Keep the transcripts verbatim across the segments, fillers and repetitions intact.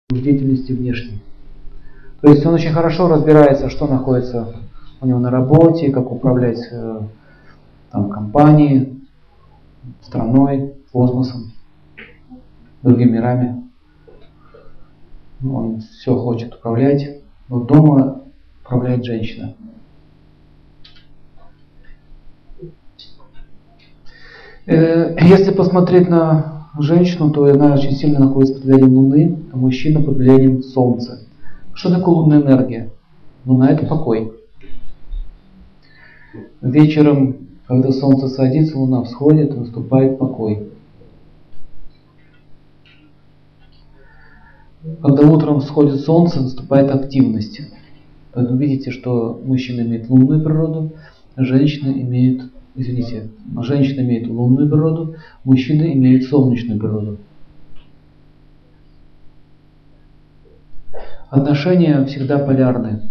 в деятельности внешней. То есть он очень хорошо разбирается, что находится у него на работе, как управлять э, там, компанией, страной, космосом, другими мирами. Он все хочет управлять, но дома управляет женщина. Если посмотреть на женщину, то она очень сильно находится под влиянием Луны, а мужчина под влиянием Солнца. Что такое лунная энергия? Луна – это покой. Вечером, когда Солнце садится, Луна всходит, наступает покой. Когда утром всходит Солнце, наступает активность. Поэтому видите, что мужчина имеет лунную природу, женщина имеет, извините, женщина имеет лунную природу, мужчина имеет солнечную природу. Отношения всегда полярны.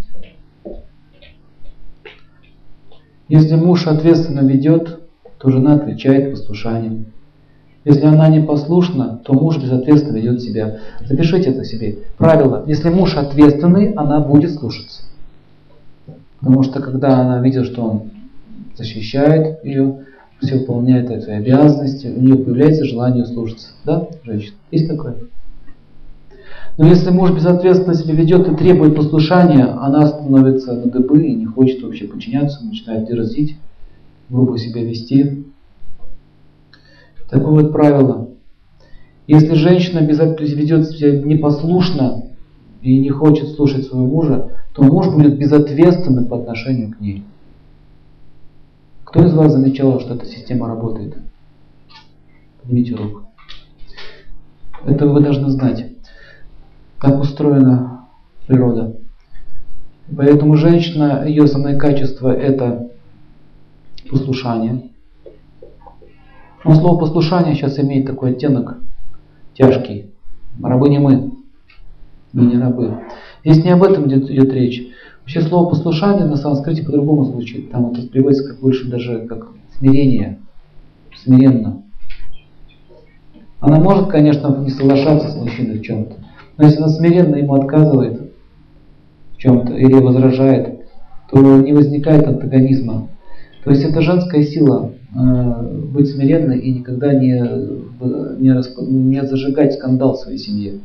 Если муж ответственно ведет, то жена отвечает послушанием. Если она непослушна, то муж безответственно ведет себя. Запишите это себе. Правило. Если муж ответственный, она будет слушаться. Потому что когда она видит, что он защищает ее, все выполняет свои обязанности, у нее появляется желание слушаться. Да, женщина? Есть такое? Но если муж безответственно себя ведет и требует послушания, она становится на дыбы и не хочет вообще подчиняться, начинает дерзить, грубо себя вести. Такое вот правило. Если женщина ведет себя непослушно и не хочет слушать своего мужа, то муж будет безответственным по отношению к ней. Кто из вас замечал, что эта система работает? Поднимите руку. Это вы должны знать. Так устроена природа. Поэтому женщина, ее основное качество это послушание. Но слово послушание сейчас имеет такой оттенок тяжкий. Рабы не мы. Мы не рабы. Здесь не об этом идет, идет речь. Вообще слово послушание на санскрите по-другому звучит. Там это переводится как больше даже как смирение. Смиренно. Она может, конечно, не соглашаться с мужчиной в чем-то. Но если она смиренно ему отказывает в чем-то или возражает, то не возникает антагонизма. То есть это женская сила э, быть смиренной и никогда не, не, расп... не зажигать скандал в своей семье.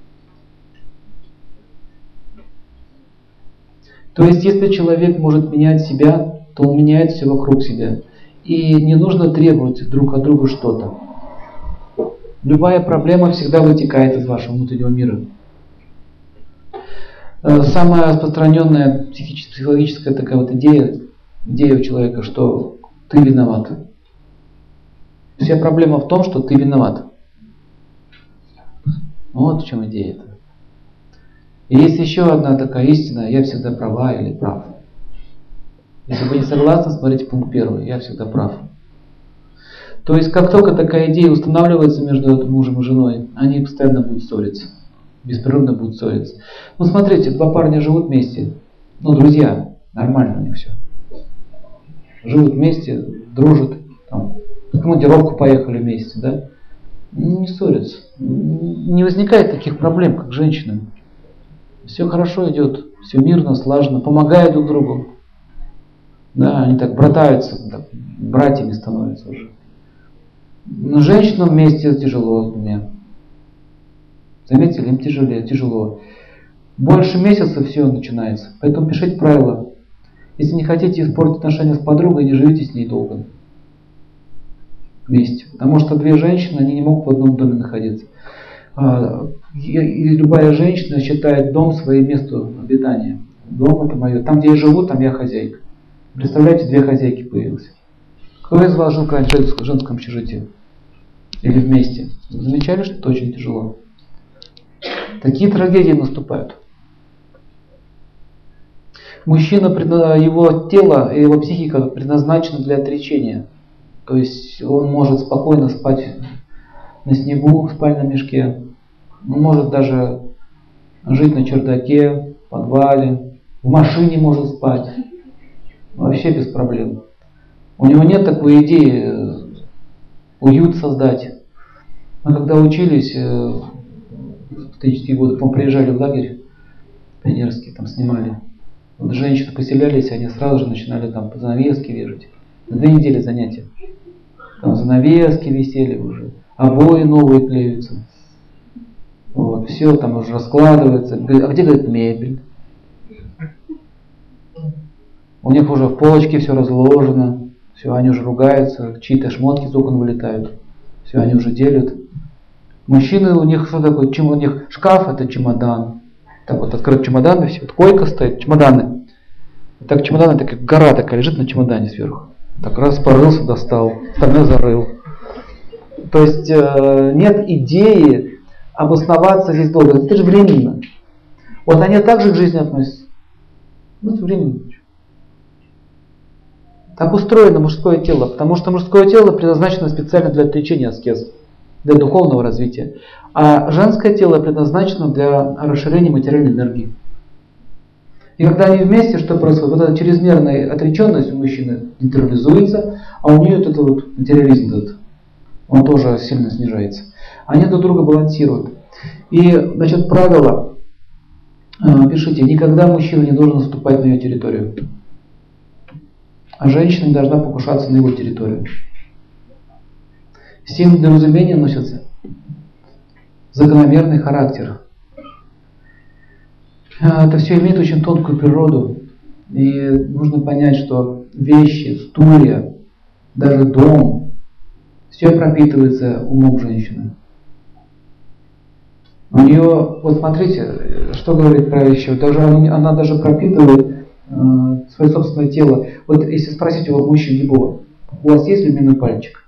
То есть если человек может менять себя, то он меняет все вокруг себя. И не нужно требовать друг от друга что-то. Любая проблема всегда вытекает из вашего внутреннего мира. Самая распространенная психологическая такая вот идея, идея у человека, что ты виноват. Вся проблема в том, что ты виноват. Вот в чем идея-то. И есть еще одна такая истина: я всегда права или прав. Если вы не согласны, смотрите пункт первый: я всегда прав. То есть, как только такая идея устанавливается между мужем и женой, они постоянно будут ссориться. Беспрерывно будут ссориться. Ну, смотрите, два парня живут вместе. Ну, друзья, нормально у них все. Живут вместе, дружат. Там, в командировку поехали вместе, да? Не ссорятся. Не возникает таких проблем, как женщинам. Все хорошо идет, все мирно, слаженно, помогают друг другу. Да, они так братаются, так, братьями становятся уже. Но женщинам вместе тяжело с двумя. Заметили, им тяжелее, тяжело. Больше месяца все начинается. Поэтому пишите правила. Если не хотите испортить отношения с подругой, не живите с ней долго. Вместе. Потому что две женщины, они не могут в одном доме находиться. И любая женщина считает дом своим местом обитания. Дом это мое. Там, где я живу, там я хозяйка. Представляете, две хозяйки появилось. Кто из вас жил раньше в женском общежитии? Или вместе? Замечали, что это очень тяжело? Такие трагедии наступают. Мужчина, его тело и его психика предназначены для отречения. То есть он может спокойно спать на снегу, в спальном мешке. Он может даже жить на чердаке, в подвале, в машине может спать. Вообще без проблем. У него нет такой идеи уют создать. Мы когда учились в студенческие годы, потом приезжали в лагерь пионерский, там снимали. Вот женщины поселялись, они сразу же начинали там занавески вешать. На две недели занятия. Там занавески висели уже, обои новые клеются. Вот, все там уже раскладывается. А где, говорит, мебель? У них уже в полочке все разложено. Все, они уже ругаются, чьи-то шмотки из окон вылетают. Все, они уже делят. Мужчины, у них что такое? У них шкаф это чемодан. Так вот, открыт чемодан, все, вот койка стоит, чемоданы. Так чемодан, такая гора такая лежит на чемодане сверху. Так раз порылся, достал, остальное зарыл. То есть э, нет идеи обосноваться здесь долго. Это же временно. Вот они также к жизни относятся. Ну, это временно. Так устроено мужское тело, потому что мужское тело предназначено специально для отречения аскез, для духовного развития. А женское тело предназначено для расширения материальной энергии. И когда они вместе, что происходит? Вот эта чрезмерная отреченность у мужчины нейтрализуется, а у нее вот этот вот материализм этот, он тоже сильно снижается. Они друг друга балансируют. И, значит, правило, пишите, никогда мужчина не должен наступать на ее территорию. А женщина не должна покушаться на его территорию. С тем недоразумения носится закономерный характер. Это все имеет очень тонкую природу. И нужно понять, что вещи, стулья, даже дом, все пропитывается умом женщины. У нее, вот смотрите, что говорит про вещи, даже она, она даже пропитывает э, свое собственное тело. Вот если спросить у мужчин любого, у вас есть любимый пальчик?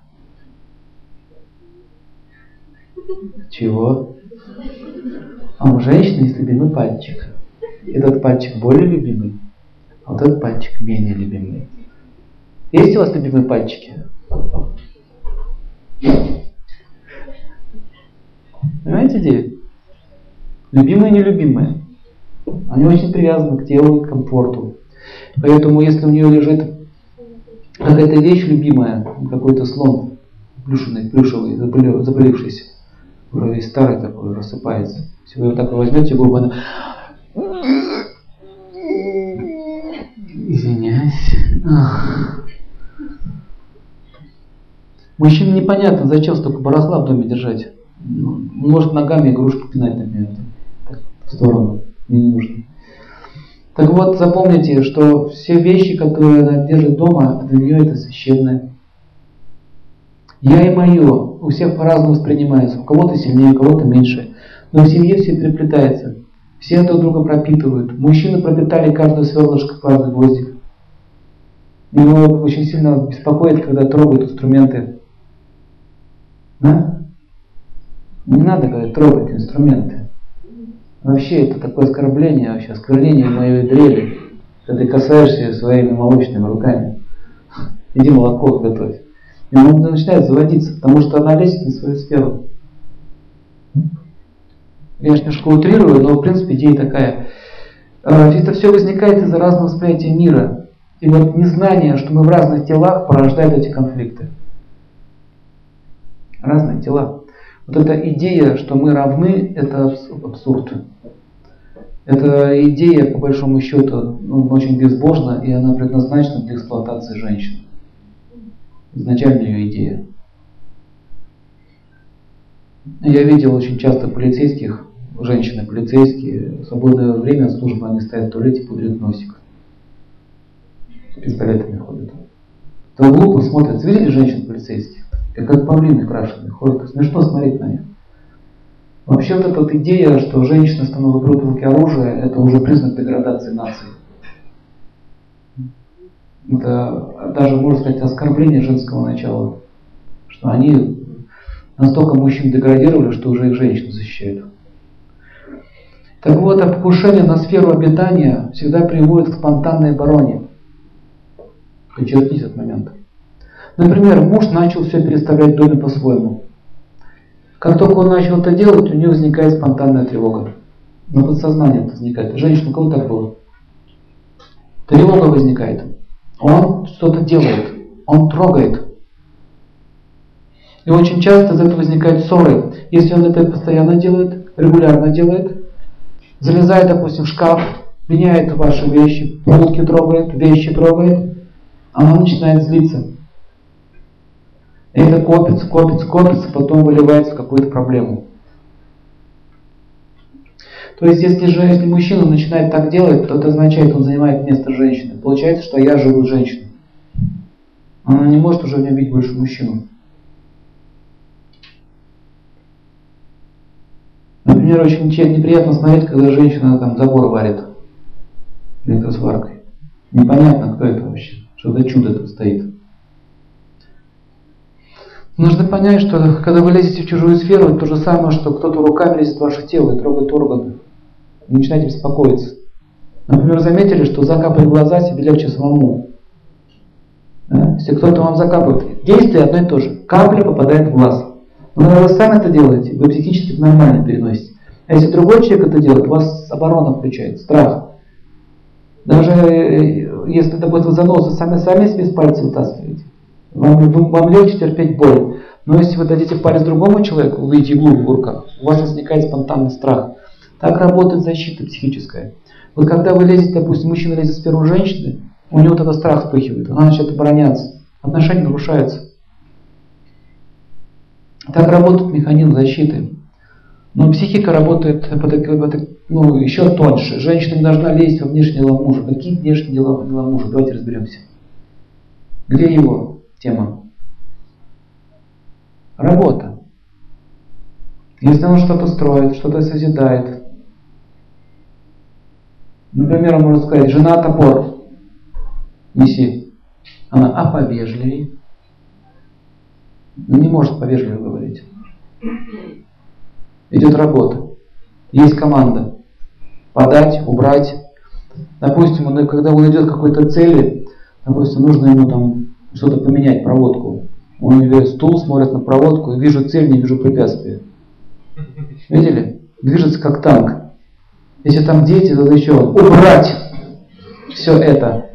Чего? А у женщины есть любимый пальчик. Этот пальчик более любимый, а вот этот пальчик менее любимый. Есть у вас любимые пальчики? Понимаете идею? Любимые и нелюбимые. Они очень привязаны к телу и к комфорту. Поэтому если у нее лежит какая-то вещь любимая, какой-то слон плюшевый, плюшевый, заболевшийся, уже весь старый такой, рассыпается. Если вы его так возьмете, губы, она... Извиняюсь. Ах. Мужчине непонятно, зачем столько барахла в доме держать. Он может ногами игрушку пинать, например, в сторону. Мне не нужно. Так вот, запомните, что все вещи, которые она держит дома, для нее это священное. Я и мое. У всех по-разному воспринимается. У кого-то сильнее, у кого-то меньше. Но в семье все переплетается. Все друг друга пропитывают. Мужчины пропитали каждое сверлышко, каждый гвоздик. Его очень сильно беспокоит, когда трогают инструменты. Да? Не надо, говорят, трогать инструменты. Вообще это такое оскорбление, вообще осквернение моей дрели, когда ты касаешься своими молочными руками. Иди молоко готовь. И он начинает заводиться, потому что она лезет на свою сферу. Я немножко утрирую, но в принципе идея такая. Это все возникает из-за разного восприятия мира. И вот незнание, что мы в разных телах, порождает эти конфликты. Разные тела. Вот эта идея, что мы равны, это абсурд. Эта идея, по большому счету, ну, очень безбожна, и она предназначена для эксплуатации женщин. Изначально ее идея. Я видел очень часто полицейских, женщины-полицейские, в свободное время службы, они стоят в туалете, пудрят носик. С пистолетами ходят. То глупо смотрят. Видели женщин-полицейских? Как павлины крашеные ходят. Смешно смотреть на них. Вообще вот эта вот идея, что женщины становятся берут в руки оружие, это уже признак деградации нации. Это даже, можно сказать, оскорбление женского начала. Что они настолько мужчин деградировали, что уже их женщины защищают. Так вот, а покушение на сферу обитания всегда приводит к спонтанной обороне. Подчеркните этот момент. Например, муж начал все переставлять в доме по-своему. Как только он начал это делать, у него возникает спонтанная тревога. На подсознании это возникает. Женщина, у кого так было? Тревога возникает. Он что-то делает. Он трогает. И очень часто из этого возникают ссоры. Если он это постоянно делает, регулярно делает, залезает, допустим, в шкаф, меняет ваши вещи, полки трогает, вещи трогает, она начинает злиться. И это копится, копится, копится, потом выливается в какую-то проблему. То есть, если же если мужчина начинает так делать, то это означает, что он занимает место женщины. Получается, что я живу с женщиной. Она не может уже в нем видеть больше мужчину. Например, очень неприятно смотреть, когда женщина там забор варит электросваркой. Непонятно, кто это вообще, что за чудо тут стоит. Нужно понять, что когда вы лезете в чужую сферу, это то же самое, что кто-то руками лезет в ваше тело и трогает органы. Вы начинаете беспокоиться. Например, заметили, что закапать глаза себе легче самому. Да? Если кто-то вам закапывает, действие одно и то же. Капля попадает в глаз. Но когда вы сами это делаете, вы психически нормально переносите. А если другой человек это делает, у вас оборона включается, страх. Даже если, допустим, вы заносу сами, сами себе с пальца вытаскиваете, вам, вам легче терпеть боль. Но если вы дадите палец другому человеку, вы видите иглу в руках, у вас возникает спонтанный страх. Так работает защита психическая. Вот когда вы лезете, допустим, мужчина лезет в сферу женщины, у него тогда страх вспыхивает, она начинает обороняться, отношения нарушаются. Так работает механизм защиты. Но психика работает ну, еще тоньше. Женщина не должна лезть во внешние дела мужа. Какие внешние дела, дела мужа? Давайте разберемся. Где его тема? Работа. Если он что-то строит, что-то созидает. Например, он может сказать: жена, топор неси. Она: а повежливее? Не может повежливее говорить. Идет работа. Есть команда. Подать, убрать. Допустим, он, когда он идет к какой-то цели, допустим, нужно ему там что-то поменять, проводку. Он берет стул, смотрит на проводку, и вижу цель, не вижу препятствия. Видели? Движется как танк. Если там дети, то еще убрать все это.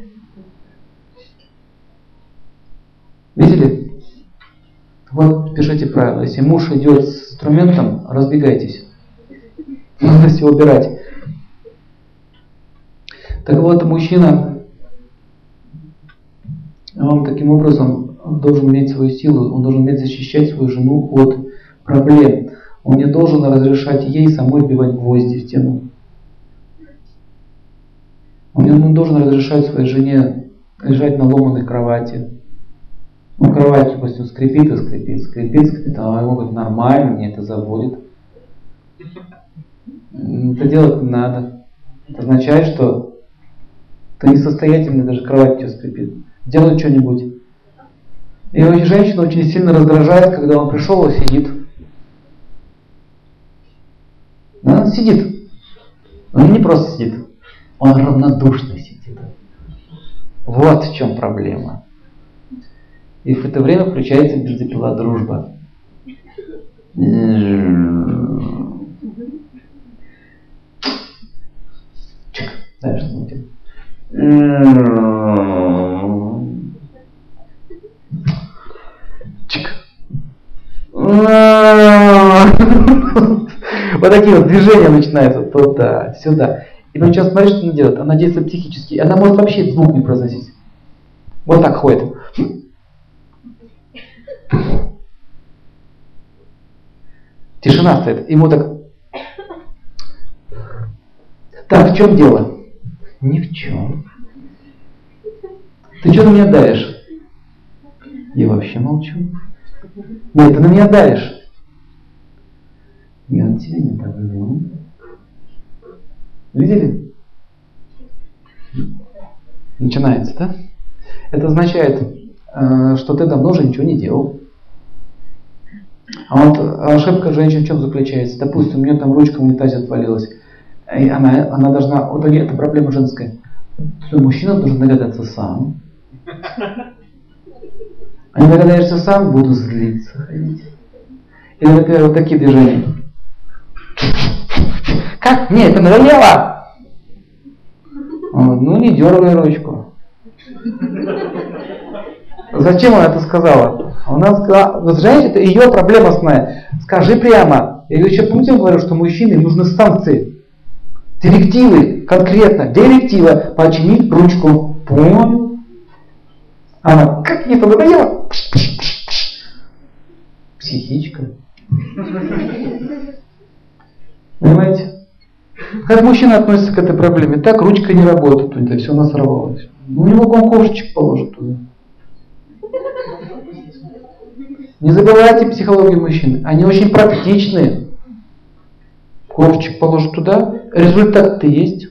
Видели? Вот пишите правила. Если муж идет с инструментом, разбегайтесь. Надо все убирать. Так вот, мужчина, он таким образом должен иметь свою силу, он должен уметь защищать свою жену от проблем. Он не должен разрешать ей самой вбивать гвозди в стену. Он не должен разрешать своей жене лежать на ломаной кровати. Ну, кровать, допустим, скрипит и скрипит, скрипит, скрипит, а ему говорит: нормально, мне это заводит. Это делать не надо. Это означает, что ты несостоятельный, даже кровать у тебя скрипит. Делай что-нибудь. И женщина очень сильно раздражает, когда он пришел и сидит. Да, он сидит. Он не просто сидит, он равнодушно сидит. Вот в чем проблема. И в это время включается бензопила дружба. Чик. Дальше смотрим. Чик. Вот такие вот движения начинаются туда, сюда. И потом сейчас смотри, что она делает. Она действует психически. Она может вообще звук не произносить. Вот так ходит. Тишина стоит. Ему так. Так, в чем дело? Ни в чем. Ты что на меня давишь? Я вообще молчу. Нет, ты на меня давишь. Я на тебя не давлю. Видели? Начинается, да? Это означает, что ты давно уже ничего не делал. А вот ошибка женщин в чем заключается? Допустим, у нее там ручка в унитазе отвалилась. И она, она должна... Вот это проблема женская. Что мужчина должен догадаться сам. А не догадаешься сам, буду злиться ходить. Или, например, вот такие движения. Как? Мне это надоело! Вот, ну не дергай ручку. Зачем она это сказала? У нас вот женщина, это ее проблема основная. Скажи прямо. Я еще помните, я говорю, что мужчине нужны санкции. Директивы, конкретно, директива, починить ручку. Понял? Она, как мне это надоело? Психичка. Понимаете? Как мужчина относится к этой проблеме? Так, ручка не работает, у него все насорвалось. У него ковшичек положит туда. Не забывайте психологию мужчин. Они очень практичные. Ковшичек положит туда, результат-то есть.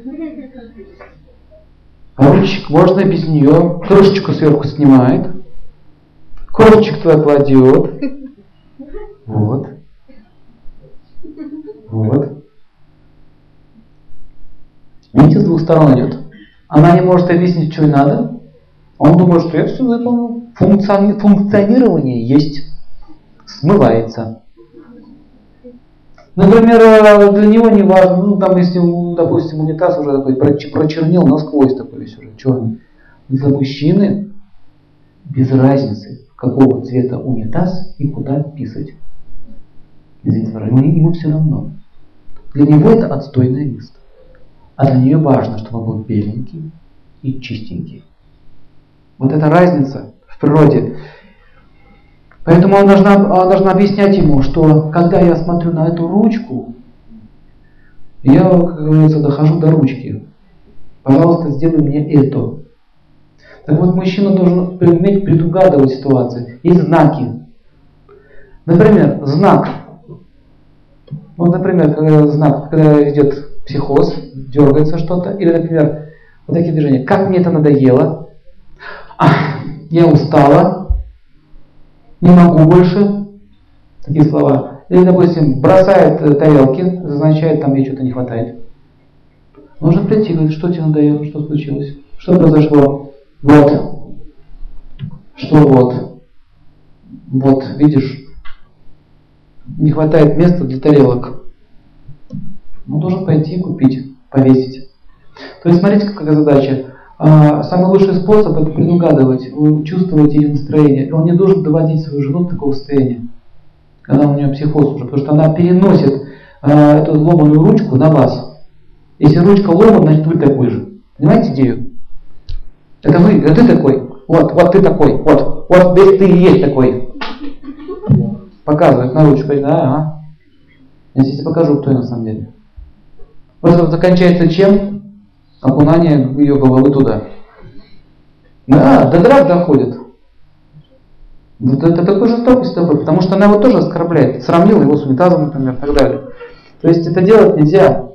А ручек можно без нее. Крышечку сверху снимает. Ковшичек туда кладет. Вот. Вот. Видите, с двух сторон идет. Она не может объяснить, что ей надо. Он думает, что я все выполнил. Функциони... Функционирование есть. Смывается. Например, для него не важно, ну там если, допустим, унитаз уже такой прочернел насквозь такой весь уже черный. Для мужчины без разницы, какого цвета унитаз и куда писать. Извините, ему все равно. Для него это отстойное место. А для нее важно, чтобы он был беленький и чистенький. Вот эта разница в природе. Поэтому она должна, она должна объяснять ему, что когда я смотрю на эту ручку, я, как говорится, дохожу до ручки. Пожалуйста, сделай мне это. Так вот, мужчина должен уметь предугадывать ситуации. Есть знаки. Например, знак. Вот, например, когда знак, когда идет психоз, дергается что-то, или, например, вот такие движения. Как мне это надоело, а, я устала, не могу больше, такие слова. Или, допустим, бросает тарелки, означает, там ей что-то не хватает. Нужно прийти, говорит, что тебе надоело, что случилось, что произошло. Вот. Что вот? Вот, видишь, не хватает места для тарелок. Он должен пойти купить, повесить. То есть, смотрите, какая задача. Самый лучший способ это предугадывать, чувствовать ее настроение. Он не должен доводить свою жену до такого состояния, когда у нее психоз уже, потому что она переносит эту ломаную ручку на вас. Если ручка ломана, значит вы такой же. Понимаете идею? Это вы, это ты такой. Вот, вот ты такой. Вот, вот весь ты и есть такой. Показывает на ручку. Да, ага. Я сейчас покажу, кто я на самом деле. Вот это заканчивается чем? Окунание ее головы туда. Да, до драк доходит. Вот это такой жестокость такой, потому что она его тоже оскорбляет. Сравнила его с унитазом, например, и так далее. То есть это делать нельзя.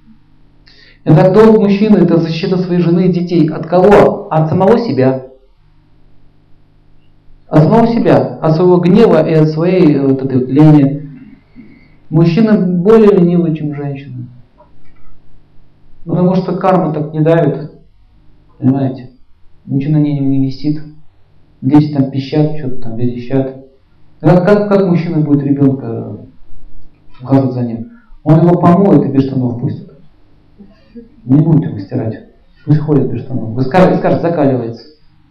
Это долг мужчины, это защита своей жены и детей. От кого? От самого себя. От самого себя. От своего гнева и от своей вот этой вот лени. Мужчина более ленивый, чем женщина. Потому что карма так не давит. Понимаете? Ничего на ней не висит. Дети там пищат, что-то там верещат. Как, как, как мужчина будет ребенка ухаживать за ним? Он его помоет и без штанов пустит. Не будет его стирать. Пусть ходит без штанов. Вы скажете, скажете, закаливается.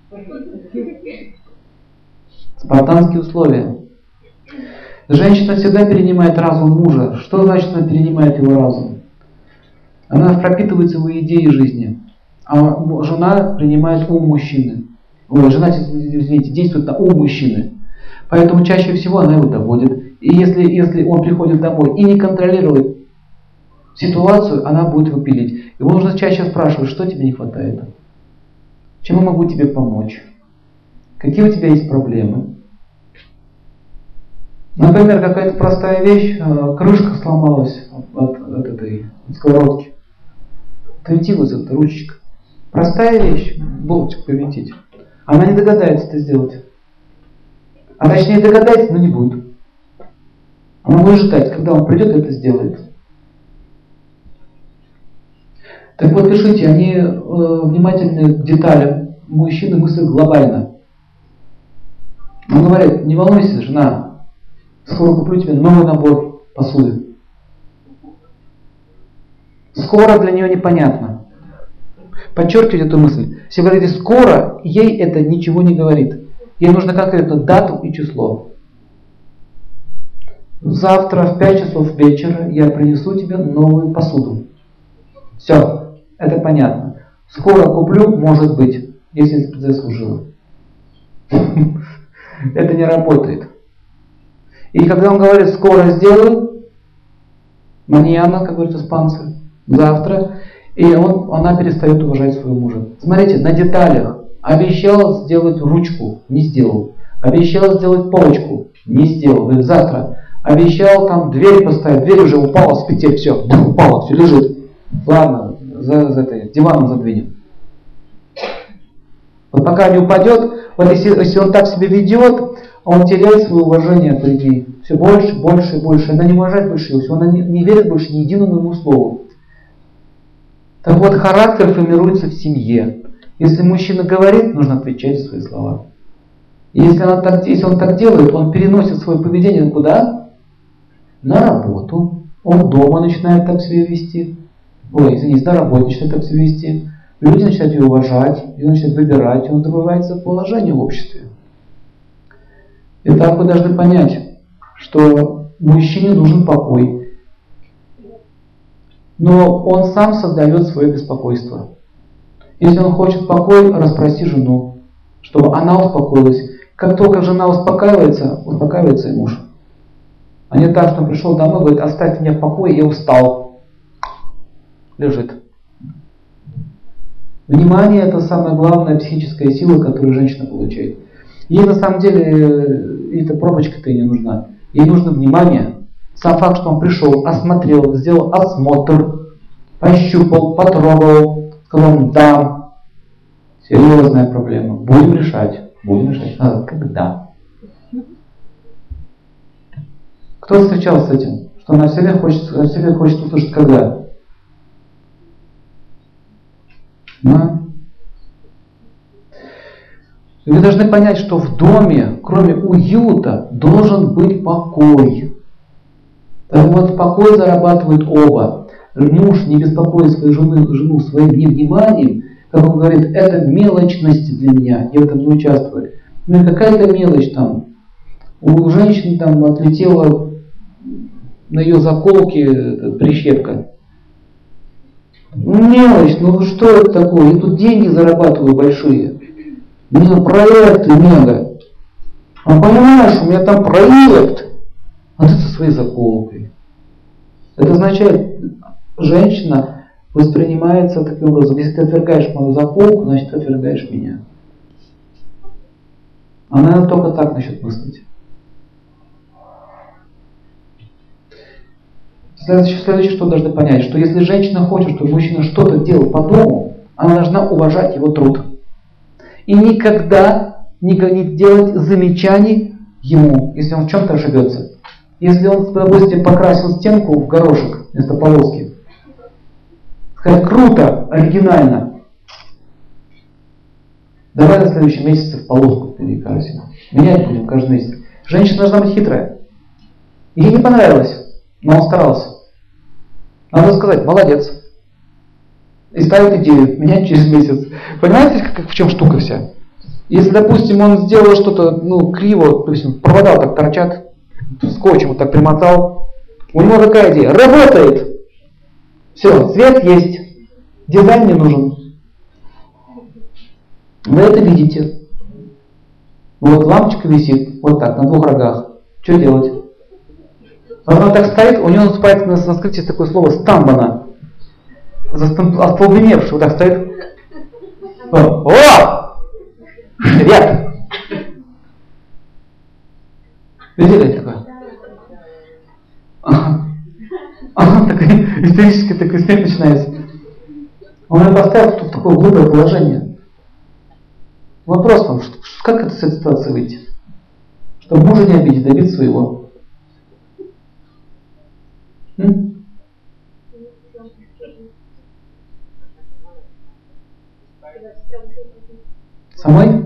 Спартанские условия. Женщина всегда перенимает разум мужа. Что значит она перенимает его разум? Она пропитывается его идеей жизни. А жена принимает ум мужчины. Ой, жена, извините, действует на ум мужчины. Поэтому чаще всего она его доводит. И если, если он приходит домой и не контролирует ситуацию, она будет его пилить. Его нужно чаще спрашивать, что тебе не хватает. Чем я могу тебе помочь? Какие у тебя есть проблемы? Например, какая-то простая вещь, крышка сломалась от, от этой сковородки. Крутилась эта ручечка. Простая вещь, болтик повинтить. Она не догадается это сделать. А точнее догадается, но не будет. Она будет ждать, когда он придет и это сделает. Так вот, пишите, они э, внимательны к деталям. Мужчины мыслят глобально. Он говорит, не волнуйся, жена, скоро куплю тебе новый набор посуды. Скоро для нее непонятно. Подчеркивайте эту мысль. Если вы говорите скоро, ей это ничего не говорит. Ей нужно конкретно дату и число. Завтра в пять часов вечера я принесу тебе новую посуду. Все, это понятно. Скоро куплю, может быть, если заслужила. Это не работает. И когда он говорит «скоро сделаю», маньяна, как говорят испанцы, завтра, и он, она перестает уважать своего мужа. Смотрите, на деталях. Обещал сделать ручку, не сделал. Обещал сделать полочку, не сделал. Говорит, завтра. Обещал там дверь поставить, дверь уже упала с петель, все, упала, все лежит. Ладно, за, за это, диваном задвинем. Вот пока не упадет, вот если, если он так себя ведет, он теряет свое уважение к ней. Все больше, больше и больше. Она не уважает больше его, она не, не верит больше ни единому ему слову. Так вот, характер формируется в семье. Если мужчина говорит, нужно отвечать за свои слова. И если, она так, если он так делает, он переносит свое поведение куда? На работу. Он дома начинает так себя вести. Ой, извините, на работе начинает так себя вести. Люди начинают его уважать, его начинают выбирать, и он добивается положения в обществе. Итак, вы должны понять, что мужчине нужен покой. Но он сам создает свое беспокойство. Если он хочет покой, расспроси жену, чтобы она успокоилась. Как только жена успокаивается, успокаивается и муж. А не так, что он пришел домой и говорит, оставь меня в покое, я устал. Лежит. Внимание – это самая главная психическая сила, которую женщина получает. Ей на самом деле эта пробочка-то и не нужна. Ей нужно внимание. Сам факт, что он пришел, осмотрел, сделал осмотр, пощупал, потрогал, сказал, да, серьезная проблема, будем решать. Будем решать. А когда? Кто встречался с этим? Что она все время хочет, все время хочет услышать когда? Да? Вы должны понять, что в доме, кроме уюта, должен быть покой. Так вот, покой зарабатывают оба. Муж не беспокоит свою жену, жену своим невниманием, как он говорит, это мелочность для меня, я в этом не участвую. Ну и какая-то мелочь там. У женщины там отлетела на ее заколке прищепка. Мелочь, ну что это такое? Я тут деньги зарабатываю большие. У меня проекты мега. А понимаешь, у меня там проект. А ты со своей заколкой. Это означает, женщина воспринимается таким образом. Если ты отвергаешь мою заколку, значит ты отвергаешь меня. Она только так начнет мыслить. Следующее, следующее, что должны понять, что если женщина хочет, чтобы мужчина что-то делал по дому, она должна уважать его труд. И никогда не делать замечаний ему, если он в чем-то ошибется. Если он, допустим, покрасил стенку в горошек вместо полоски, сказать, круто, оригинально. Давай на следующем месяце в полоску перекрасим. Менять будем каждый месяц. Женщина должна быть хитрая. Ей не понравилось, но он старался. Надо сказать, молодец. И ставит идею, менять через месяц. Понимаете, как, в чем штука вся? Если, допустим, он сделал что-то ну, криво, допустим, провода так торчат, скотчем вот так примотал, у него такая идея, работает! Все, цвет есть, дизайн не нужен. Вы это видите. Вот лампочка висит, вот так, на двух рогах. Что делать? Она так стоит, у него наступает на санскрите такое слово стамбана. Остолбеневший, вот так стоит. О! Швед! Видели такое? Ага. Ага, такой истерический такой смех начинается. Он меня поставил в такое глупое положение. Вопрос вам, как это с этой ситуации выйти? Чтобы мужа не обидеть, добиться своего. М? Самой?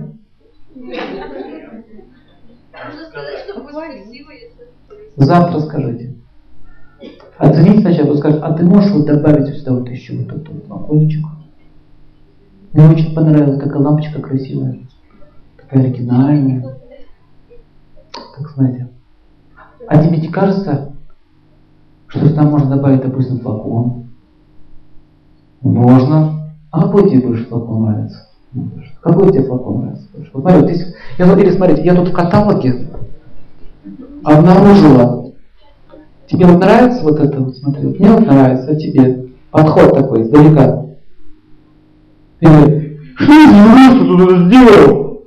Завтра скажите. Оцените сначала, скажите, а ты можешь вот добавить сюда вот еще вот этот лампочку? Мне очень понравилась такая лампочка красивая. такая оригинальная. Так знаете. А тебе не кажется, что сюда можно добавить, допустим, флакон? Можно. А какой тебе больше флакон нравится? Какой тебе флакон нравится больше? Вот смотри, вот здесь, я, или смотрите, я тут в каталоге обнаружила. Тебе вот нравится вот это вот, смотри, вот мне вот нравится, а тебе? Подход такой, издалека. Или, что ты тут сделал?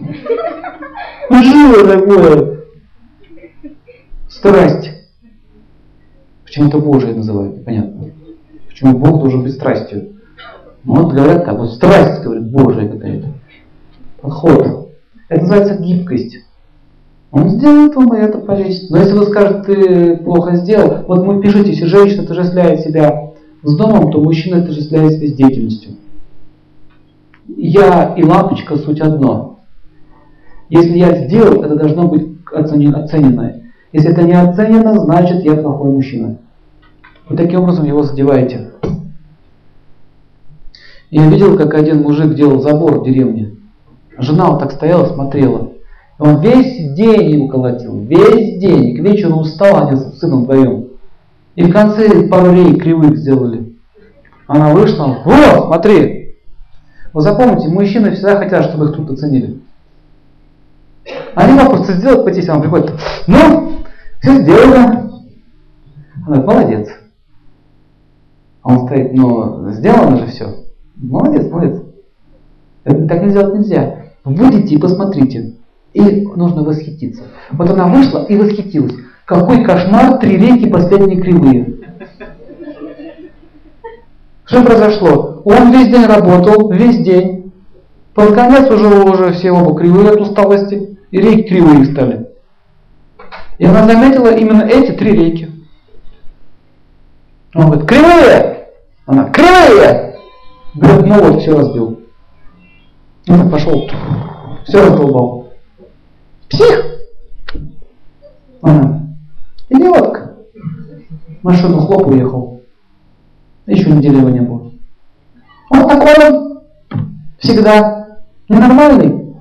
Что такое? Страсть. Почему-то Божие называют, понятно. Почему Бог должен быть страстью? Ну вот говорят так, вот страсть, говорит, Божия какая-то. Подход. Это называется гибкость. Он сделает вам, и это повесит. Но если вы скажете, ты плохо сделал, вот вы пишите, если женщина отождествляет себя с домом, то мужчина отождествляет себя с деятельностью. Я и лампочка суть одно. Если я сделал, это должно быть оценено. Если это не оценено, значит я плохой мужчина. Вы таким образом его задеваете. Я видел, как один мужик делал забор в деревне. Жена вот так стояла, смотрела. Он весь день его колотил, весь день. К вечеру устал, они с сыном вдвоем. И в конце пару рей кривых сделали. Она вышла, вот, смотри. Вы запомните, мужчины всегда хотят, чтобы их тут оценили. Они могут просто сделать, пойти, он приходит, ну, все сделано. Она говорит, молодец. А он стоит, ну, сделано же все. Молодец, молодец. Это так сделать нельзя. Выйдите и посмотрите. И нужно восхититься. Вот она вышла и восхитилась. Какой кошмар, три реки последние кривые. Что произошло? Он весь день работал, весь день. Под конец уже, уже все оба кривые от усталости. И реки кривые стали. И она заметила именно эти три реки. Он говорит, кривые! Она, кривые! Говорит, ну вот, все разбил. Он пошел, все раздолбал. Псих! Она, идиотка. Машину хлоп уехал. Еще недели его не было. Он такой он всегда ненормальный.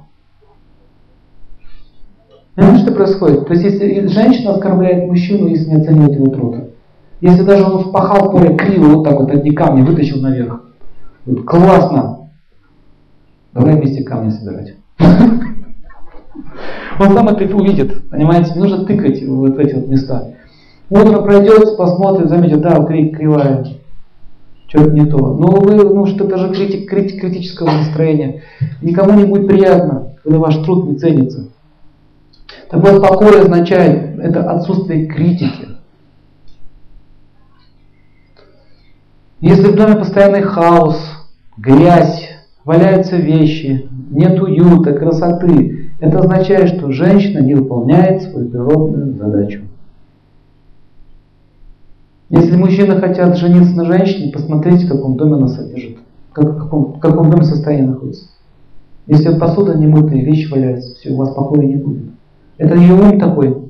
Понимаете, что происходит? То есть, если женщина оскорбляет мужчину, если не оценивает его труд. Если даже он впахал поле криво, вот так вот одни камни вытащил наверх. Вот, классно! Давай вместе камни собирать. Он сам это увидит, понимаете? Не нужно тыкать вот в эти вот места. Утро пройдет, посмотрит, заметит, да, крик кривая. Что-то не то. Но вы, ну что это же критик, критик критического настроения. Никому не будет приятно, когда ваш труд не ценится. Так вот, покой означает это отсутствие критики. Если в доме постоянный хаос, грязь, валяются вещи, нет уюта, красоты, это означает, что женщина не выполняет свою природную задачу. Если мужчины хотят жениться на женщине, посмотрите, в каком доме она содержит, как, в, каком, в каком доме состоянии находится. Если посуда не мытая, вещи валяются, все, у вас покоя не будет. Это ее ум такой.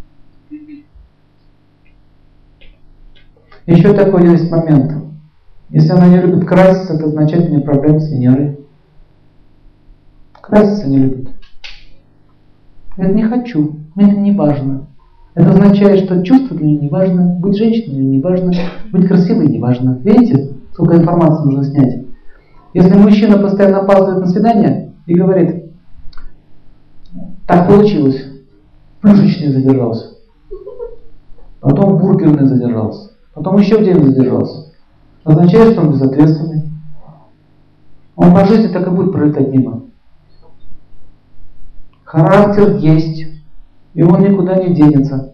Еще такой есть момент. Если она не любит краситься, это означает, у нее проблемы с Венерой. Краситься не любит. Говорит, не хочу, мне это не важно. Это означает, что чувство для нее не важно, быть женщиной для нее не важно, быть красивой не важно. Видите, сколько информации нужно снять? Если мужчина постоянно опаздывает на свидание и говорит, так получилось, плюшечный задержался, потом бургерный задержался, потом еще где-нибудь задержался, означает, что он безответственный. Он по жизни так и будет пролетать мимо. Характер есть, и он никуда не денется.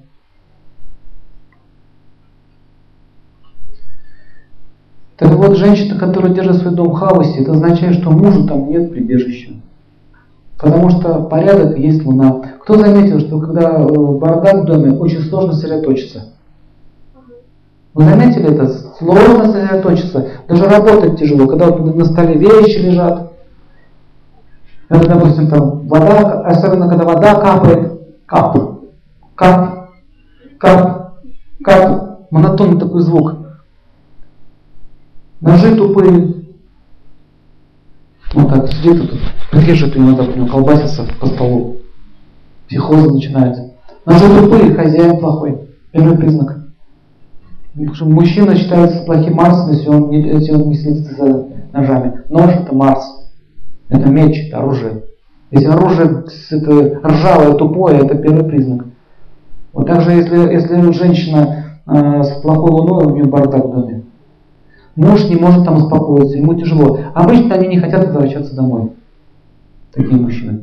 Так вот, женщина, которая держит свой дом в хаосе, это означает, что мужу там нет прибежища. Потому что порядок есть луна. Кто заметил, что когда бардак в доме, очень сложно сосредоточиться? Вы заметили это? Сложно сосредоточиться. Даже работать тяжело. Когда вот на столе вещи лежат. Это, допустим, там вода, особенно когда вода капает. Кап, кап, кап, кап. Монотонный такой звук. Ножи тупые. Вот так. сидит и тут режет иногда, у него колбасится по столу. Психозы начинаются. Ножи тупые, хозяин плохой. Первый признак. Потому что мужчина считается плохим Марсом, если он не, если он не следит за ножами. Нож это Марс. Это меч, это оружие. Если оружие это ржавое, тупое, это первый признак. Вот также, если, если женщина э, с плохой луной, у нее бардак в доме. Муж не может там успокоиться, ему тяжело. Обычно они не хотят возвращаться домой. Такие мужчины.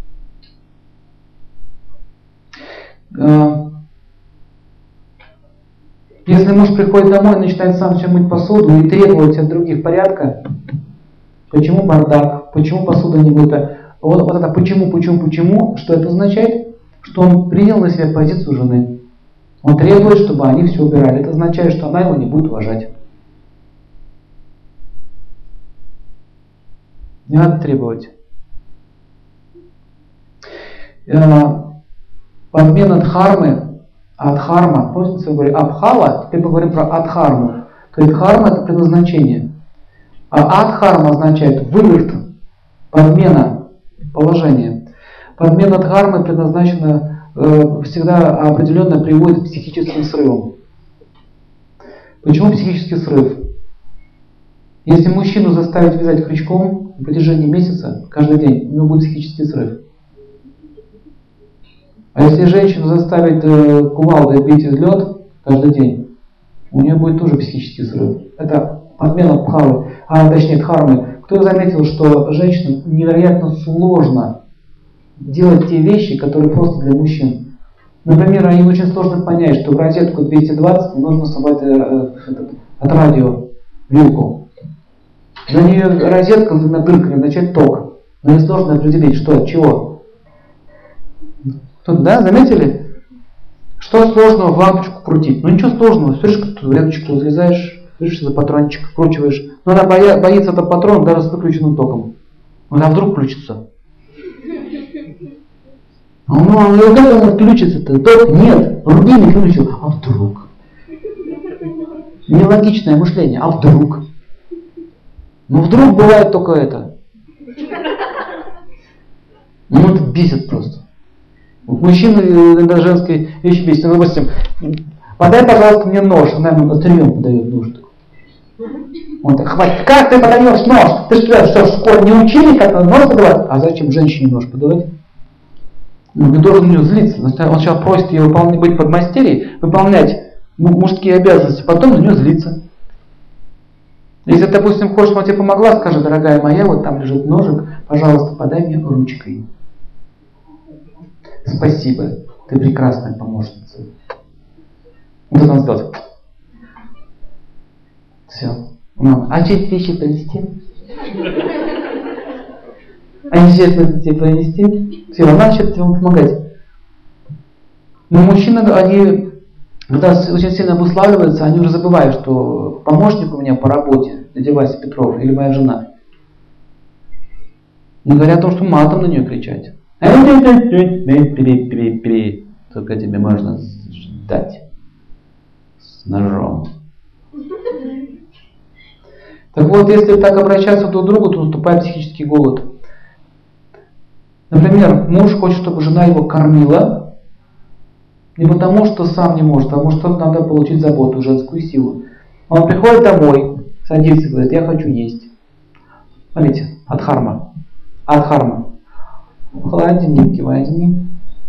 Э, если муж приходит домой и начинает сам все мыть посуду и требовать от других порядка, почему бардак, почему посуда не мыта, вот, вот это почему, почему, почему, что это означает? Что он принял на себя позицию жены. Он требует, чтобы они все убирали. Это означает, что она его не будет уважать. Не надо требовать. Подмена дхармы, адхарма. Помните, мы говорили абхава, теперь поговорим про адхарму. То есть дхарма это предназначение. А адхарма означает выверт, подмена положения. Подмена дхармы предназначена э, всегда определенно приводит к психическим срывам. Почему психический срыв? Если мужчину заставить вязать крючком на протяжении месяца, каждый день, у него будет психический срыв. А если женщину заставить э, кувалдой бить лед каждый день, у нее будет тоже психический срыв. Это подмена бхавы, а точнее дхармы. Кто заметил, что женщинам невероятно сложно делать те вещи, которые просто для мужчин. Например, им очень сложно понять, что в розетку двести двадцать нужно собрать э, этот, от радио вилку. Для нее розетка с двумя дырками означает ток. Но ей сложно определить, что от чего. Кто-то, да, заметили? Что сложного в лампочку крутить? Ну ничего сложного, смотришь, как ты веточку разрезаешь, слышишь за патрончик, вкручиваешь. Но она боя, боится этот патрон даже с выключенным током. Она вдруг включится. А ну, а как он включится-то? Ток нет, рубин не включил. А вдруг? Нелогичное мышление. А вдруг? Ну вдруг бывает только это. Ну это бесит просто. Мужчина иногда женской вещи бесит. Ну, допустим, подай, пожалуйста, мне нож. Она ему острием подает нож. Он так, хватит, как ты подаешь нож? Ты что, что в школе не учили, как надо нож подавать? А зачем женщине нож подавать? Ну, не должен на нее злиться. Он сначала просит ее выполнять, быть подмастерьей, выполнять мужские обязанности, потом на нее злиться. Если, допустим, хочешь, чтобы она тебе помогла, скажи, дорогая моя, вот там лежит ножик, пожалуйста, подай мне ручкой. Спасибо, ты прекрасная помощница. Вот это он сделает. Все. А чьи вещи принести? Они сейчас будут тебе принести. Все, она начнет тебе помогать. Но мужчины, они, когда очень сильно обуславливаются, они уже забывают, что помощник у меня по работе, дядя Вася Петров, или моя жена. Не говоря о том, что матом на нее кричать. Только тебе можно ждать с ножом. Так вот, если так обращаться друг к другу, то наступает психический голод. Например, муж хочет, чтобы жена его кормила, не потому, что сам не может, а потому что надо получить заботу, женскую силу. Он приходит домой, садится и говорит, я хочу есть. Смотрите, адхарма. Адхарма. В холодильнике возьми.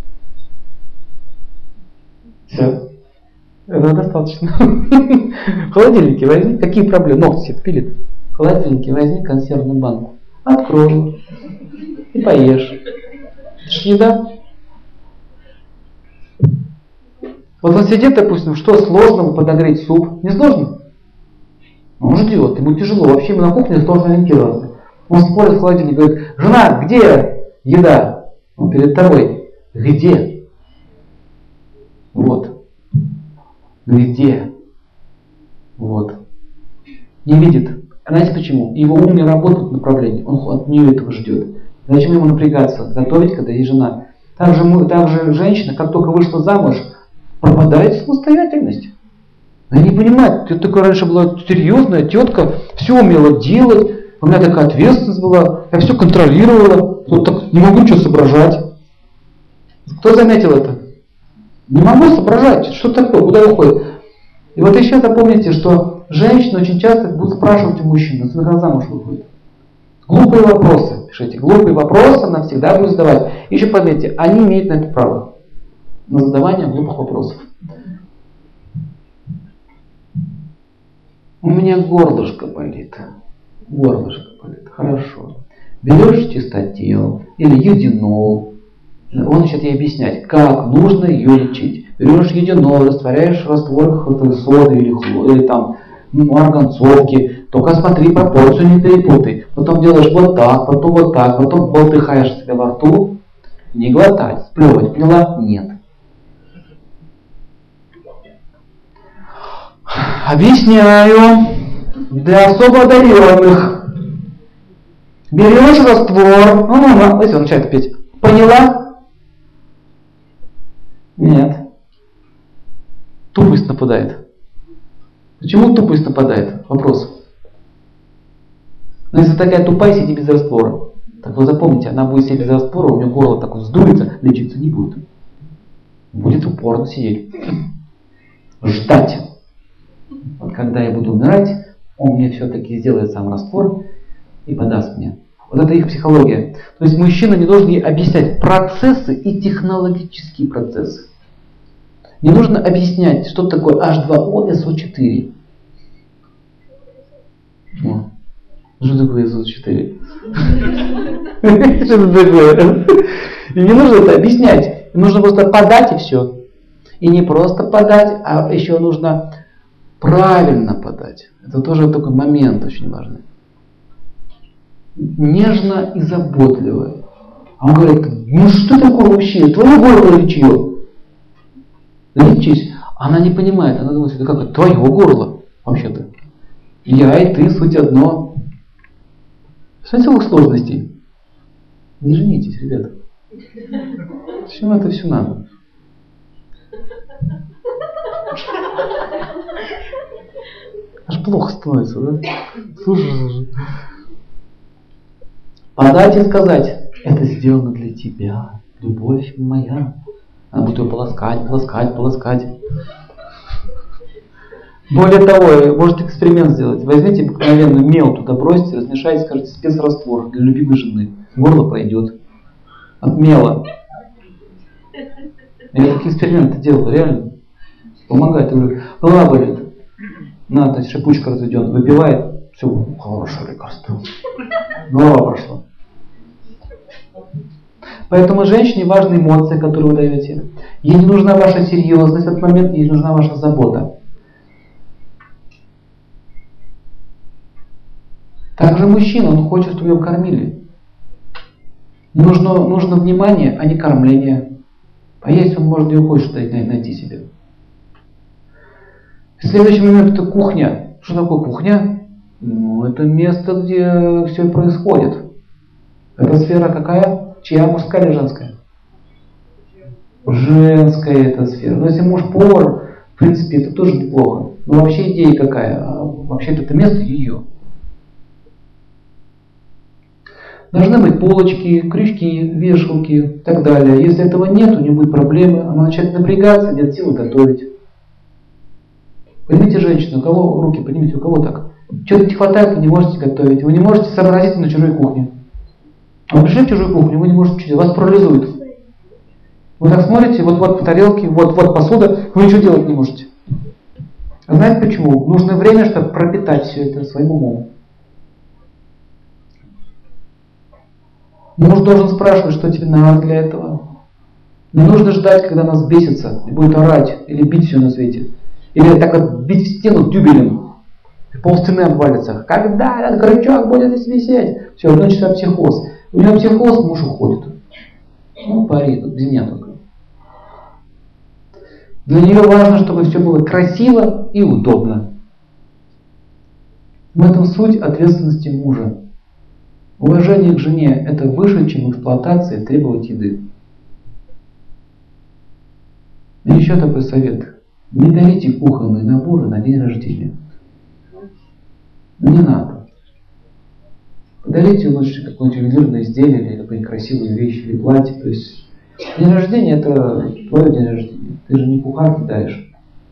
Все. Это достаточно. В холодильнике возьми. Какие проблемы? Ногти отпилит. В холодильнике возьми консервную банку. Открой. И поешь. Это ж еда. Вот он сидит, допустим, что сложного подогреть суп? Не сложно? Он ждет, ему тяжело. Вообще ему на кухне сложно ориентироваться. Он смотрит в холодильник и говорит, жена, где еда? Он перед тобой. Где? Вот. Где? Вот. Не видит. Знаете почему? Его ум не работает в направлении. Он от нее этого ждет. Зачем ему напрягаться, готовить, когда есть жена? Также, также женщина, как только вышла замуж, пропадает самостоятельность. Она не понимает, ты такая раньше была серьезная тетка, все умела делать, У меня такая ответственность была, я все контролировала, вот так не могу ничего соображать. Кто заметил это? Не могу соображать, что такое, куда уходит. И вот еще запомните, что женщины очень часто будут спрашивать у мужчин, особенно когда замуж выходит. Глупые вопросы, пишите, глупые вопросы она всегда будет задавать. Еще пометьте, они имеют на это право, на задавание глупых вопросов. У меня горлышко болит. Горлышко болит. Хорошо. Берешь чистотел или юдинол. Он сейчас ей объяснять, как нужно ее лечить. Берешь юдинол, растворяешь в растворах соды или, или там марганцовки. Только смотри, пропорцию не перепутай. Потом делаешь вот так, потом вот так, потом болтыхаешь себя во рту. Не глотать, сплевывать. Поняла? Нет. Объясняю. Для особо одаренных. Берешь раствор. Ну, ну, ну. Если он начинает петь. Поняла? Нет. Тупость нападает. Почему тупость нападает? Вопрос. Но если такая тупая, сиди без раствора. Так вы запомните, она будет сидеть без раствора, у нее горло так вот сдуется, лечиться не будет. Будет упорно сидеть. Ждать. Вот когда я буду умирать, он мне все-таки сделает сам раствор и подаст мне. Вот это их психология. То есть мужчина не должен ей объяснять процессы и технологические процессы. Не нужно объяснять, что такое эйч два о эс о четыре. О, что такое эс о четыре? Что это такое? И не нужно это объяснять. Нужно просто подать и все. И не просто подать, а еще нужно правильно подать. Это тоже такой момент очень важный. Нежно и заботливо. А он говорит, ну что такое вообще? Твое горло или чье? Лечись. Она не понимает, она думает, это как это твое горло вообще-то. Я и ты, суть одно. Что целых сложностей? Не женитесь, ребята. Зачем это все надо? Аж плохо становится, да? Слушай, подать и сказать, это сделано для тебя, любовь моя. Она будет ее полоскать, полоскать, полоскать. Более того, можете эксперимент сделать. Возьмите обыкновенный мел туда бросьте, размешайте, скажите, спецраствор для любимой жены. Горло пройдет. От мела. Я такие эксперименты делал, реально. Помогает. Я говорю, голова болит. На, то есть шипучка разведен. Выпивает. Все, хорошее лекарство. Голова прошла. Поэтому женщине важны эмоции, которые вы даете. Ей не нужна ваша серьезность в этот момент, ей нужна ваша забота. Также мужчина, он хочет, чтобы его кормили. Нужно, нужно внимание, а не кормление. А если он может ее хочет найти себе. Следующий момент это кухня. Что такое кухня? Ну, это место, где все происходит. Это сфера какая? Чья, мужская или женская? Женская эта сфера. Но если муж повар, в принципе, это тоже неплохо. Но вообще идея какая? Вообще-то это место ее. Должны быть полочки, крючки, вешалки и так далее. Если этого нет, у нее будет проблемы. Она начинает напрягаться, нет силы готовить. Поднимите женщину, у кого руки, поднимите, у кого так. Чего-то не хватает, вы не можете готовить. Вы не можете сообразить на чужой кухне. А вы пришли в чужую кухню, вы не можете ничего делать, вас парализует. Вы так смотрите, вот-вот тарелки, вот-вот посуда, вы ничего делать не можете. А знаете почему? Нужно время, чтобы пропитать все это своим умом. Муж должен спрашивать, что тебе надо для этого. Не нужно ждать, когда нас бесится и будет орать или бить все на свете. Или так вот бить в стену дюбелем. Пол стены обвалится. Когда этот крючок будет здесь висеть? Все, у него начинается психоз. У него психоз, муж уходит. Ну, пари, тут без меня только. Для нее важно, чтобы все было красиво и удобно. В этом суть ответственности мужа. Уважение к жене – это выше, чем эксплуатация требовать еды. И еще такой совет. Не дарите кухонные наборы на день рождения. Не надо. Подарите лучше какое-нибудь ювелирное изделие или какую-нибудь красивую вещь или платье. То есть день рождения — это твой день рождения. Ты же не пухар кидаешь.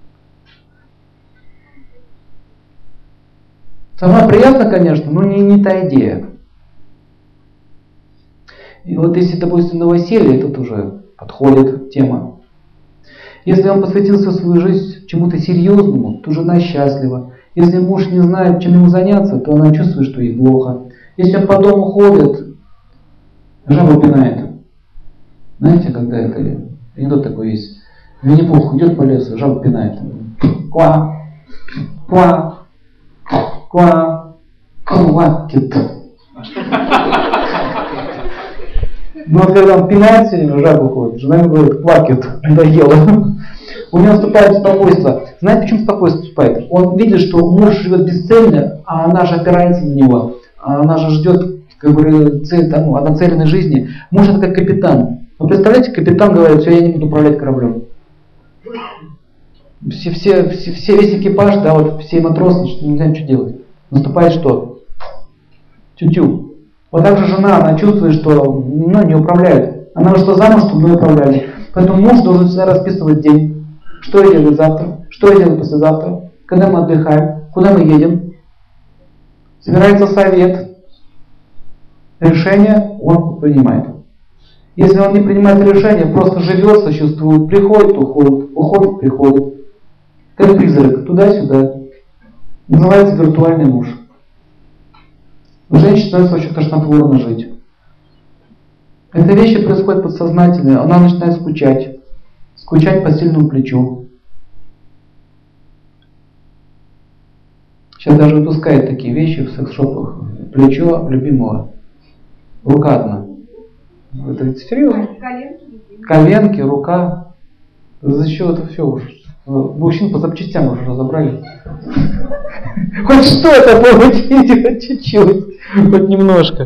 Сама приятно, конечно, но не, не та идея. И вот если, допустим, новоселье, тут уже подходит тема. Если он посвятил всю свою жизнь чему-то серьезному, то жена счастлива. Если муж не знает, чем ему заняться, то она чувствует, что ей плохо. Если он по дому ходит, жаба пинает. Знаете, когда это анекдот такой есть. Винни-Пух идет по лесу, жаба пинает. Ква, ква, ква, квакет. Но вот когда он пинает все время, жабу ходит, жена ему говорит: квакет, надоело. У него наступает спокойствие. Знаете, почему спокойствие наступает? Он видит, что муж живет бесцельно, а она же опирается на него. А она же ждет, как бы, цель, ну, одноцельной жизни. Муж — это как капитан. Вы представляете, капитан говорит: все, я не буду управлять кораблем. Все, все, все, все, весь экипаж, да, вот все матросы, что не знают, что делать. Наступает что? Тю-тю. Вот так же жена, она чувствует, что ну, не управляет. Она вышла замуж, чтобы не управляли. Поэтому муж должен всегда расписывать день. Что я делаю завтра? Что я делаю послезавтра? Когда мы отдыхаем? Куда мы едем? Собирается совет. Решение он принимает. Если он не принимает решение, просто живет, существует, приходит, уходит, уходит, приходит. Как призрак, туда-сюда. Называется виртуальный муж. Женщине становится очень тошнотворно жить. Эти вещи происходят подсознательно. Она начинает скучать. Скучать по сильному плечу. Сейчас даже выпускают такие вещи в секс-шопах. Плечо любимого. Рука одна. Это серьезно. Коленки, рука. За что это все уж? Мужчин по запчастям уже разобрали. Хоть что-то получите, хоть чуть-чуть. Хоть немножко.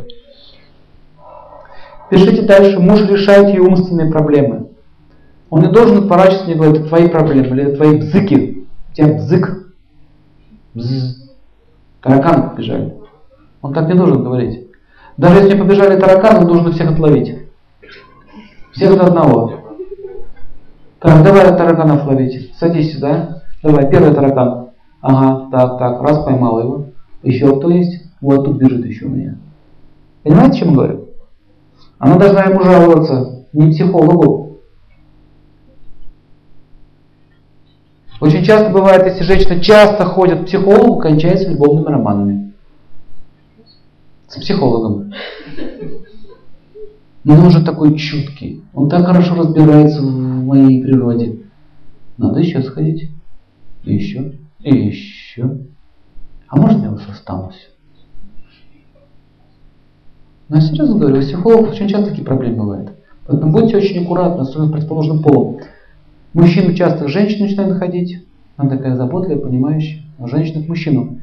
Пишите дальше. Муж решает ее умственные проблемы. Он не должен поворачиваться и говорить: это твои проблемы, или это твои бзыки. У тебя бзык. Бзз. Тараканы побежали. Он так не должен говорить. Даже если побежали тараканы, он должен всех отловить. Всех до одного. Так, давай тараканов ловить. Садись сюда. Давай, первый таракан. Ага, так, так, раз, поймал его. Еще кто есть? Вот тут бежит еще у меня. Понимаете, о чем я говорю? Она должна ему жаловаться, не психологу. Очень часто бывает, если женщина часто ходит к психологу, кончается любовными романами. С психологом. Но он уже такой чуткий. Он так хорошо разбирается в моей природе. Надо еще сходить. И еще. И еще. А можно я вас останусь? Но я серьезно говорю, у психологов очень часто такие проблемы бывают. Поэтому будьте очень аккуратны, особенно с противоположным полом. Мужчины часто к женщине начинают ходить. Она такая заботливая, понимающая. А женщина к мужчину.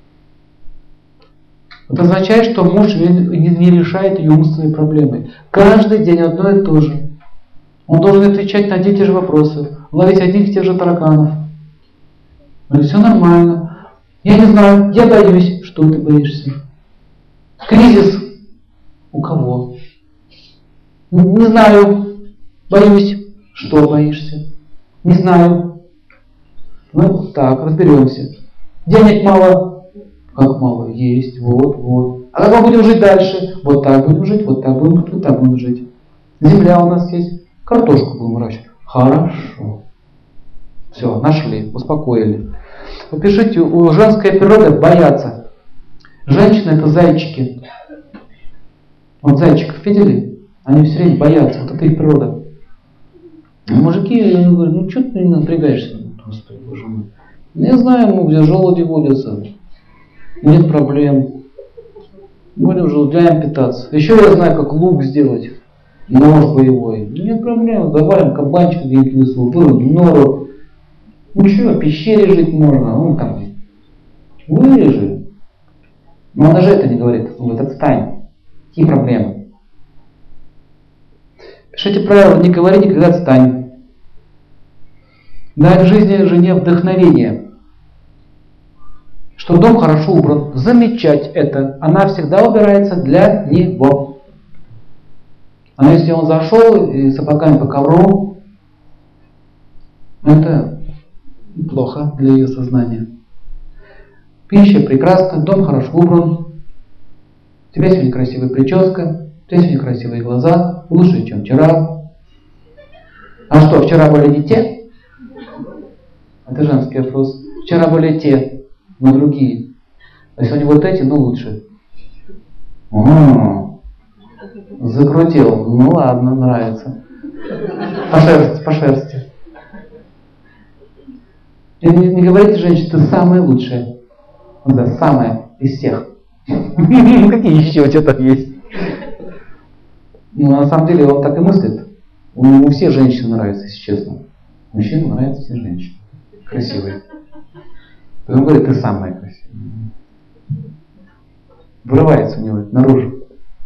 Это означает, что муж не решает ее умственные проблемы. Каждый день одно и то же. Он должен отвечать на одни и те же вопросы. Ловить одних и тех же тараканов. Но все нормально. Я не знаю, я боюсь. Что ты боишься? Кризис. У кого? Не знаю. Боюсь. Что боишься? Не знаю. Ну так, разберемся. Денег мало. Как мало? Есть. Вот, вот. А как мы будем жить дальше? Вот так будем жить, вот так будем, вот так будем жить. Земля у нас есть. Картошку будем выращивать. Хорошо. Все, нашли, успокоили. Попишите, у женской природы боятся. Женщины — это зайчики. Вот зайчиков видели? Они все время боятся. Вот это их природа. А мужики, я говорю, ну что ты не напрягаешься? Господи, боже мой. Не знаю, мы где желуди водятся. Нет проблем. Будем желудями питаться. Еще я знаю, как лук сделать. Нож боевой. Нет проблем. Добавим кабанчика где-нибудь в лесу. Вырубим нору. Ну что, в пещере жить можно. Ну там. Вырежи. Но она же это не говорит. Он говорит: отстань. Какие проблемы? Пишите правило: не говори никогда отстань. Дай в жизни жене вдохновение. что дом хорошо убран, замечать это. Она всегда убирается для него. А если он зашел и сапогами по ковру, это плохо для ее сознания. Пища прекрасна, дом хорошо убран, у тебя сегодня красивая прическа, у тебя сегодня красивые глаза, лучше, чем вчера. А что, вчера были не те? Это женский вопрос. Вчера были те, но другие. А сегодня вот эти, но лучше. О, закрутил. Ну ладно, нравится. По шерсти, по шерсти. И не, не говорите, женщина, ты самая лучшая. Да, самая из всех. Какие еще у тебя там есть? Ну, на самом деле, он так и мыслит. Ему все женщины нравятся, если честно. Мужчинам нравятся все женщины. Красивые. Он говорит, ты самая красивая. Вырывается у него наружу.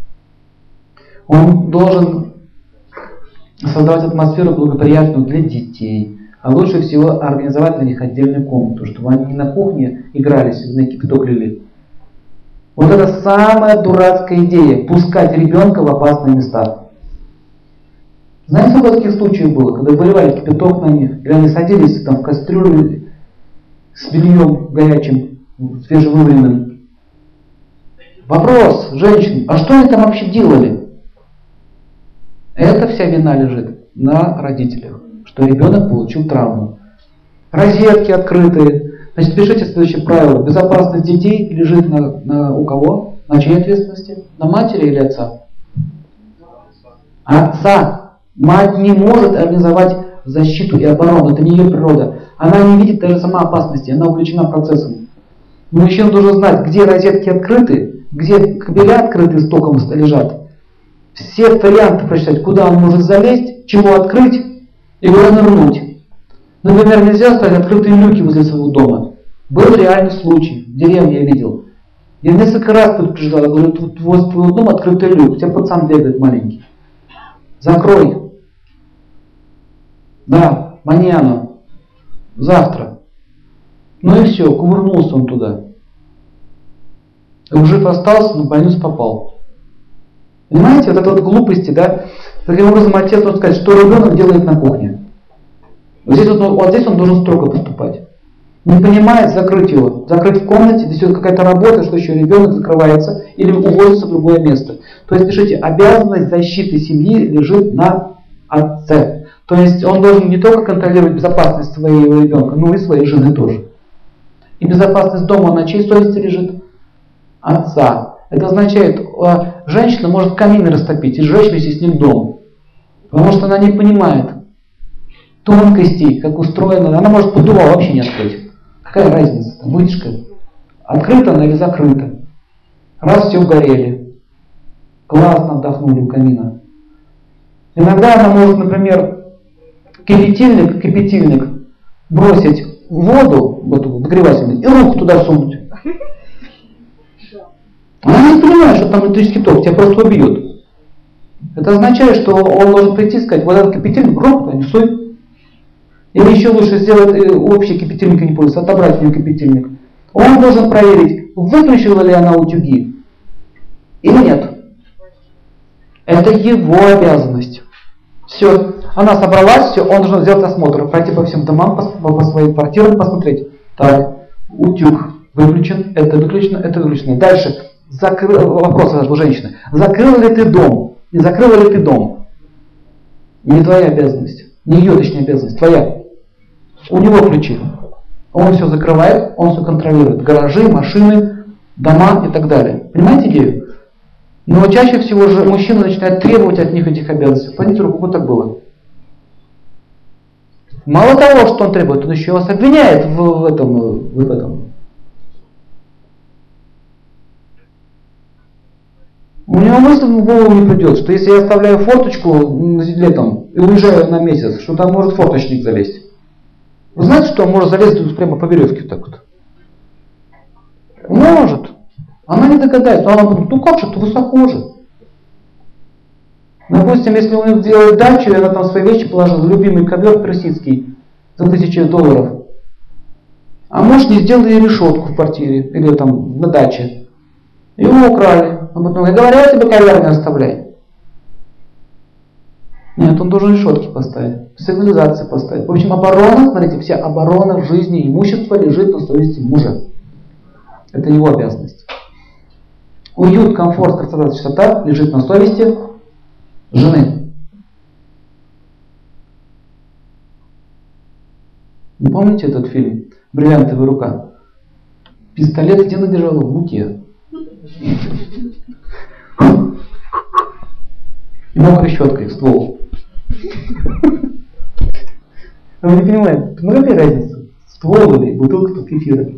Он должен создавать атмосферу благоприятную для детей. А лучше всего организовать для них отдельную комнату, чтобы они не на кухне игрались, на кипяток лили. Вот это самая дурацкая идея, пускать ребенка в опасные места. Знаете, сколько таких случаев было, когда выливали кипяток на них, или они садились там в кастрюлю с бельем горячим, свежевываренным. Вопрос, женщин, а что они там вообще делали? Это вся вина лежит на родителях, что ребенок получил травму. Розетки открытые. Значит, пишите следующее правило. Безопасность детей лежит на, на у кого? На чьей ответственности? На матери или отца? Отца. Мать не может организовать защиту и оборону. Это не ее природа. Она не видит даже сама опасности. Она увлечена процессом. Мужчина должен знать, где розетки открыты, где кабеля открыты с током лежат. Все варианты прочитать, куда он может залезть, чего открыть и куда нырнуть. Например, нельзя оставить открытые люки возле своего дома. Был реальный случай, в деревне я видел. Я несколько раз предупреждал, я говорю, тут возле твоего дома открытый люк, у тебя пацан бегает маленький. Закрой. Да, маньяно. Завтра. Ну и все, кувырнулся он туда. Жив остался, но в больницу попал. Понимаете, вот это вот глупости, да? Таким образом, отец может сказать, что ребенок делает на кухне. Вот здесь, вот, вот здесь он должен строго поступать. Не понимает, закрыть его. Закрыть в комнате, здесь вот какая-то работа, что еще ребенок закрывается или уводится в другое место. То есть, пишите, обязанность защиты семьи лежит на отце. То есть, он должен не только контролировать безопасность своего ребенка, но и своей жены тоже. И безопасность дома на чьей совести лежит? Отца. Это означает, женщина может камин растопить и сжечь вместе с ним дом. Потому что она не понимает тонкостей, как устроена. Она может поддувал вообще не открыть. Какая разница? Там вытяжка. Открыта она или закрыта. Раз все угорели. Классно отдохнули у камина. Иногда она может, например, кипятильник, кипятильник бросить в воду, в эту нагревательную, и руку туда сунуть. Она не понимает, что там электрический ток, тебя просто убьет. Это означает, что он должен прийти и сказать, вот этот кипятильник, руку туда не суй. Или еще лучше сделать общий кипятильник, не пользуется, отобрать у нее кипятильник. Он должен проверить, выключила ли она утюги или нет. Это его обязанность. Все, она собралась, все, он должен сделать осмотр, пройти по всем домам, по, по своим квартирам, посмотреть. Так, утюг выключен, это выключено, это выключено. Дальше. Закрыл, вопрос у женщины. Закрыла ли ты дом? Не закрыла ли ты дом? Не твоя обязанность. Не ее, точнее, обязанность. Твоя. У него ключи. Он все закрывает, он все контролирует. Гаражи, машины, дома и так далее. Понимаете идею? Но чаще всего же мужчина начинает требовать от них этих обязанностей. Поднимите руку, вот так было. Мало того, что он требует, он еще вас обвиняет в, в этом. В этом. У него мысль в голову не придет, что если я оставляю форточку летом и уезжаю на месяц, что там может форточник залезть. Вы знаете, что он может залезть прямо по веревке так вот? Может. Она не догадается. Она думает, ну как же, это высоко же. Допустим, если он делает дачу, и она там свои вещи положила, любимый ковер персидский за тысячу долларов. А муж не сделал ей решетку в квартире или там на даче. Его украли. Он потом говорит, говорят тебе, ковер не оставляй. Нет, он должен решетки поставить, сигнализации поставить. В общем, оборона, смотрите, вся оборона в жизни имущества лежит на совести мужа. Это его обязанность. Уют, комфорт, красота, чистота лежит на совести жены. Вы помните этот фильм «Бриллиантовая рука»? Пистолет где она держала? В руке. И мокрой щеткой в ствол. Вы не понимаете, ну какая разница? Ствол или бутылка под кефира?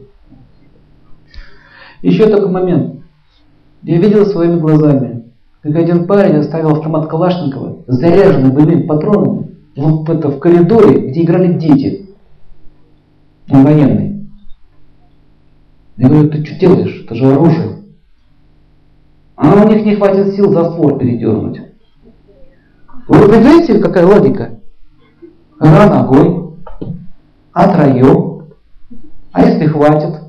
Еще такой момент. Я видел своими глазами, как один парень оставил автомат Калашникова, заряженный боевыми патронами, в, это, в коридоре, где играли дети. Он военный. Я говорю, ты что делаешь? Это же оружие. А у них не хватит сил заствор передернуть. Вы понимаете, какая логика? Ра ногой, а троем, а если хватит?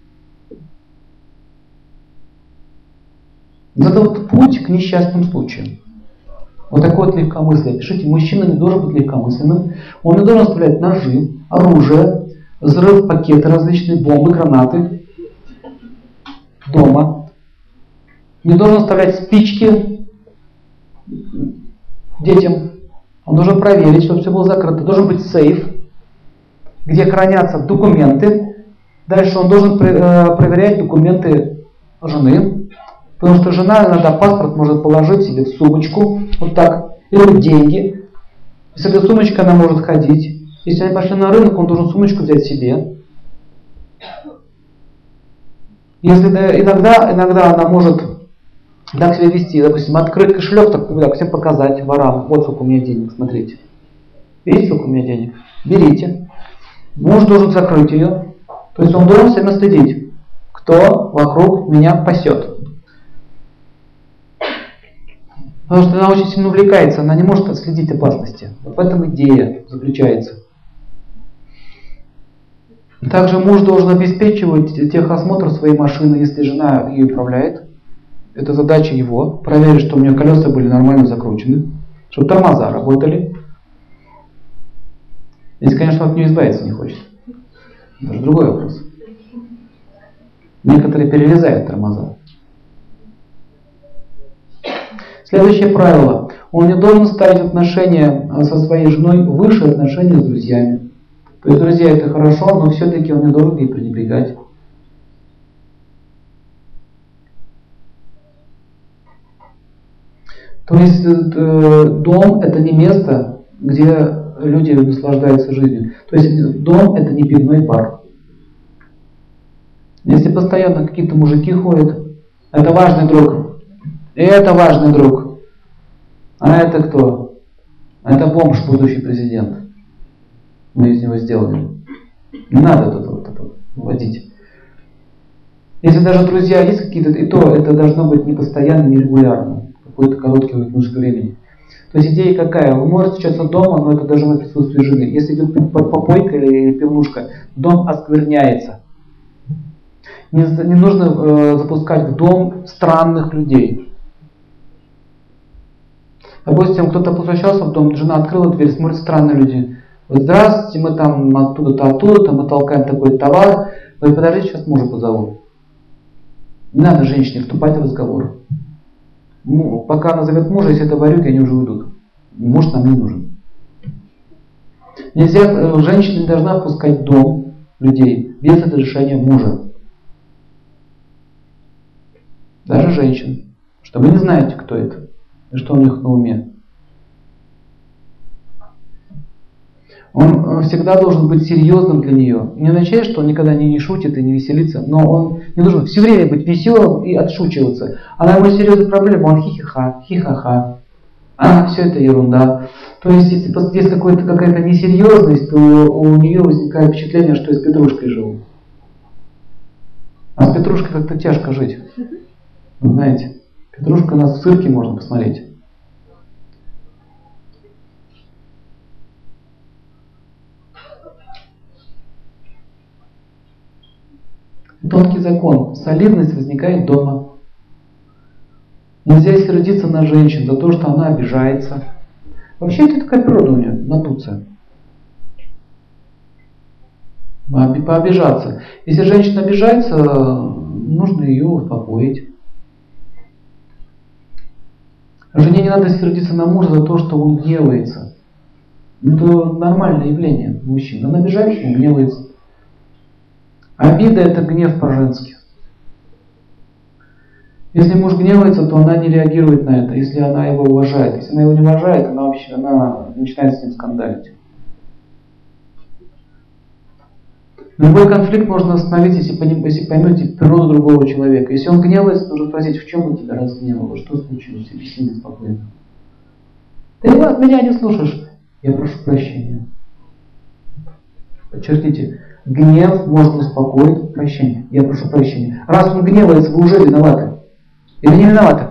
Это вот путь к несчастным случаям. Вот такое вот легкомыслие. Пишите, мужчина не должен быть легкомысленным. Он не должен оставлять ножи, оружие, взрыв пакеты, различные бомбы, гранаты дома. Не должен оставлять спички детям. Он должен проверить, чтобы все было закрыто. Должен быть сейф, где хранятся документы. Дальше он должен проверять документы жены. Потому что жена иногда паспорт может положить себе в сумочку, вот так, или деньги. И с этой сумочкой она может ходить. Если они пошли на рынок, он должен сумочку взять себе. Если да, иногда, иногда она может так себя вести, допустим, открыть кошелек, так, так всем показать ворам, вот сколько у меня денег, смотрите. Видите, сколько у меня денег? Берите. Муж должен закрыть ее. То есть он должен все время следить, кто вокруг меня пасет. Потому что она очень сильно увлекается, она не может отследить опасности. Вот в этом идея заключается. Также муж должен обеспечивать техосмотр своей машины, если жена ее управляет. Это задача его. Проверить, что у нее колеса были нормально закручены, чтобы тормоза работали. Если, конечно, он от нее избавиться не хочет. Это же другой вопрос. Некоторые перерезают тормоза. Следующее правило. Он не должен ставить отношения со своей женой выше отношений с друзьями. То есть друзья это хорошо, но все-таки он не должен ей пренебрегать. То есть дом это не место, где люди наслаждаются жизнью. То есть дом это не пивной бар. Если постоянно какие-то мужики ходят, это важный друг. И это важный друг. А это кто? Это бомж, будущий президент. Мы из него сделали. Не надо это вот это вводить. Если даже друзья есть какие-то, и то это должно быть не постоянно, не регулярно. Какой-то короткий промежуток времени. То есть идея какая? Вы можете сейчас дома, но это должно быть присутствие жены. Если идет попойка или пивнушка, дом оскверняется. Не, не нужно э, запускать в дом странных людей. Допустим, кто-то возвращался в дом, жена открыла дверь, смотрит странные люди. Вот, здравствуйте, мы там оттуда-то, оттуда-то, мы толкаем такой товар. Вы подождите, сейчас мужа позову. Не надо женщине вступать в разговор. Ну, пока она зовет мужа, если это варюги, они уже уйдут. Муж нам не нужен. Нельзя, женщина не должна впускать в дом людей без разрешения мужа. Даже женщин. Что вы не знаете, кто это. И что у них на уме. Он всегда должен быть серьезным для нее. Не означает, что он никогда не, не шутит и не веселится, но он не должен все время быть веселым и отшучиваться. Она ему серьезная проблема, он хихиха, хихаха. А, все это ерунда. То есть, если есть какая-то несерьезность, то у нее возникает впечатление, что я с Петрушкой живу. А с Петрушкой как-то тяжко жить. Вы знаете, Петрушка у нас в цирке можно посмотреть. Тонкий закон. Солидность возникает дома. Нельзя сердиться на женщин за то, что она обижается. Вообще это такая природа у нее, надуться. Пообижаться. Если женщина обижается, нужно ее успокоить. Жене не надо сердиться на мужа за то, что он гневается. Это нормальное явление мужчин. Он обижается, он гневается. Обида – это гнев по-женски. Если муж гневается, то она не реагирует на это, если она его уважает. Если она его не уважает, она вообще она начинает с ним скандалить. Любой конфликт можно остановить, если, если поймете природу другого человека. Если он гневается, нужно спросить, в чем он тебя разгневал, что случилось, объясни мне спокойно. Ты его от меня не слушаешь. Я прошу прощения. Подчеркните, гнев можно успокоить прощение. Я прошу прощения. Раз он гневается, вы уже виноваты. Или не виноваты?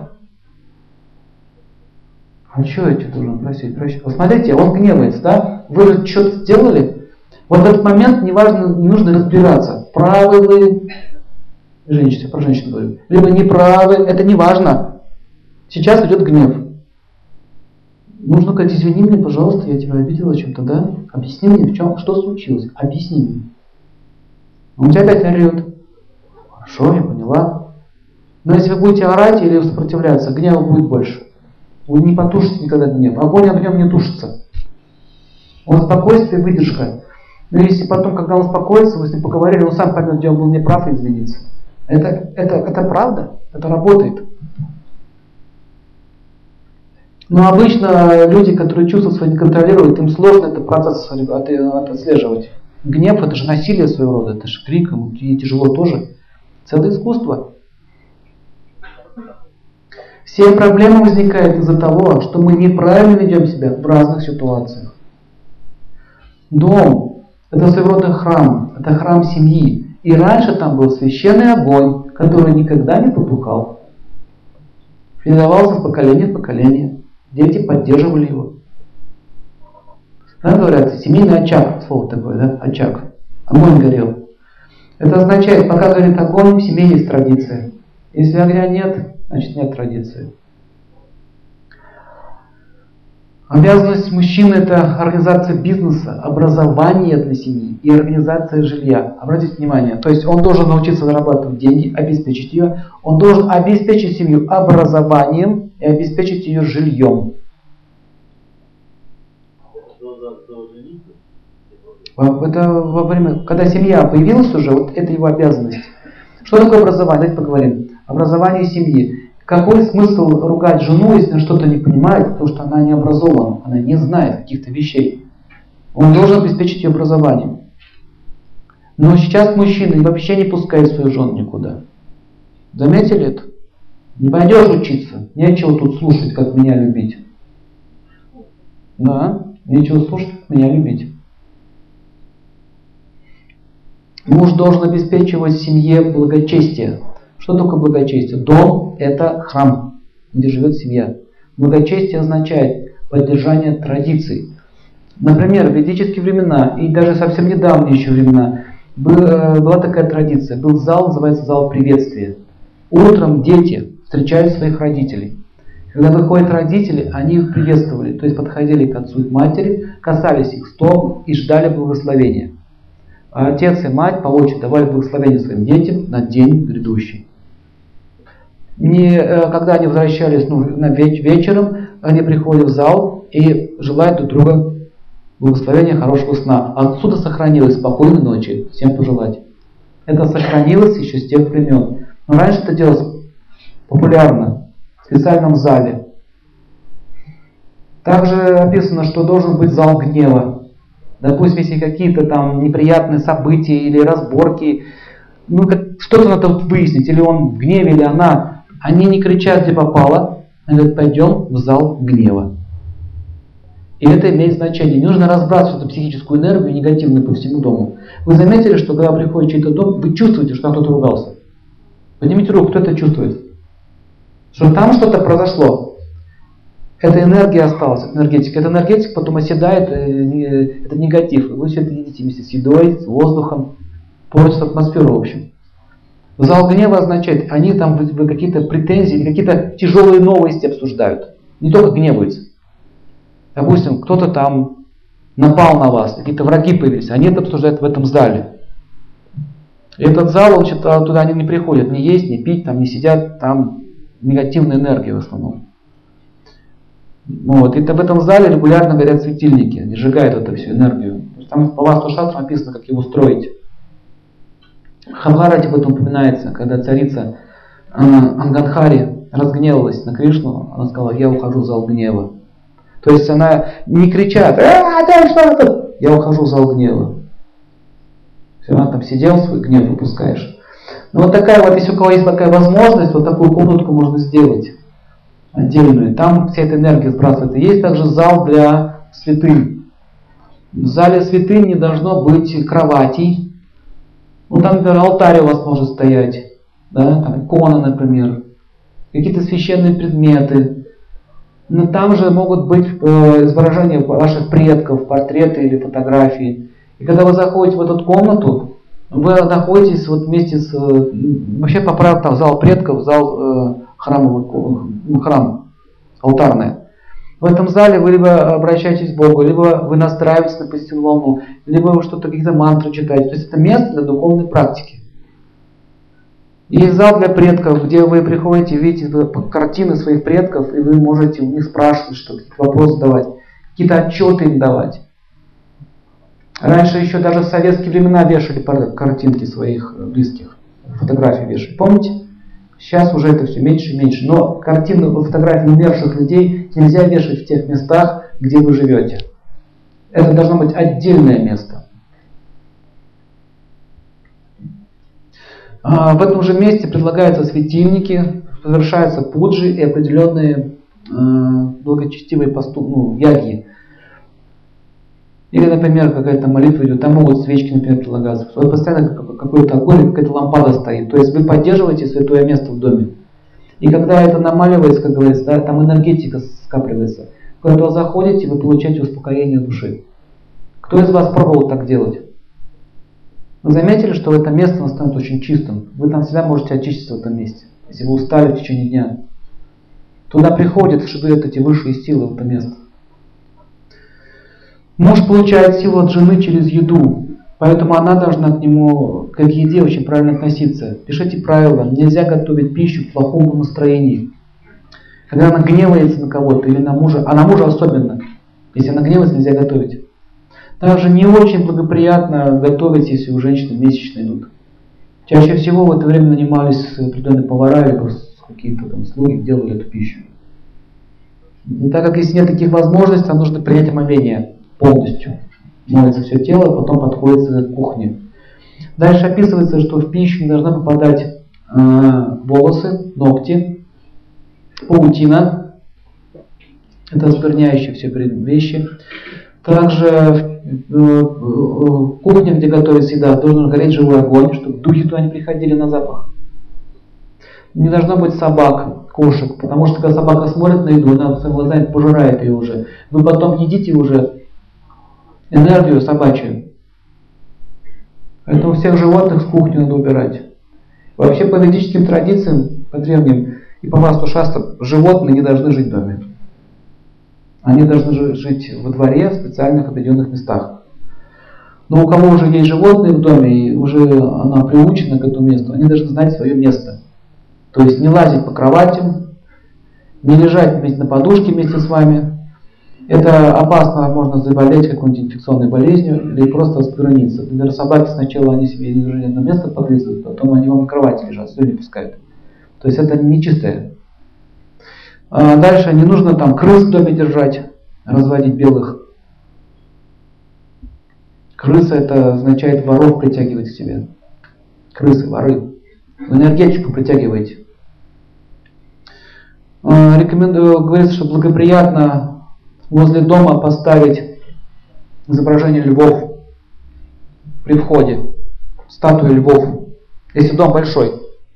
А что я тебе должен просить прощения? Вот смотрите, он гневается, да? Вы же что-то сделали? Вот в этот момент неважно, не нужно разбираться, правы вы, женщина, про женщину говорю, либо неправы, это не важно. Сейчас идет гнев. Нужно сказать, извини меня, пожалуйста, я тебя обидела чем-то, да? Объясни мне, в чем, что случилось, объясни мне. Он тебя опять орет. Хорошо, я поняла. Но если вы будете орать или сопротивляться, гнева будет больше. Вы не потушите никогда гнев. Огонь огнем не тушится. Он спокойствие, выдержка. Но если потом, когда он успокоится, вы с ним поговорили, он сам поймет, где он был неправ и изменится. Это, это, это правда, это работает. Но обычно люди, которые чувства свои не контролируют, им сложно этот процесс отслеживать. Гнев – это же насилие своего рода, это же крик, и тяжело тоже. Целое искусство. Все проблемы возникают из-за того, что мы неправильно ведем себя в разных ситуациях. Дом – это своего рода храм, это храм семьи. И раньше там был священный огонь, который никогда не потухал. Передавался с поколения в поколение. Дети поддерживали его. Да, говорят, семейный очаг, слово такое, да, очаг. Огонь горел. Это означает, пока горит огонь, в семье есть традиция. Если огня нет, значит нет традиции. Обязанность мужчины – это организация бизнеса, образование для семьи и организация жилья. Обратите внимание, то есть он должен научиться зарабатывать деньги, обеспечить ее. Он должен обеспечить семью образованием и обеспечить ее жильем. Это во время, когда семья появилась уже, вот это его обязанность. Что такое образование? Давайте поговорим. Образование семьи. Какой смысл ругать жену, если она что-то не понимает, потому что она не образована, она не знает каких-то вещей. Он должен обеспечить ее образованием. Но сейчас мужчины вообще не пускают свою жену никуда. Заметили это? Не пойдешь учиться, нечего тут слушать, как меня любить. Да, нечего слушать, как меня любить. Муж должен обеспечивать семье благочестие. Что такое благочестие? Дом – это храм, где живет семья. Благочестие означает поддержание традиций. Например, в ведические времена, и даже совсем недавние еще времена, была такая традиция. Был зал, называется зал приветствия. Утром дети встречают своих родителей. Когда выходят родители, они их приветствовали. То есть подходили к отцу и к матери, касались их стоп и ждали благословения. А отец и мать по очереди давали благословение своим детям на день грядущий. Не, когда они возвращались ну, на веч, вечером, они приходят в зал и желают друг друга благословения, хорошего сна. Отсюда сохранилось спокойной ночи. Всем пожелать. Это сохранилось еще с тех времен. Но раньше это делалось популярно в специальном зале. Также описано, что должен быть зал гнева. Допустим, если какие-то там неприятные события или разборки, ну что-то надо выяснить, или он в гневе, или она, они не кричат, где попало, они говорят, пойдем в зал гнева. И это имеет значение. Не нужно разбрасывать эту психическую энергию негативную по всему дому. Вы заметили, что когда приходит чей-то дом, вы чувствуете, что кто-то ругался? Поднимите руку, кто это чувствует? Что там что-то произошло. Эта энергия осталась, энергетика. Эта энергетика потом оседает, это негатив. Вы все это едите вместе с едой, с воздухом, портится атмосферу в общем. Зал гнева означает, они там вы какие-то претензии или какие-то тяжелые новости обсуждают. Не только гневаются. Допустим, кто-то там напал на вас, какие-то враги появились, они это обсуждают в этом зале. И этот зал, он, туда они не приходят, не есть, не пить, там не сидят, там негативная энергия в основном. Вот. И в этом зале регулярно горят светильники, они сжигают эту всю энергию. Там по Васту-шастру написано, как его строить. В Махабхарате об этом упоминается, когда царица Анганхари разгневалась на Кришну, она сказала: я ухожу в зал гнева. То есть она не кричат: а, да, что это? Я ухожу в зал гнева. Все, она там сидел, свой гнев выпускаешь. Но вот такая вот, если у кого есть такая возможность, вот такую комнатку можно сделать отдельную. Там вся эта энергия сбрасывается. Есть также зал для святынь. В зале святынь не должно быть кроватей. Ну там, например, алтарь у вас может стоять, да, там икона, например, какие-то священные предметы. Но там же могут быть э, изображения ваших предков, портреты или фотографии. И когда вы заходите в эту комнату, вы находитесь вот вместе с, э, вообще по правилам, там зал предков, зал э, храмовый, ну, храм, алтарный. В этом зале вы либо обращаетесь к Богу, либо вы настраиваетесь на позитивную волну, либо вы что-то, какие-то мантры читаете. То есть это место для духовной практики. Есть зал для предков, где вы приходите, видите картины своих предков, и вы можете у них спрашивать, что-то, вопросы задавать, какие-то отчеты им давать. Раньше еще даже в советские времена вешали картинки своих близких, фотографии вешали. Помните? Сейчас уже это все меньше и меньше. Но картины, фотографии умерших людей нельзя вешать в тех местах, где вы живете. Это должно быть отдельное место. В этом же месте предлагаются светильники, совершаются пуджи и определенные благочестивые поступки, ну, яги. Или, например, какая-то молитва идет, там могут свечки, например, предлагаться. Вот постоянно какой-то огонь, какая-то лампада стоит. То есть вы поддерживаете святое место в доме. И когда это намаливается, как говорится, да, там энергетика скапливается. Когда вы заходите, вы получаете успокоение души. Кто из вас пробовал так делать? Вы заметили, что это место становится очень чистым? Вы там всегда можете очиститься в этом месте. Если вы устали в течение дня. Туда приходят, живут эти высшие силы в это место. Муж получает силу от жены через еду, поэтому она должна к нему, как к еде, очень правильно относиться. Пишите правила: нельзя готовить пищу в плохом настроении. Когда она гневается на кого-то или на мужа, а на мужа особенно, если она гневается, нельзя готовить. Также не очень благоприятно готовить, если у женщины месячные идут. Чаще всего в это время нанимались определенные повара или какие-то там слуги, делали эту пищу. И так как если нет таких возможностей, нам нужно принять омовение полностью. Моется все тело, потом подходит к кухне. Дальше описывается, что в пищу не должны попадать э, волосы, ногти, паутина. Это оскверняющие все вещи. Также в кухне, где готовится еда, должен гореть живой огонь, чтобы духи туда не приходили на запах. Не должно быть собак, кошек, потому что когда собака смотрит на еду, она своими глазами пожирает ее уже. Вы потом едите уже энергию собачью. Поэтому всех животных с кухни надо убирать. Вообще по ведическим традициям, по древним и по Васту-шастрам, животные не должны жить в доме. Они должны жить во дворе в специальных определенных местах. Но у кого уже есть животные в доме, и уже она приучена к этому месту, они должны знать свое место. То есть не лазить по кроватям, не лежать вместе на подушке вместе с вами. Это опасно, можно заболеть какой-нибудь инфекционной болезнью или просто оскверниться. Например, собаки сначала они себе не на место подлизывают, потом они вам на кровати лежат, слюни пускают. То есть это нечистое. А дальше не нужно там крыс в доме держать, разводить белых. Крыса это означает воров притягивать к себе. Крысы, воры. В энергетику притягиваете. Рекомендую, говорится, что благоприятно возле дома поставить изображение львов при входе, статуи львов, если дом большой.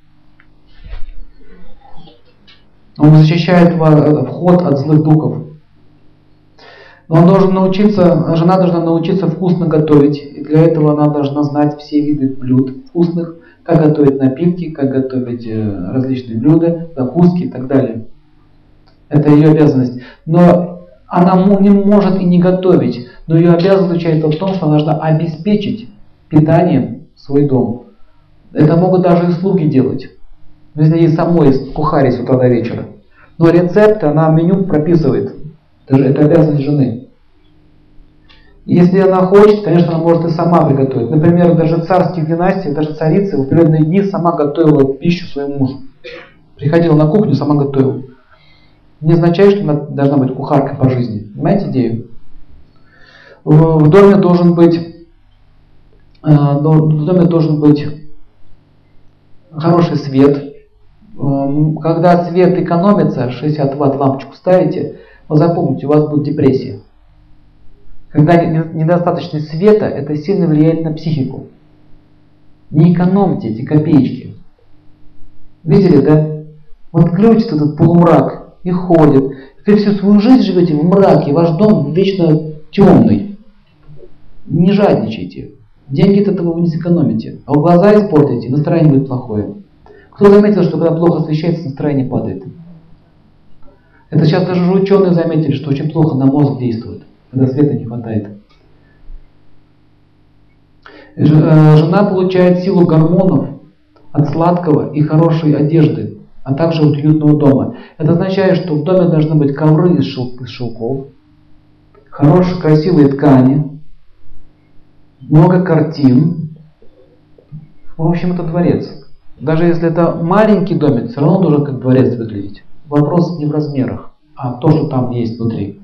Он защищает вход от злых духов. Но он должен научиться, жена должна научиться вкусно готовить, и для этого она должна знать все виды блюд вкусных, как готовить напитки, как готовить различные блюда, закуски и так далее. Это ее обязанность. Но она не может и не готовить, но ее обязанность заключается в том, что она должна обеспечить питанием свой дом. Это могут даже и слуги делать. Если ей самой кухарить с утра до вечера. Но рецепты она меню прописывает. Это, это обязанность жены. Если она хочет, конечно, она может и сама приготовить. Например, даже в царских династиях, даже царица в определенные дни сама готовила пищу своему мужу. Приходила на кухню, сама готовила. Не означает, что она должна быть кухаркой по жизни. Понимаете идею? В, в доме должен быть, в доме должен быть хороший свет. Когда свет экономится, шестьдесят ватт лампочку ставите, вы запомните, у вас будет депрессия. Когда недостаточно света, это сильно влияет на психику. Не экономьте эти копеечки. Видели, да? Вот включит этот полумрак и ходит. Вы всю свою жизнь живете в мраке, ваш дом вечно темный. Не жадничайте. Деньги от этого вы не сэкономите. А в глаза испортите, настроение будет плохое. Кто заметил, что когда плохо освещается, настроение падает? Это сейчас даже ученые заметили, что очень плохо на мозг действует, когда света не хватает. Жена получает силу гормонов от сладкого и хорошей одежды, а также от уютного дома. Это означает, что в доме должны быть ковры из шелков, хорошие красивые ткани, много картин. В общем, это дворец. Даже если это маленький домик, все равно должен как дворец выглядеть. Вопрос не в размерах, а то, что там есть внутри.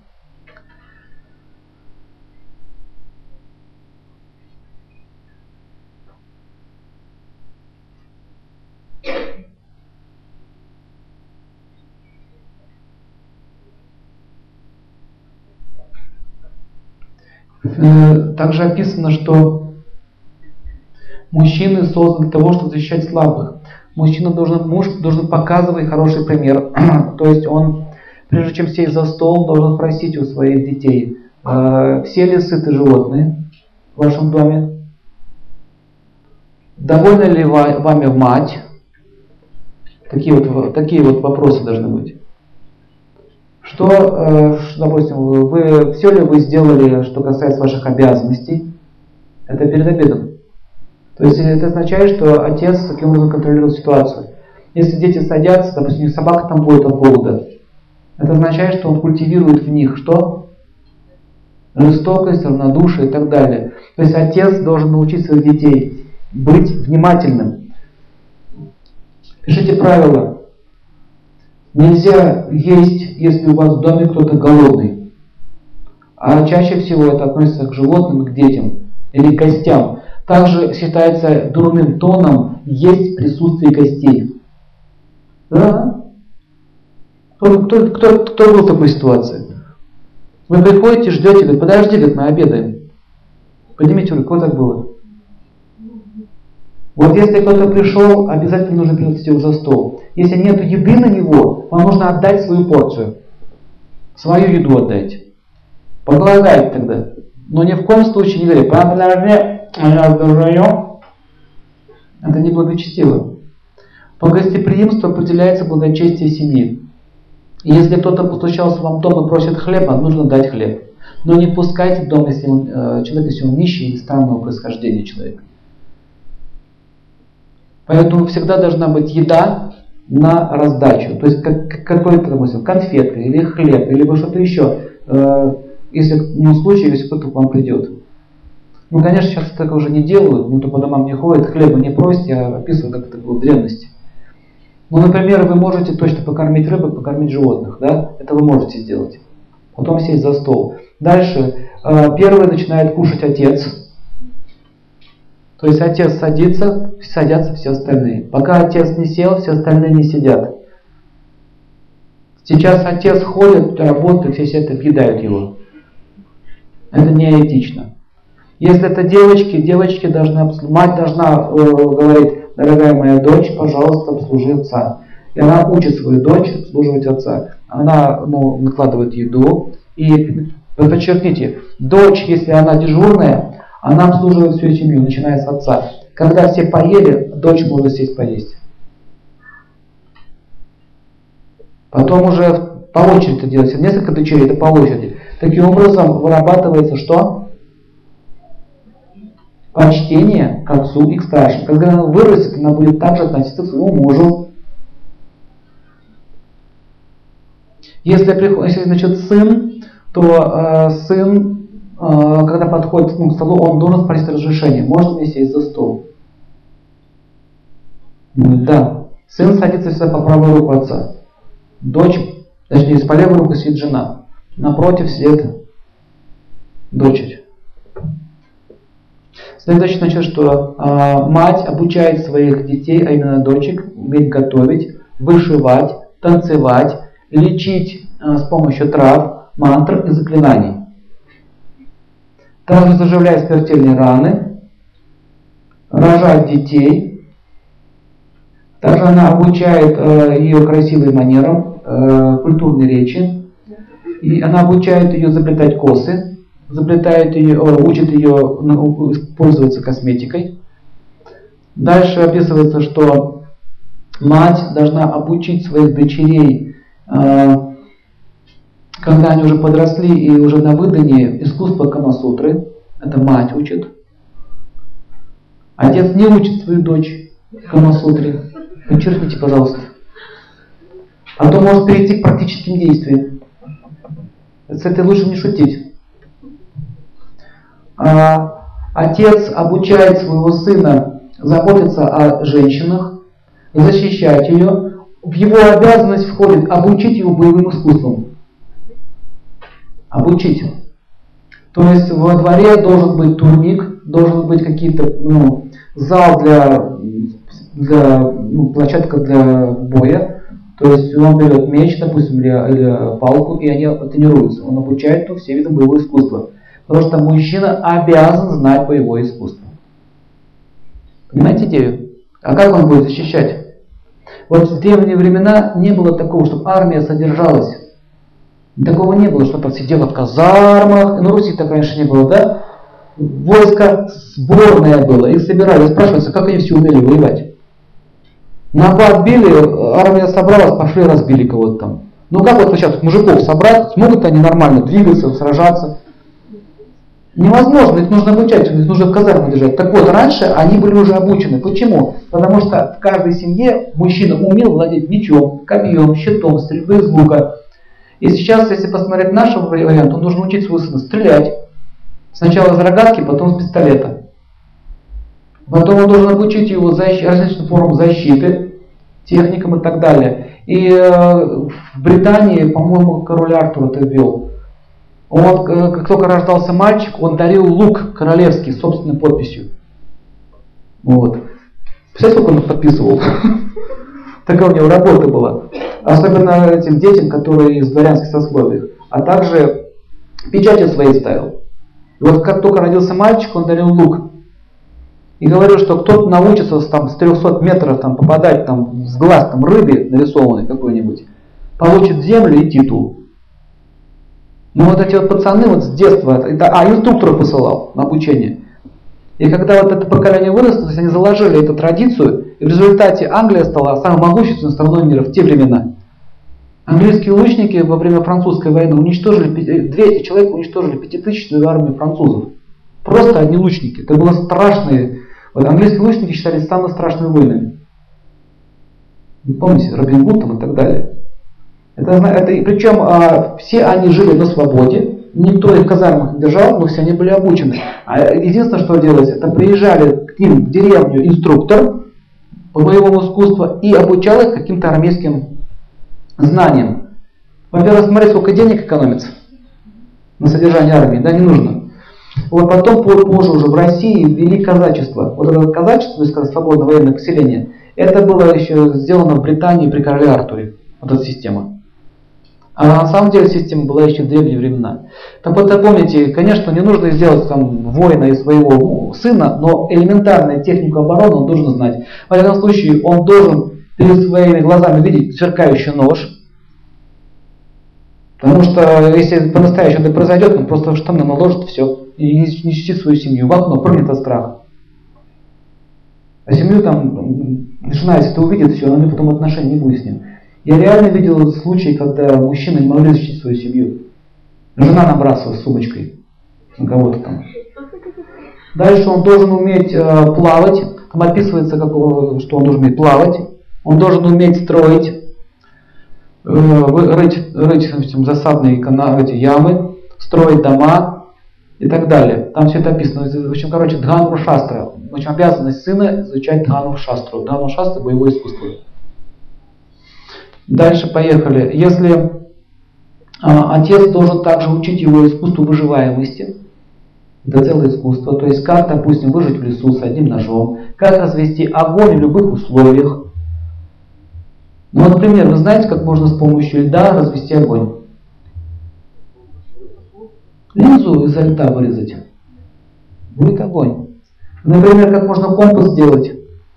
Также описано, что мужчины созданы для того, чтобы защищать слабых. Мужчина должен, муж должен показывать хороший пример. То есть он, прежде чем сесть за стол, должен спросить у своих детей, э, все ли сыты животные в вашем доме? Довольна ли вами мать? Такие вот, такие вот вопросы должны быть. Что, э, допустим, вы, все ли вы сделали, что касается ваших обязанностей? Это перед обедом. То есть это означает, что отец таким образом контролирует ситуацию. Если дети садятся, допустим, собака там будет от голода, это означает, что он культивирует в них что? Жестокость, равнодушие и так далее. То есть отец должен научить своих детей быть внимательным. Пишите правила. Нельзя есть, если у вас в доме кто-то голодный. А чаще всего это относится к животным, к детям или к гостям. Также считается дурным тоном есть в присутствии гостей. Да? Кто, кто, кто, кто был в такой ситуации? Вы приходите, ждете, говорит, подожди, говорит, мы обедаем. Поднимите руку, кто так было? Вот если кто-то пришел, обязательно нужно пригласить его за стол. Если нет еды на него, вам нужно отдать свою порцию. Свою еду отдайте. Поголодайте тогда. Но ни в коем случае не говори, подожди, это не благочестиво. По гостеприимству определяется благочестие семьи. И если кто-то постучался вам в дом и просит хлеба, нужно дать хлеб. Но не пускайте в дом, если он, человек, если он нищий или странного происхождения человек. Поэтому всегда должна быть еда на раздачу. То есть как, какой-то, допустим, конфеты или хлеб, или что-то еще. Если, ну, в случае, если кто-то к вам придет. Ну, конечно, сейчас так уже не делают, никто по домам не ходит, хлеба не просят, я описываю, как это было в древности. Ну, например, вы можете точно покормить рыбок, покормить животных, да? Это вы можете сделать. Потом сесть за стол. Дальше, первый начинает кушать отец. То есть отец садится, садятся все остальные. Пока отец не сел, все остальные не сидят. Сейчас отец ходит, работает, все это въедают его. Это неэтично. Если это девочки, девочки должны, мать должна э, говорить, дорогая моя дочь, пожалуйста, обслужи отца. И она учит свою дочь обслуживать отца. Она, ну, накладывает еду. И подчеркните, дочь, если она дежурная, она обслуживает всю семью, начиная с отца. Когда все поели, дочь может сесть поесть. Потом уже по очереди это делается. Несколько дочерей, это по очереди. Таким образом вырабатывается что? Почтение к отцу и к старшим. Когда она вырастет, она будет также относиться к своему мужу. Если приходит, если значит сын, то э, сын, э, когда подходит ну, к столу, он должен спросить разрешение. Можно мне сесть за стол? Ну, да. Сын садится всегда по правую руку отца. Дочь, точнее, по левой руку сидит жена. Напротив сидит дочерь. Следующее, значит, что э, мать обучает своих детей, а именно дочек, уметь готовить, вышивать, танцевать, лечить э, с помощью трав, мантр и заклинаний. Также заживлять смертельные раны, рожать детей. Также она обучает э, ее красивым манерам, э, культурной речи. И она обучает ее заплетать косы, заплетает ее, учит ее пользоваться косметикой. Дальше описывается, что мать должна обучить своих дочерей, когда они уже подросли и уже на выдании, искусство Камасутры. Это мать учит. Отец не учит свою дочь Камасутре. Подчеркните, пожалуйста. А то может перейти к практическим действиям. С этой лучше не шутить. А отец обучает своего сына заботиться о женщинах, защищать ее. В его обязанность входит обучить его боевым искусствам. Обучить. То есть во дворе должен быть турник, должен быть какие-то ну, зал для, для ну, площадка для боя. То есть он берет меч, допустим, или, или палку, и они тренируются. Он обучает ну, все виды боевого искусства. Потому что мужчина обязан знать боевое искусство. Понимаете идею? А как он будет защищать? Вот в древние времена не было такого, чтобы армия содержалась. Такого не было, что сидела в казармах. На Руси так раньше не было, да? Войско сборное было. Их собирали. Спрашивается, как они все умели воевать. Набат били, армия собралась, пошли разбили кого-то там. Ну как вот сейчас мужиков собрать? Смогут они нормально двигаться, сражаться? Невозможно, их нужно обучать, их нужно в казарме держать. Так вот, раньше они были уже обучены. Почему? Потому что в каждой семье мужчина умел владеть мечом, копьем, щитом, стрельбой из лука. И сейчас, если посмотреть наш вариант, он должен учить своего сына стрелять. Сначала из рогатки, потом из пистолета. Потом он должен обучить его различным формам защиты, техникам и так далее. И э, в Британии, по-моему, король Артур это ввел. Он, как только рождался мальчик, он дарил лук королевский с собственной подписью. Вот. Представляете, сколько он подписывал? Такая у него работа была. Особенно этим детям, которые из дворянских сословий. А также печати свои ставил. И вот как только родился мальчик, он дарил лук. И говорил, что кто-то научится там, с трехсот метров там, попадать там, с глаз там, рыбе нарисованной какой-нибудь, получит землю и титул. Но вот эти вот пацаны вот с детства, это, а инструкторов посылал на обучение. И когда вот это поколение выросло, то есть они заложили эту традицию, и в результате Англия стала самой могущественной страной мира в те времена. Английские лучники во время французской войны уничтожили, двести человек уничтожили пятитысячную армию французов. Просто одни лучники. Это было страшные. Вот английские лучники считались самыми страшными воинами. Вы помните, Робин Гуд там и так далее. Это, это, причем а, все они жили на свободе, никто их в казармах не держал, но все они были обучены. А единственное, что делалось, это приезжали к ним в деревню инструктор по боевому искусству и обучал их каким-то армейским знаниям. Во-первых, смотрите, сколько денег экономится на содержание армии, да, не нужно. Вот потом позже уже в России ввели казачество. Вот это казачество, то есть свободное военное поселение, это было еще сделано в Британии при короле Артуре, вот эта система. А на самом деле система была еще в древние времена. Так вот, помните, конечно, не нужно сделать там воина из своего сына, но элементарную технику обороны он должен знать. В этом случае он должен перед своими глазами видеть сверкающий нож. Потому что если по-настоящему это произойдет, он просто штаны наложит, все. И не несет свою семью в окно, прыгнет от страха. А семью там, жена, если это увидит, все, она потом отношений не будет с ним. Я реально видел случаи, когда мужчины не могли защитить свою семью. Жена набрасывалась сумочкой на кого-то там. Дальше он должен уметь э, плавать. Там описывается, как, что он должен уметь плавать. Он должен уметь строить, э, рыть, рыть допустим, засадные канавы, эти ямы, строить дома и так далее. Там все это описано. В общем, короче, Дхану Шастра. В общем, обязанность сына изучать Дхану Шастру. Дхану Шастра – боевое искусство. Дальше поехали. Если э, отец должен также учить его искусству выживаемости, это целое искусство, то есть как, допустим, выжить в лесу с одним ножом, как развести огонь в любых условиях. Ну, например, вы знаете, как можно с помощью льда развести огонь? Линзу изо льда вырезать. Будет огонь. Например, как можно компас сделать?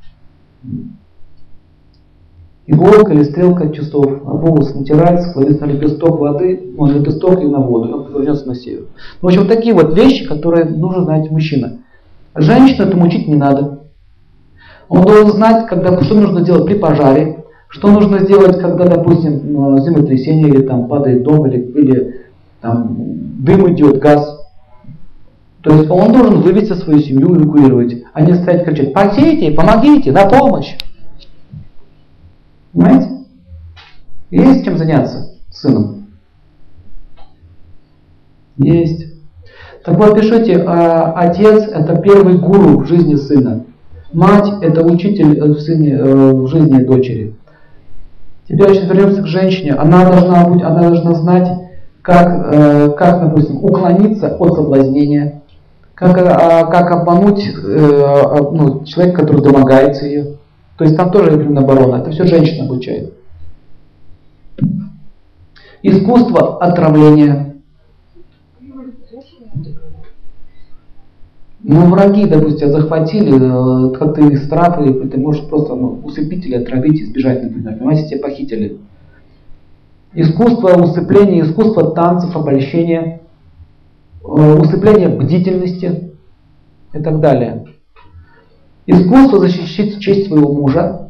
Иголка или стрелка от часов. Обувус натирается, кладется на лепесток воды, ну, на лепесток и на воду, и он повернется на север. В общем, вот такие вот вещи, которые нужно знать мужчина. А женщину этому учить не надо. Он должен знать, когда, что нужно делать при пожаре, что нужно сделать, когда, допустим, землетрясение, или там падает дом, или, или там, дым идет, газ. То есть он должен вывести свою семью, эвакуировать, а не стоять и кричать: «Спасите, помогите, на помощь!» Понимаете? Есть чем заняться с сыном? Есть. Так вот, пишите, отец – это первый гуру в жизни сына. Мать – это учитель в, сыне, в жизни дочери. Теперь сейчас вернемся к женщине. Она должна, быть, она должна знать, как, как, допустим, уклониться от соблазнения, как, как обмануть ну, человека, который домогается ее. То есть там тоже именно оборона. Это все женщина обучает. Искусство отравления. Ну, враги, допустим, захватили, как ты страх, или ты можешь просто ну, усыпить или отравить и сбежать, например. Понимаете, тебя похитили. Искусство усыпления, искусство танцев, обольщения, усыпление бдительности и так далее. Искусство защитить честь своего мужа.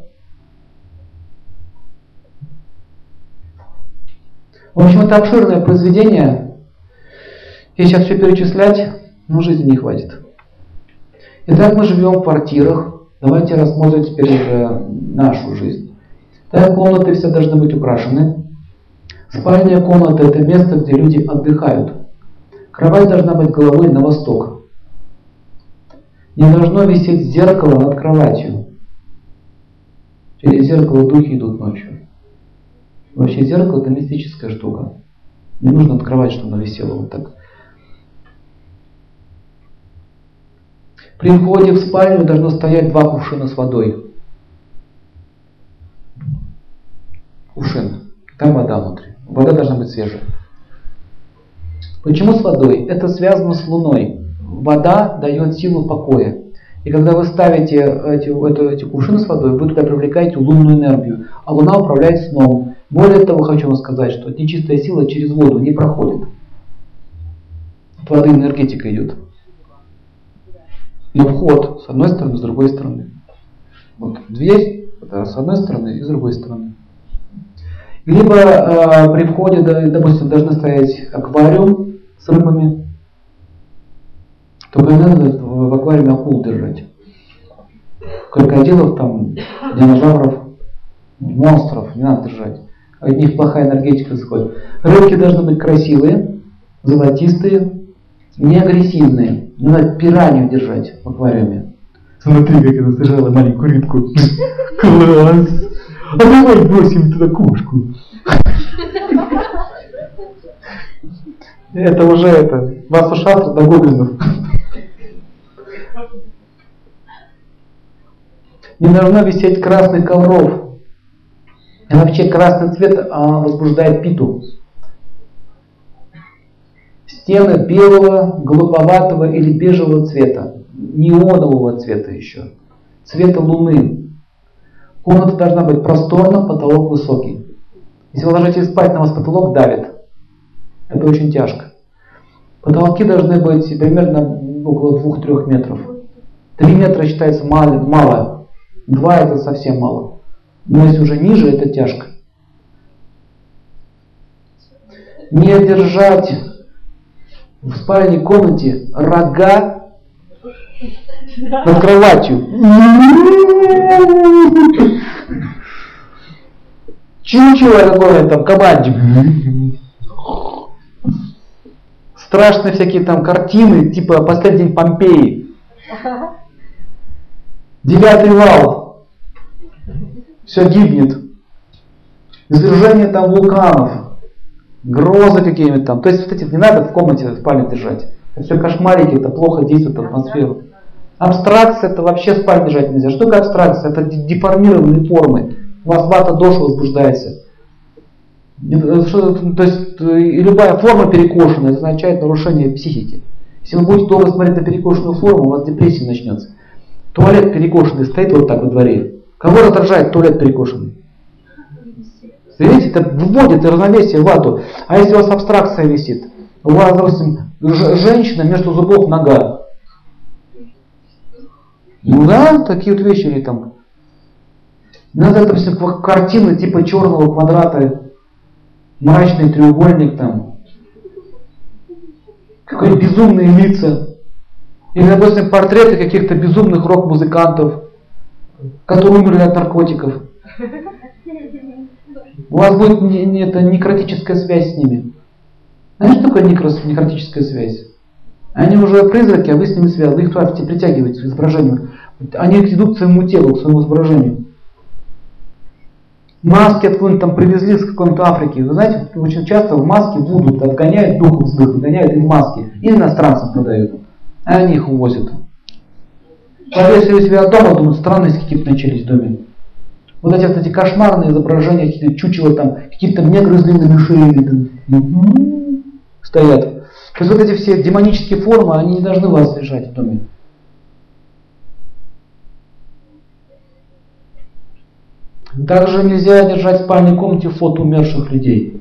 В общем, это обширное произведение. Если сейчас все перечислять, ну, жизни не хватит. Итак, мы живем в квартирах. Давайте рассмотрим теперь уже нашу жизнь. Так, комнаты все должны быть украшены. Спальная комната – это место, где люди отдыхают. Кровать должна быть головой на восток. Не должно висеть зеркало над кроватью. Через зеркало духи идут ночью. Вообще зеркало – это мистическая штука. Не нужно над кроватью, чтобы оно висело вот так. При входе в спальню должно стоять два кувшина с водой. Кувшин. Там вода внутри. Вода должна быть свежая. Почему с водой? Это связано с Луной. Вода дает силу покоя. И когда вы ставите эти, эту, эти кувшины с водой, вы туда привлекаете лунную энергию. А Луна управляет сном. Более того, хочу вам сказать, что нечистая сила через воду не проходит. От воды энергетика идет. Но вход с одной стороны, с другой стороны. Вот дверь с одной стороны и с другой стороны. Либо э, при входе, допустим, должны стоять аквариум с рыбами. Только не надо в аквариуме акул держать. Крокодилов, там, динозавров, монстров не надо держать. От них плохая энергетика исходит. Рыбки должны быть красивые, золотистые, не агрессивные. Не надо пиранью держать в аквариуме. Смотри, как она сажала маленькую рыбку. Класс! А давай бросим туда кошку. Это уже это. Васу Шастра до гоблинов. Не должно висеть красных ковров. И вообще красный цвет а, возбуждает питу. Стены белого, голубоватого или бежевого цвета. Неонового цвета еще. Цвета луны. Комната должна быть просторна, потолок высокий. Если вы ложитесь спать, на вас потолок давит. Это очень тяжко. Потолки должны быть примерно около двух-трёх метров. Три метра считается мало. мало. Два это совсем мало. Но если уже ниже, это тяжко. Не держать в спальной комнате рога над кроватью. Чучело какое там, кабанчик. Страшные всякие там картины, типа «Последний день Помпеи». Девятый вал. Все гибнет. Извержение там вулканов. Грозы какие-нибудь там. То есть вот эти не надо в комнате в спальне держать. Это все кошмарики, это плохо действует на атмосферу. Абстракция это вообще в спальне держать нельзя. Что такое абстракция? Это деформированные формы. У вас вата доша возбуждается. Что, то есть и любая форма перекошенная означает нарушение психики. Если вы будете долго смотреть на перекошенную форму, у вас депрессия начнется. Туалет перекошенный стоит вот так во дворе. Кого раздражает туалет перекошенный? Видите, это вводит равновесие в вату. А если у вас абстракция висит, у вас, допустим, женщина между зубов нога. Ну да, такие вот вещи или там. Надо, допустим, картины типа черного квадрата, мрачный треугольник там. Какие безумные лица. Или, допустим, портреты каких-то безумных рок-музыкантов, которые умерли от наркотиков. У вас будет не, не, это, некротическая связь с ними. Знаешь, что такое некрос, некротическая связь? Они уже призраки, а вы с ними связаны. Вы их туда притягиваете к изображению. Они идут к своему телу, к своему изображению. Маски откуда-нибудь там привезли с какой-нибудь Африки. Вы знаете, очень часто в маске вуду отгоняют духов злых, отгоняют их в маски. И иностранцам продают. А они их увозят. Повесили у себя дома, думают, странности какие-то начались в доме. Вот эти вот эти кошмарные изображения, какие-то чучела там, какие-то негры с длинными шеями там, стоят. То есть вот эти все демонические формы, они не должны вас лежать в доме. Также нельзя держать в спальной комнате фото умерших людей.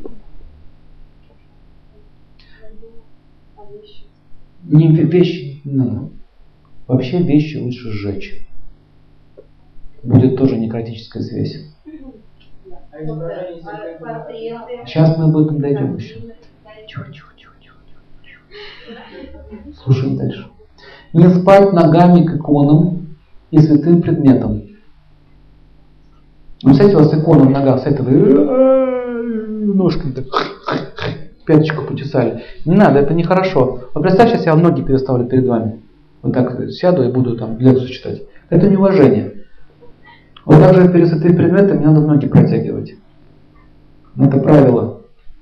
Не вещи не надо. Вообще вещи лучше сжечь. Будет тоже некротическая связь. Сейчас мы об этом дойдем еще. Тихо, тихо, тихо, тихо. Слушаем дальше. Не спать ногами к иконам и святым предметам. Ну, кстати, у вас икона в ногах, с этого ножками так пяточку почесали. Не надо, это нехорошо. Вот представь, сейчас я ноги переставлю перед вами. Вот так сяду и буду там лекцию читать. Это неуважение. Вот так же перед святым предметом не надо ноги протягивать. Это правило.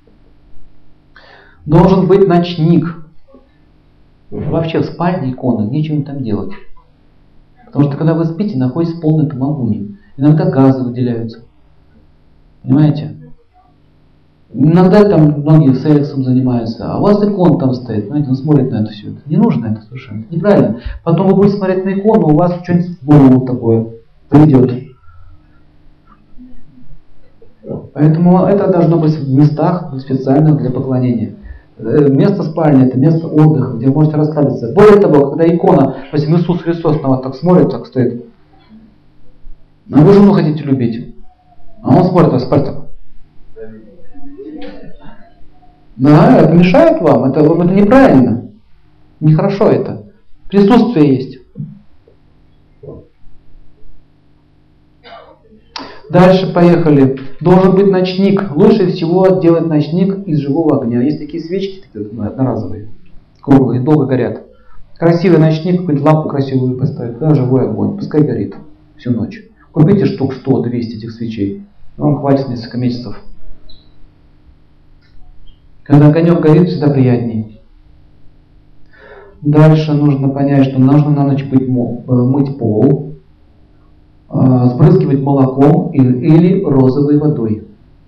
Должен быть ночник. Вообще в спальне иконы, нечего там делать. Потому что когда вы спите, находитесь в полной томагуне. Иногда газы выделяются. Понимаете? Иногда там многие сексом занимаются, а у вас икон там стоит, понимаете, он смотрит на это все. Не нужно это совершенно. Неправильно. Потом вы будете смотреть на икону, у вас что-нибудь в голову такое придет. Поэтому это должно быть в местах специальных для поклонения. Место спальни – это место отдыха, где вы можете расслабиться. Более того, когда икона, допустим, Иисус Христос на вас так смотрит, так стоит, а вы жену хотите любить, а он смотрит вас пальцем. Да, это мешает вам, это, это неправильно, нехорошо это. Присутствие есть. Дальше поехали. Должен быть ночник. Лучше всего делать ночник из живого огня. Есть такие свечки, такие одноразовые, круглые, долго горят. Красивый ночник, какую-нибудь лампу красивую поставить, да, живой огонь, пускай горит всю ночь. Купите штук сто-двести этих свечей, вам хватит несколько месяцев. Когда огонек горит, всегда приятней. Дальше нужно понять, что нужно на ночь мыть пол, сбрызгивать молоком или розовой водой.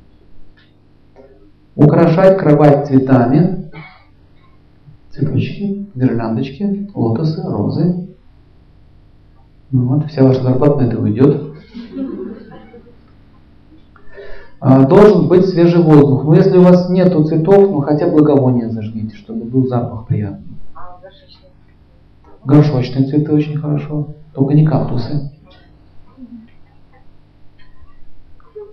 Украшать кровать цветами, цветочки, гирляндочки, лотосы, розы. Ну вот, вся ваша зарплата на это уйдет. Должен быть свежий воздух. Но если у вас нету цветов, ну хотя бы благовония зажгите, чтобы был запах приятный. А горшечные? Горшочные цветы очень хорошо, только не кактусы.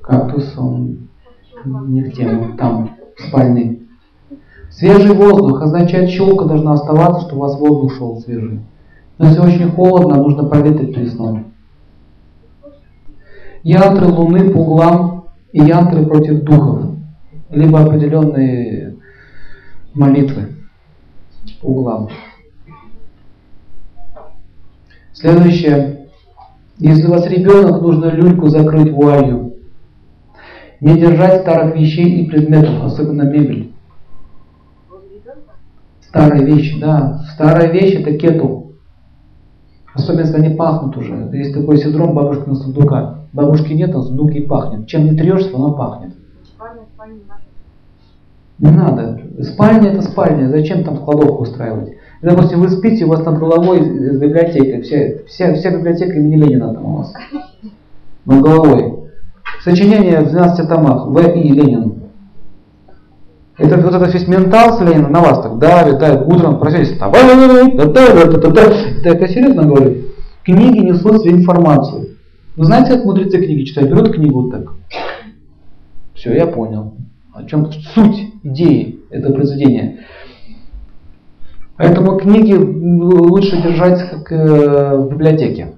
Кактус, он не в тему, там, спальный. Свежий воздух означает, щелка должна оставаться, чтобы у вас воздух шел свежий. Но если очень холодно, нужно проветрить перед сном. Янтры Луны по углам и янтры против духов. Либо определенные молитвы по углам. Следующее. Если у вас ребенок, нужно люльку закрыть вуалью. Не держать старых вещей и предметов, особенно мебель. Старые вещи, да. Старая вещь это кету. Особенно если они пахнут уже. Есть такой синдром бабушкиного сундука. Бабушки нет, а сундук и пахнет. Чем не трешься, оно пахнет. Не надо. Спальня это спальня. Зачем там кладовку устраивать? И, допустим, вы спите, у вас над головой библиотека. Вся, вся, вся библиотека имени Ленина там у вас. Над головой. Сочинение в двенадцати томах. В. И. Ленин. Это вот это весь ментал с Ленина на вас так давит, давит. Утром проситесь там. Это я серьезно говорю. Книги несут себе информацию. Вы знаете, как мудрецы книги читают? Берут книгу вот так. Все, я понял. О чем суть идеи этого произведения. Поэтому книги лучше держать как в библиотеке.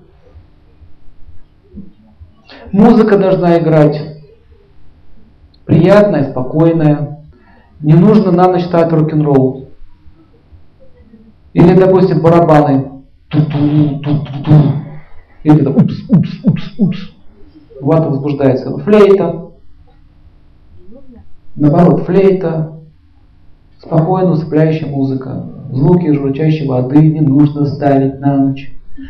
Музыка должна играть приятная, спокойная. Не нужно на ночь ставить рок-н-ролл. Или, допустим, барабаны. Ту-ту-ту-ту-ту. Или это упс, упс, упс, упс. Вата возбуждается. Флейта. Наоборот, флейта. Спокойная, усыпляющая музыка. Звуки журчащей воды не нужно ставить на ночь.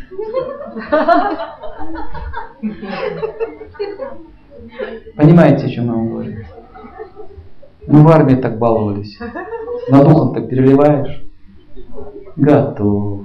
Понимаете, о чем я вам говорю? Мы в армии так баловались. Над ухом так переливаешь. Готов.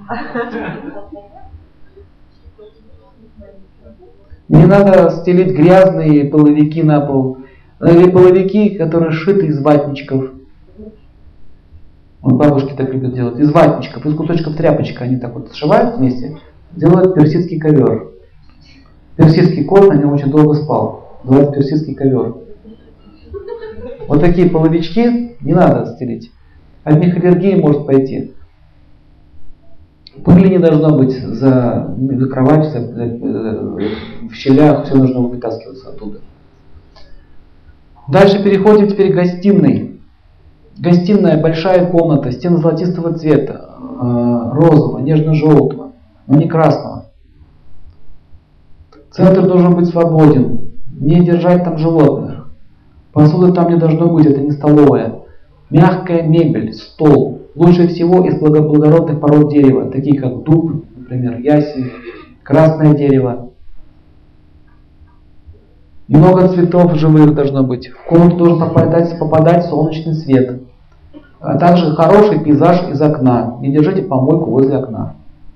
Не надо стелить грязные половики на пол. Или половики, которые сшиты из ватничков. Вот бабушки так любят делать. Из ватничков, из кусочков тряпочка. Они так вот сшивают вместе. Делают персидский ковер. Персидский кот на нем очень долго спал. Называется персидский ковер. Вот такие половички не надо стелить. От них аллергия может пойти. Пыли не должно быть за, за кроватью, за, в щелях, все должно вытаскиваться оттуда. Дальше переходим теперь к гостиной. Гостиная большая комната, стены золотистого цвета, розового, нежно-желтого, но не красного. Центр должен быть свободен, не держать там животных. Посуды там не должно быть, это не столовая. Мягкая мебель, стол. Лучше всего из благородных пород дерева, такие как дуб, например, ясень, красное дерево. Много цветов живых должно быть. В комнату должен попадать, попадать солнечный свет. А также хороший пейзаж из окна. Не держите помойку возле окна.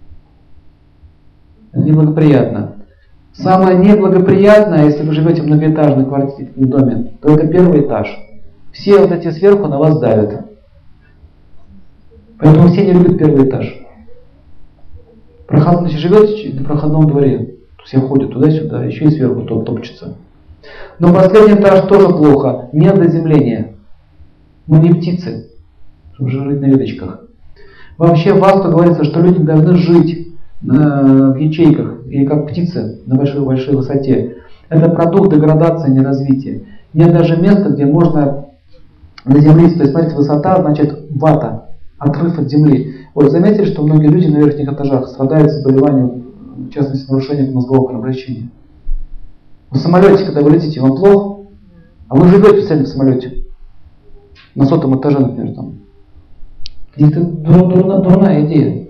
Это неблагоприятно. Самое неблагоприятное, если вы живете в многоэтажной квартире, в доме, то это первый этаж. Все вот эти сверху на вас давят. Поэтому все не любят первый этаж. Проход... Если живете на проходном дворе, все ходят туда-сюда, еще и сверху топ топчется. Но последний этаж тоже плохо. Нет заземления. Мы не птицы, чтобы жить на веточках. Вообще в Васту говорится, что люди должны жить в ячейках, или как птицы на большой-большой высоте. Это продукт деградации, не развития. Нет даже места, где можно заземлиться. То есть, смотрите, высота значит вата, отрыв от земли. Вот заметили, что многие люди на верхних этажах страдают заболеванием, в частности, нарушением мозгового кровообращения. В самолете, когда вы летите, вам плохо, а вы живете специально в самолете. На сотом этаже, например, там. Это дурная, дурная идея.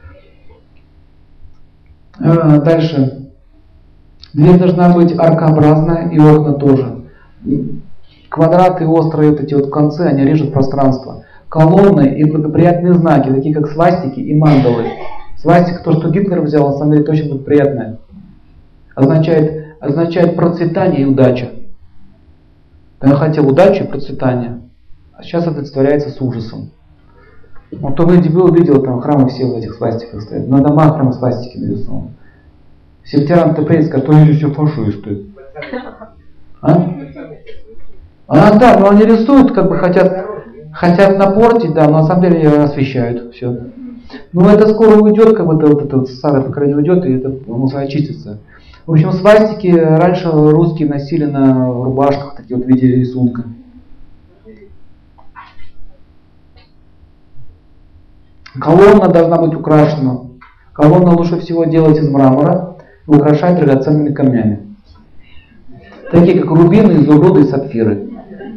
А, дальше. Дверь должна быть аркообразная и окна тоже. Квадраты острые, вот эти вот концы, они режут пространство. Колонны и благоприятные знаки, такие как свастики и мандалы. Свастика, то, что Гитлер взял, на самом деле, это очень благоприятное. Означает, означает процветание и удача. Я хотел удачи и процветания, а сейчас это олицетворяется с ужасом. Вот кто в Индии был, видел, там храмы все в этих свастиках стоят. На домах храмы свастики нарисованы. Все ветераны ТП скажут, что они все фашисты. А? А, да, но они рисуют, как бы хотят, хотят напортить, да, но на самом деле освещают все. Но это скоро уйдет, как бы это, вот это вот старое поколение уйдет, и это мусор очистится. В общем, свастики раньше русские носили на рубашках, такие вот в виде рисунка. Колонна должна быть украшена. Колонну лучше всего делать из мрамора и украшать драгоценными камнями. Такие как рубины, изумруды и сапфиры.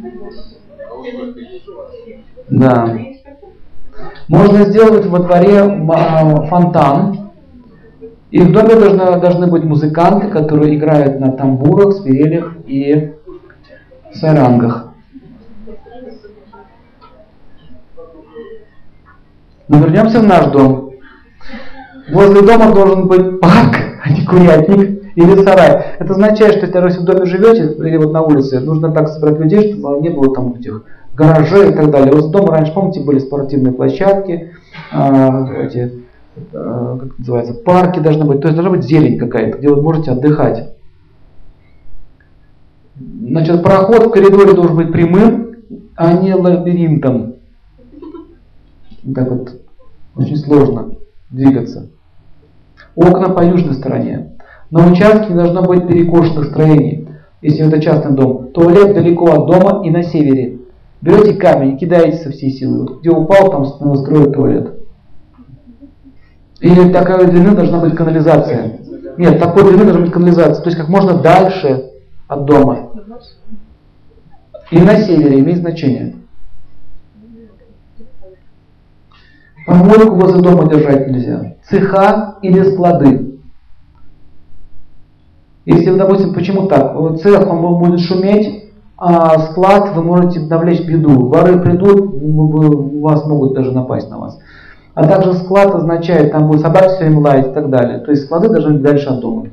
Да. Можно сделать во дворе фонтан. И в доме должны, должны быть музыканты, которые играют на тамбурах, свирелях и сарангах. Но вернемся в наш дом. Возле дома должен быть парк, а не курятник или сарай. Это означает, что если вы в доме живете или вот на улице, нужно так собрать людей, чтобы не было там этих гаражей и так далее. Вот дома раньше, помните, были спортивные площадки, э, эти, э, как называется, парки должны быть. То есть должна быть зелень какая-то, где вы можете отдыхать. Значит, проход в коридоре должен быть прямым, а не лабиринтом. Так вот, очень сложно двигаться. Окна по южной стороне. На участке не должно быть перекошенных строений. Если это частный дом. Туалет далеко от дома и на севере. Берете камень и кидаете со всей силы. Вот где упал, там строят туалет. Или такой длины должна быть канализация. Нет, такой длины должна быть канализация. То есть как можно дальше от дома. И на севере имеет значение. Помойку возле дома держать нельзя. Цеха или склады. Если, допустим, почему так? Цех он будет шуметь, а склад вы можете навлечь беду. Воры придут, вас могут даже напасть на вас. А также склад означает, там будет собаки все время лаять и так далее. То есть склады должны быть дальше от дома.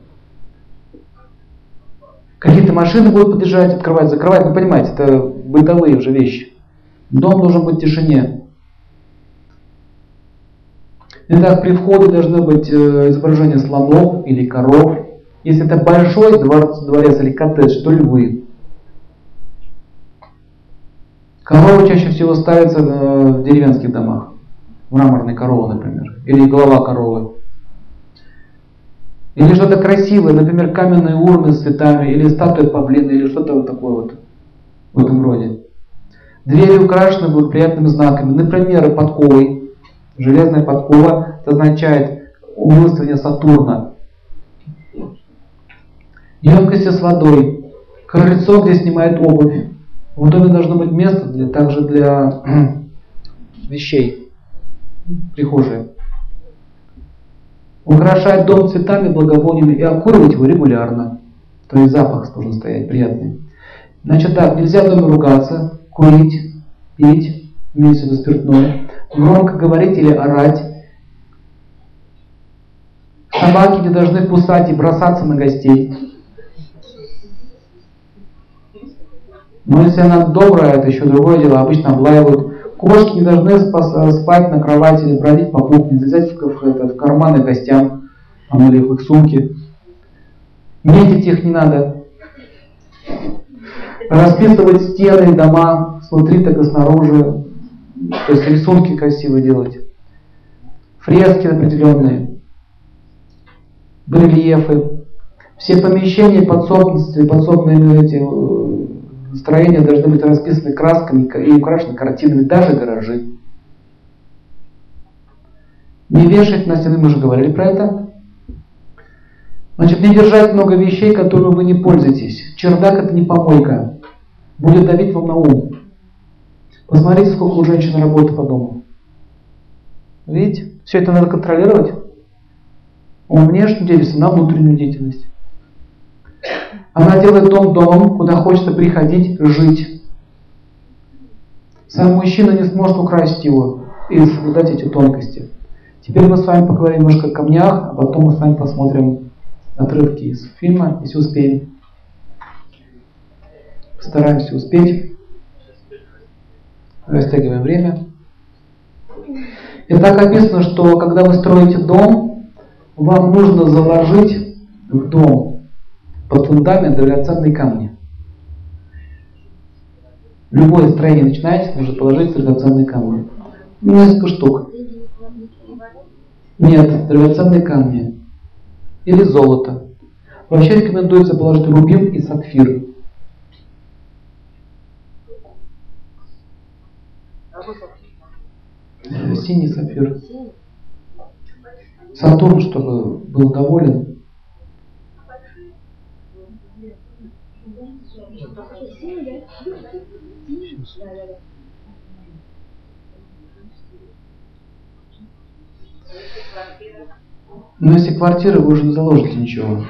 Какие-то машины будут подъезжать, открывать, закрывать. Ну, понимаете, это бытовые уже вещи. Дом должен быть в тишине. Итак, при входе должны быть изображения слонов или коров. Если это большой дворец, дворец или коттедж, то львы. Коровы чаще всего ставятся в деревенских домах. Мраморная корова, например. Или голова коровы. Или что-то красивое, например, каменные урны с цветами, или статуя павлина, или что-то вот такое вот в этом роде. Двери украшены будут приятными знаками. Например, подковой. Железная подкова, это означает умилостивление Сатурна. Емкости с водой. Крыльцо, где снимают обувь. В доме должно быть место для, также для вещей. Прихожие. Украшать дом цветами, благовониями и окуривать его регулярно. То есть запах должен стоять приятный. Значит так, нельзя в доме ругаться, курить, пить, имеется в виду спиртное, громко говорить или орать. Собаки не должны кусать и бросаться на гостей. Но если она добрая, это еще другое дело, обычно облаивают. Кошки не должны спать на кровати или бродить по кухне, залезать в, в, в карманы гостям или в их сумки. Метить их не надо. Расписывать стены и дома снутри, так и снаружи. То есть рисунки красивые делать. Фрески определенные. Барельефы. Все помещения, подсобности, подсобные эти строения должны быть расписаны красками и украшены картинами, даже гаражи. Не вешать на стены, мы уже говорили про это. Значит, не держать много вещей, которыми вы не пользуетесь. Чердак это не помойка. Будет давить вам на ум. Посмотрите, сколько у женщин работы по дому. Видите? Все это надо контролировать. Он внешнюю деятельность, на внутреннюю деятельность. Она делает дом домом, куда хочется приходить, жить. Сам мужчина не сможет украсить его и соблюдать эти тонкости. Теперь мы с вами поговорим немножко о камнях, а потом мы с вами посмотрим отрывки из фильма, если успеем. Постараемся успеть. Растягиваем время. Итак, описано, что когда вы строите дом, вам нужно заложить в дом под фундамент драгоценные камни. Любое строение начинаете, нужно положить драгоценные камни. Несколько штук. Нет, драгоценные камни. Или золото. Вообще рекомендуется положить рубин и сапфир. Синий сапфир. Сатурн, чтобы был доволен. Но если квартира, вы уже не заложите ничего.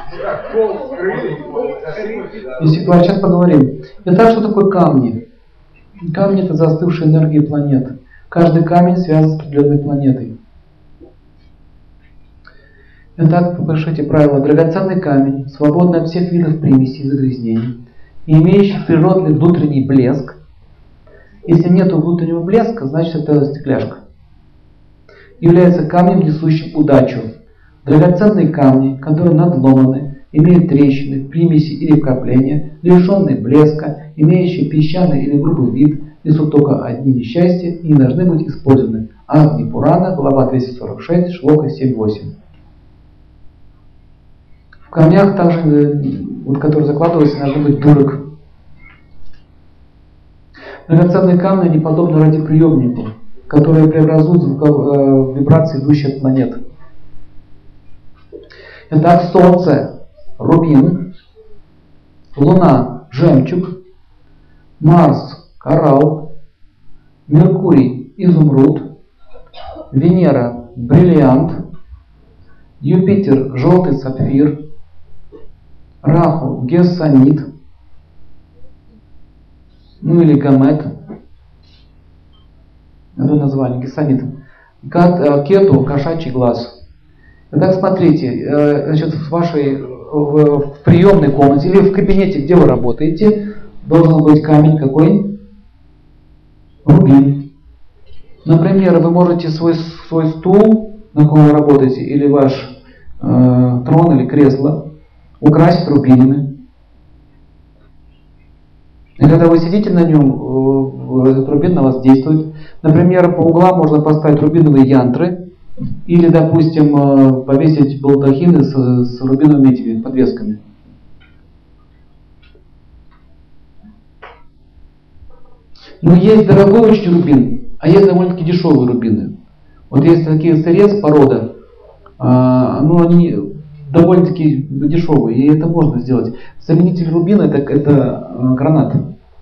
Если квартира, сейчас поговорим. Итак, что такое камни? Камни — это застывшие энергии планет. Каждый камень связан с определенной планетой. Итак, пишите правило. Драгоценный камень, свободный от всех видов примесей и загрязнений, и имеющий природный внутренний блеск. Если нет внутреннего блеска, значит это стекляшка. Является камнем, несущим удачу. Драгоценные камни, которые надломаны, имеют трещины, примеси или вкрапления, лишенные блеска, имеющие песчаный или грубый вид, несут только одни несчастья и не должны быть использованы. Агни Пурана, глава двести сорок шесть, шлока семь восемь. В камнях также, вот, которые закладываются, должны быть дурок. Драгоценные камни не подобны радиоприемнику, которые преобразуют звуковые вибрации, идущие от планет. Итак, Солнце – рубин, Луна – жемчуг, Марс – коралл, Меркурий – изумруд, Венера – бриллиант, Юпитер – желтый сапфир, Раху – гессонит, ну или гамет, это название, гессонит, Кету – кошачий глаз. Итак, смотрите, значит, в вашей в, в приемной комнате или в кабинете, где вы работаете, должен быть камень какой? Рубин. Например, вы можете свой, свой стул, на котором вы работаете, или ваш э, трон или кресло украсить рубинами. И когда вы сидите на нем, этот рубин на вас действует. Например, по углам можно поставить рубиновые янтры. Или, допустим, повесить балдахины с, с рубиновыми этими подвесками. Но есть дорогой очень рубин, а есть довольно-таки дешевые рубины. Вот есть такие сырец порода, а, ну они довольно-таки дешевые, и это можно сделать. Заменитель рубина это, это а, гранат.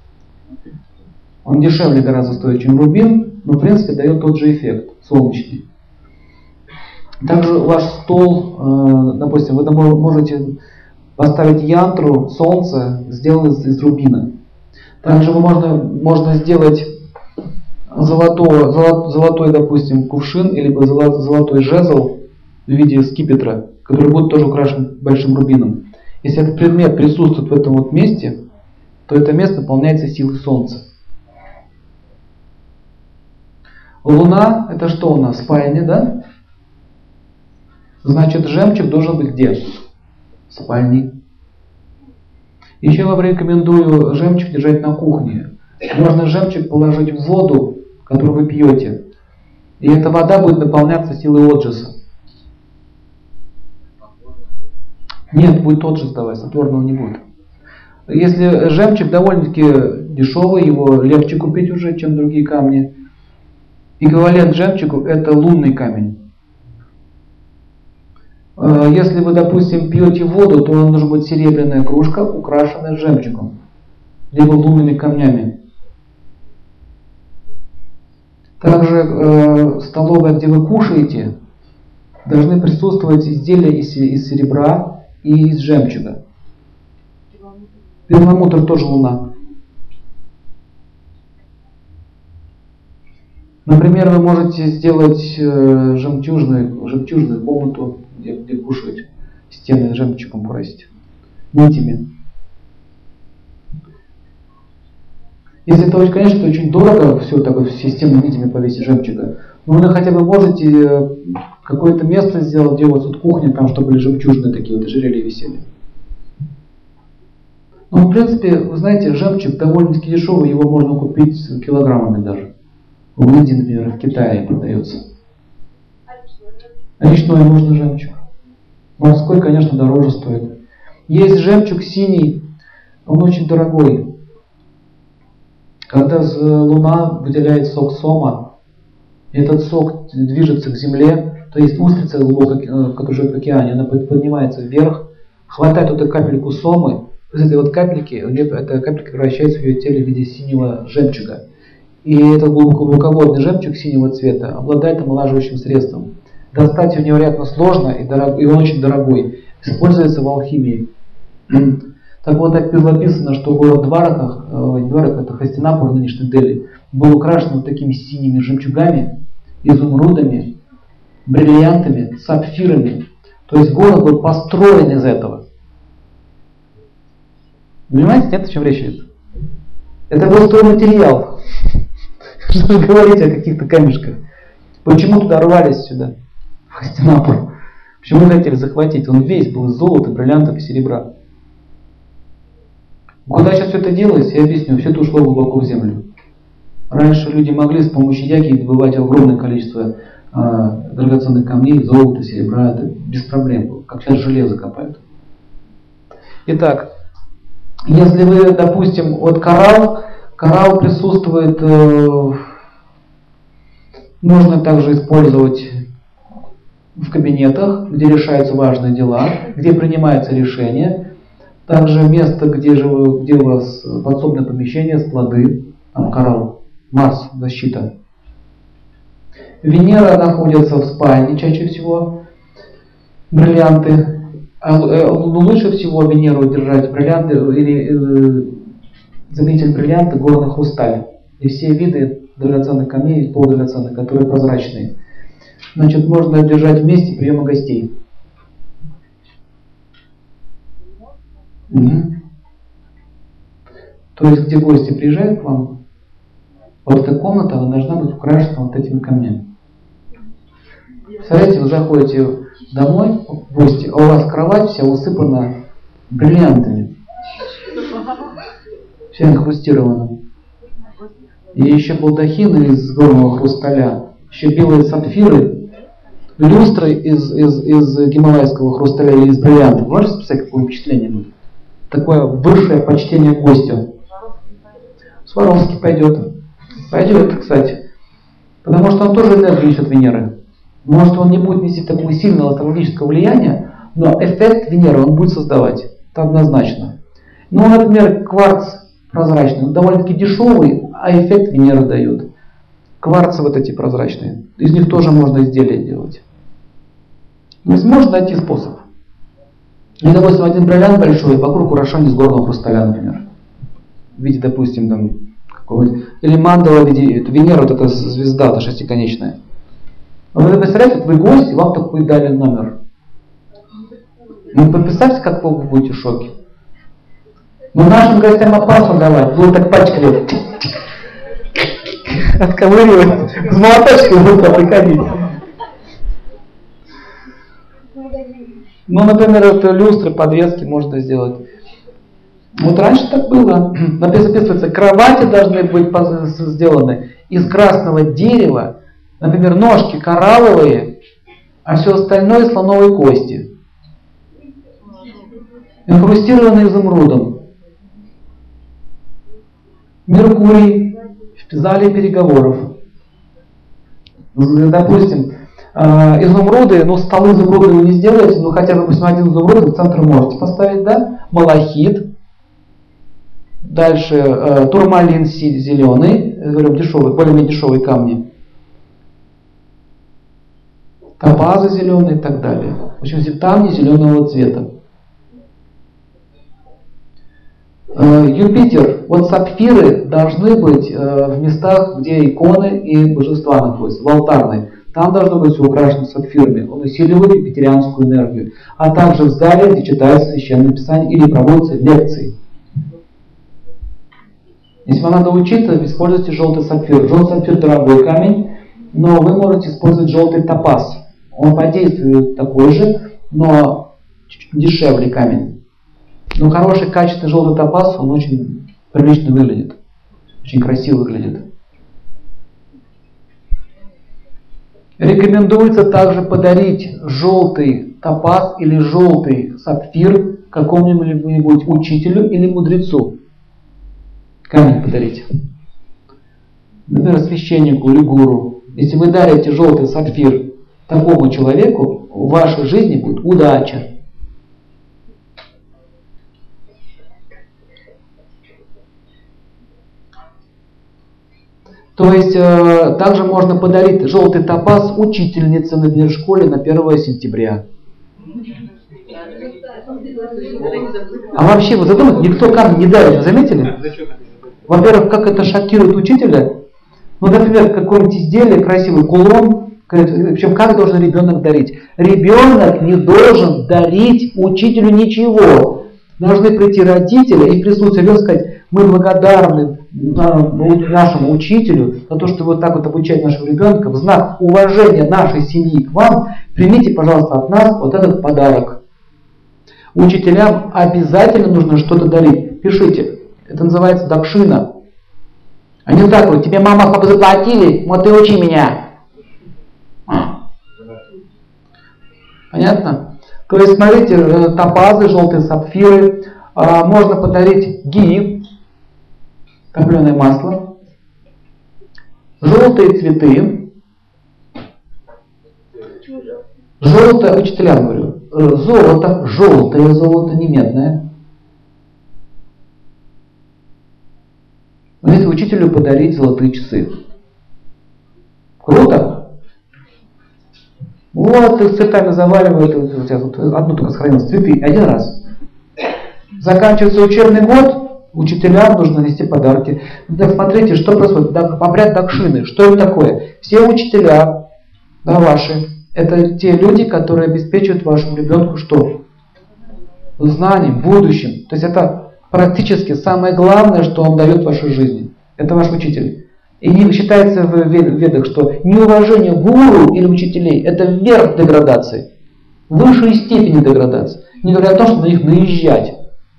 Он дешевле гораздо стоит, чем рубин, но в принципе дает тот же эффект, солнечный. Также ваш стол, допустим, вы можете поставить янтру, солнце, сделанное из рубина. Также вы можно, можно сделать золотой, золотой, допустим, кувшин, или золотой жезл в виде скипетра, который будет тоже украшен большим рубином. Если этот предмет присутствует в этом вот месте, то это место наполняется силой солнца. Луна, это что у нас? Спальня, да? Значит, жемчуг должен быть где? В спальне. Еще я вам рекомендую жемчуг держать на кухне. Можно жемчуг положить в воду, которую вы пьете. И эта вода будет наполняться силой отжиса. Нет, будет отжис давать, снотворного не будет. Если жемчуг довольно-таки дешевый, его легче купить уже, чем другие камни. Эквивалент жемчугу это лунный камень. Если вы, допустим, пьете воду, то вам нужна будет серебряная кружка, украшенная жемчугом, либо лунными камнями. Также э, столовая, где вы кушаете, должны присутствовать изделия из, из серебра и из жемчуга. Перламутр тоже луна. Например, вы можете сделать э, жемчужную, жемчужную комнату, где, где кушать, стены жемчугом красить, нитями. Если это, конечно, это очень дорого, все так вот, систему нитями повесить жемчуга, но вы хотя бы можете какое-то место сделать, где у вас тут кухня, там, чтобы были жемчужные такие вот ожерелья висели. Ну, в принципе, вы знаете, жемчуг довольно-таки дешевый, его можно купить килограммами даже. В Индии, например, в Китае продается. Речной можно жемчуг. Морской, конечно, дороже стоит. Есть жемчуг синий, он очень дорогой. Когда Луна выделяет сок сома, этот сок движется к земле, то есть устрица, которая живет в океане, она поднимается вверх, хватает эту капельку сомы, из этой вот капельки, эта капелька превращается в ее теле в виде синего жемчуга. И этот глубоководный жемчуг синего цвета обладает омолаживающим средством. Достать его невероятно сложно, и, дорог, и он очень дорогой. Используется в алхимии. Так вот, так было написано, что город Двараках, Дварак, это Хастинапур, нынешний Дели, был украшен вот такими синими жемчугами, изумрудами, бриллиантами, сапфирами. То есть город был построен из этого. Понимаете, нет, о чем речь идет? Это был стройматериал. Что вы говорите о каких-то камешках? Почему туда рвались сюда? В Хастинапур. Почему хотели захватить? Он весь был из золота, бриллиантов и серебра. Куда сейчас все это делается, я объясню. Все это ушло глубоко в землю. Раньше люди могли с помощью яги добывать огромное количество э, драгоценных камней, золота, серебра. Это без проблем было. Как сейчас железо копают. Итак, если вы, допустим, вот коралл, коралл присутствует, э, можно также использовать в кабинетах, где решаются важные дела, где принимаются решения. Также место, где, же, где у вас подсобное помещение, склады, там коралл, Марс, защита. Венера находится в спальне чаще всего, бриллианты. А лучше всего Венеру держать бриллианты или э, заменитель бриллианта горный хрусталь. И все виды драгоценных камней, полудрагоценных, которые прозрачные. Значит, можно держать вместе приема гостей. Угу. То есть, где гости приезжают к вам, вот эта комната она должна быть украшена вот этими камнями. Представляете, вы заходите домой в гости, а у вас кровать вся усыпана бриллиантами. Вся инкрустирована. И еще балдахины из горного хрусталя, еще белые сапфиры, люстры из, из, из гималайского хрусталя или из бриллиантов. Можете представить, какое впечатление будет? Такое высшее почтение к гостю. Сваровский пойдет. Пойдет, кстати. Потому что он тоже энергию несет Венеры. Может, он не будет нести такого сильного астрологического влияния, но эффект Венеры он будет создавать. Это однозначно. Ну, например, кварц прозрачный. Он довольно-таки дешевый, а эффект Венеры дает. Кварцы вот эти прозрачные. Из них тоже можно изделия делать. То есть можно найти способ. И, допустим, один бриллиант большой, вокруг украшение из горного хрусталя, например. В виде, допустим, там, какого-нибудь. Или мандала в виде Венера, вот эта звезда, эта шестиконечная. Вы представляете, вот вы гость, вам такой дали номер. Ну, представьте, как вы будете в шоке. Но нашим гостям опасно давать. Будут так пачкали. Отковыривать. С молоточком будут приходить. Ну, например, это люстры, подвески можно сделать. Вот раньше так было. Написано, кровати должны быть сделаны из красного дерева. Например, ножки коралловые, а все остальное слоновые кости. Инкрустированные изумрудом. Меркурий в зале переговоров. Допустим, изумруды, ну столы изумруды вы не сделаете, но хотя бы, допустим, один изумруд в центр можете поставить, да? Малахит. Дальше э, турмалин зеленый, говорю, дешевый, более-менее дешевые камни. Топазы зеленые и так далее. В общем, камни зеленого цвета. Э, Юпитер, вот сапфиры должны быть э, в местах, где иконы и божества находятся, в алтарной. Там должно быть все украшено сапфирами. Он усиливает юпитерианскую энергию. А также в зале, где читается священное писание или проводятся лекции. Если вам надо учиться, используйте желтый сапфир. Желтый сапфир дорогой камень, но вы можете использовать желтый топаз. Он по действию такой же, но чуть дешевле камень. Но хороший, качественный желтый топаз, он очень прилично выглядит. Очень красиво выглядит. Рекомендуется также подарить желтый топаз или желтый сапфир какому-нибудь учителю или мудрецу. Камень подарить. Например, священнику или гуру. Если вы дарите желтый сапфир такому человеку, в вашей жизни будет удача. То есть, э, также можно подарить желтый топаз учительнице, например, в школе на первое сентября. А вообще, вы задумайтесь, никто камень не дарит, вы заметили? Во-первых, как это шокирует учителя. Ну, например, какое-нибудь изделие, красивый кулон. Причем, как должен ребенок дарить? Ребенок не должен дарить учителю ничего. Должны прийти родители и в присутствии ребенка сказать: мы благодарны нашему учителю за то, что вы вот так вот обучаете нашего ребенка. В знак уважения нашей семьи к вам примите, пожалуйста, от нас вот этот подарок. Учителям обязательно нужно что-то дарить. Пишите. Это называется дакшина. А не так вот: тебе мама, папа заплатили, вот ты учи меня. Понятно? То есть, смотрите, топазы, желтые сапфиры. Можно подарить ги, топленое масло, желтые цветы. Желтое, учителям говорю, золото, желтое золото, не медное. Если учителю подарить золотые часы. Круто? Вот, их цветами заваливают. Вот сейчас вот одну только сохранилось, цветы, один раз. Заканчивается учебный год, учителям нужно нести подарки. Так смотрите, что происходит. Обряд дакшины. Что это такое? Все учителя, да, ваши, это те люди, которые обеспечивают вашему ребенку что? Знанием, будущим. То есть это практически самое главное, что он дает в вашей жизни. Это ваш учитель. И считается в ведах, что неуважение гуру или учителей – это верх деградации. Высшей степени деградации. Не говоря о том, что на них наезжать.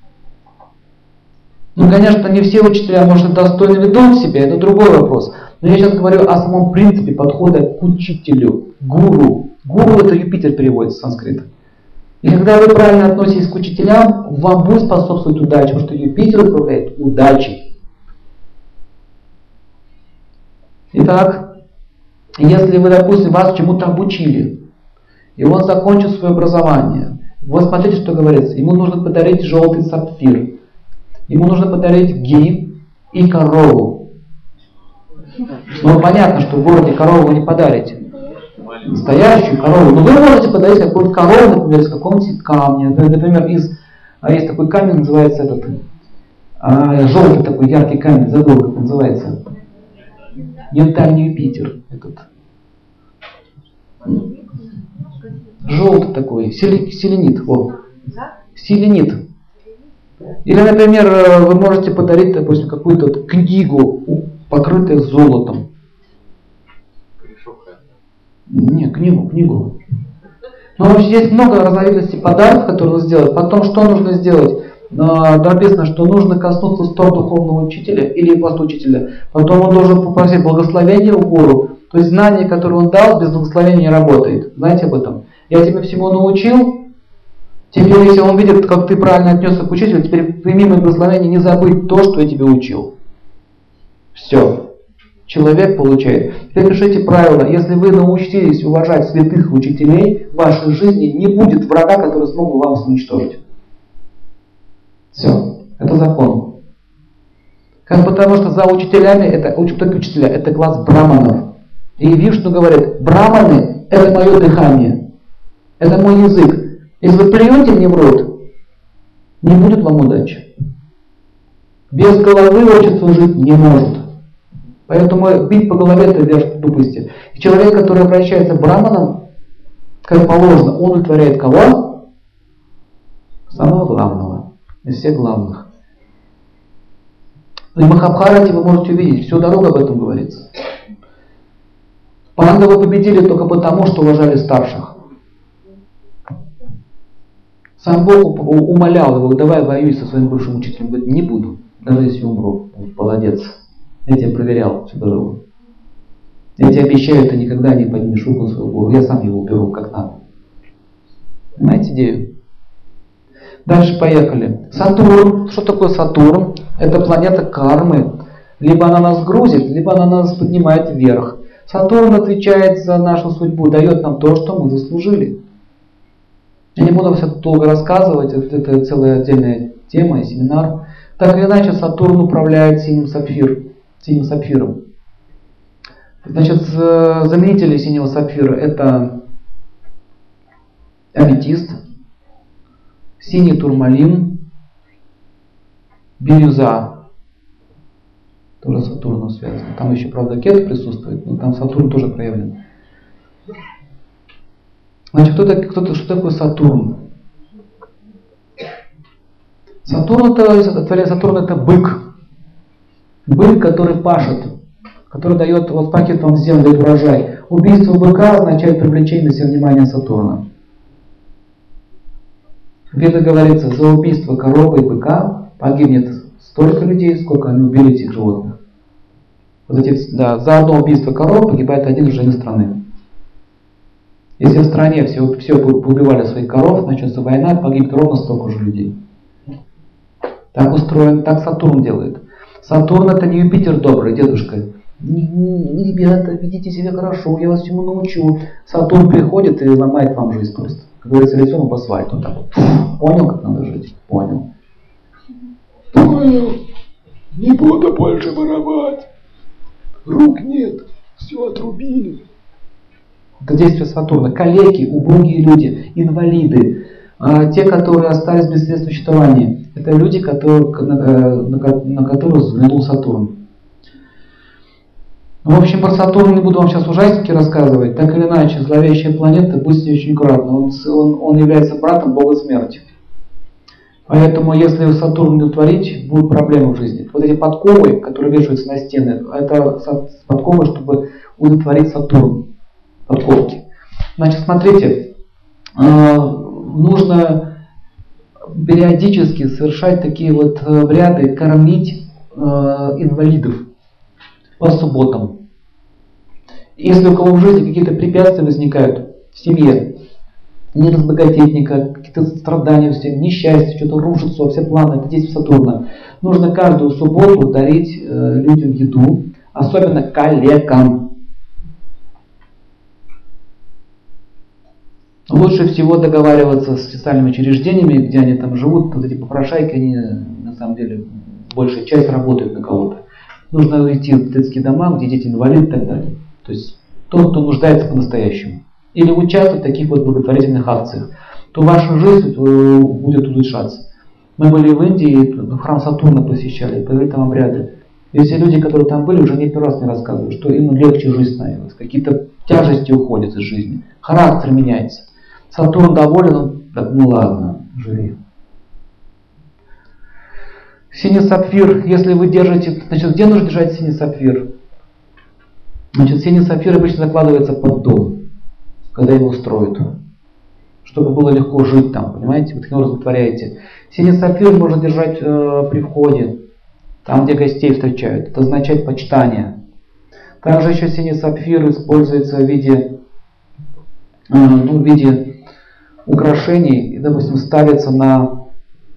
Ну, конечно, не все учителя, может, достойно ведут себя, это другой вопрос. Но я сейчас говорю о самом принципе подхода к учителю, гуру. Гуру – это Юпитер переводится с санскрита. И когда вы правильно относитесь к учителям, вам будет способствовать удача, потому что Юпитер управляет удачей. Итак, если вы, допустим, вас чему-то обучили, и он закончил свое образование, вот смотрите, что говорится. Ему нужно подарить желтый сапфир, ему нужно подарить ги и корову. Ну, понятно, что в городе корову вы не подарите. Настоящую корову. Но вы можете подарить какую-нибудь корову, например, из какого-нибудь камня. Например, из, а есть такой камень, называется этот, а, желтый такой яркий камень, забыл, как называется. Янтарь Юпитер. Этот. Желтый такой, селенит. Вот. Селенит. Или, например, вы можете подарить, допустим, какую-то книгу, покрытую золотом. Не, книгу, книгу. Но вообще есть много разновидностей подарков, которые нужно сделать. Потом, что нужно сделать? Написано, что нужно коснуться стоп духовного учителя или постучителя. Потом он должен попросить благословения у гуру. То есть знание, которое он дал, без благословения не работает. Знаете об этом? Я тебя всему научил. Теперь, если он видит, как ты правильно отнесся к учителю, теперь прими мое благословение, не забыть то, что я тебе учил. Все. Человек получает. Теперь пишите правило. Если вы научились уважать святых учителей, в вашей жизни не будет врага, который смог бы вас уничтожить. Все. Это закон. Как потому что за учителями, это только учителя, это класс браманов. И Вишну говорит: браманы – это мое дыхание. Это мой язык. Если вы плюете мне в рот, не будет вам удачи. Без головы общество жить не может. Поэтому бить по голове – это верх глупости. И человек, который обращается к браманам, как положено, он удовлетворяет кого? Самого главного. Из всех главных. И в Махабхарате вы можете увидеть, всю дорогу об этом говорится. Пандавы победили только потому, что уважали старших. Сам Бог умолял его, давай воюй со своим бывшим учителем. Говорит, не буду, даже если умру. Молодец. Я тебя проверял всю дорогу. Я тебе обещаю, ты никогда не поднимешь руку на своего Бога. Я сам его уберу как надо. Понимаете идею? Дальше поехали. Сатурн. Что такое Сатурн? Это планета кармы. Либо она нас грузит, либо она нас поднимает вверх. Сатурн отвечает за нашу судьбу, дает нам то, что мы заслужили. Я не буду все долго рассказывать, это целая отдельная тема и семинар. Так или иначе, Сатурн управляет синим, сапфир, синим сапфиром. Значит, заменители синего сапфира это аметист, синий турмалин, бирюза. Тоже с Сатурном связано. Там еще, правда, Кету присутствует, но там Сатурн тоже проявлен. Значит, кто, кто, что такое Сатурн? Сатурн это, творение Сатурна это бык. Бык, который пашет, который дает, вот пакет вам землю, дает урожай. Убийство быка означает привлечение на себя внимания Сатурна. В Ведах говорится, за убийство коровы и быка погибнет столько людей, сколько они убили этих животных. Вот эти, да, за одно убийство коров погибает один житель страны. Если в стране все, все убивали своих коров, начнется война, погибнет ровно столько же людей. Так устроен, так Сатурн делает. Сатурн это не Юпитер добрый, дедушка. Не, не, ребята, ведите себя хорошо, я вас всему научу. Сатурн приходит и ломает вам жизнь просто. Как говорится, лицом об асфальт. Вот так вот. Понял, как надо жить? Понял. Понял. Не буду больше воровать. Рук нет. Все отрубили. Это действие Сатурна. Калеки, убогие люди, инвалиды, а те, которые остались без средств существования. Это люди, которые, на, на, на которых взглянул Сатурн. В общем, про Сатурн не буду вам сейчас ужастики рассказывать. Так или иначе, зловещая планета, будьте с ней очень аккуратны. Он, он, он является братом Бога смерти. Поэтому, если Сатурн не утворить, будут проблемы в жизни. Вот эти подковы, которые вешаются на стены, это подковы, чтобы удовлетворить Сатурн. Подковки. Значит, смотрите, нужно периодически совершать такие вот обряды, кормить инвалидов по субботам. Если у кого в жизни какие-то препятствия возникают в семье, не разбогатеть никак, какие-то страдания, все, несчастье, что-то рушится, все планы, это действие Сатурна. Нужно каждую субботу дарить э, людям еду, особенно калекам. Лучше всего договариваться с социальными учреждениями, где они там живут, вот эти попрошайки, они на самом деле большая часть работают на кого-то. Нужно идти в детские дома, где дети инвалиды и так далее. То есть тот, кто нуждается по-настоящему. Или участвовать в таких вот благотворительных акциях, то ваша жизнь будет улучшаться. Мы были в Индии, храм Сатурна посещали, провели там обряды. И все люди, которые там были, уже не первый раз мне рассказывают, что им легче жизнь становилась. Какие-то тяжести уходят из жизни, характер меняется. Сатурн доволен, он так, ну ладно, живи. Синий сапфир, если вы держите, значит, где нужно держать синий сапфир? Значит, синий сапфир обычно закладывается под дом, когда его строят, чтобы было легко жить там, понимаете, вы таким образом творяете. Синий сапфир можно держать э, при входе, там, где гостей встречают, это означает почитание. Также еще синий сапфир используется в виде, э, ну, в виде украшений, и, допустим, ставится на,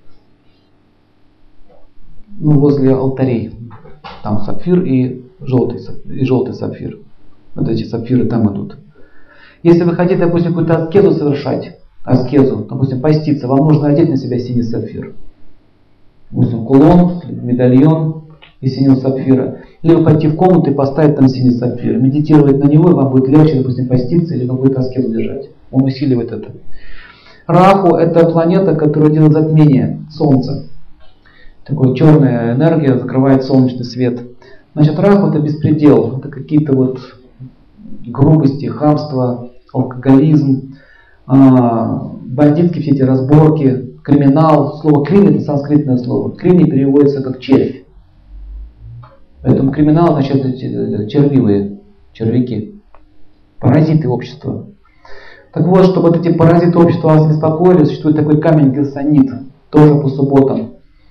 ну, возле алтарей. Там сапфир и желтый, и желтый сапфир. Вот эти сапфиры там идут. Если вы хотите, допустим, какую-то аскезу совершать, аскезу, допустим, поститься, вам нужно одеть на себя синий сапфир. Допустим, кулон, медальон из синего сапфира. Либо пойти в комнату и поставить там синий сапфир. Медитировать на него, и вам будет легче, допустим, поститься или какую-то аскезу держать. Он усиливает это. Раху это планета, которая делает затмение Солнца. Такая черная энергия закрывает солнечный свет. Значит, Раху это беспредел. Это какие-то вот грубости, хамство, алкоголизм, бандитские все эти разборки, криминал. Слово крим это санскритное слово. Крим переводится как червь. Поэтому криминал означает червивые, червяки, паразиты общества. Так вот, чтобы вот эти паразиты общества вас беспокоили, существует такой камень гелсонит, тоже по субботам.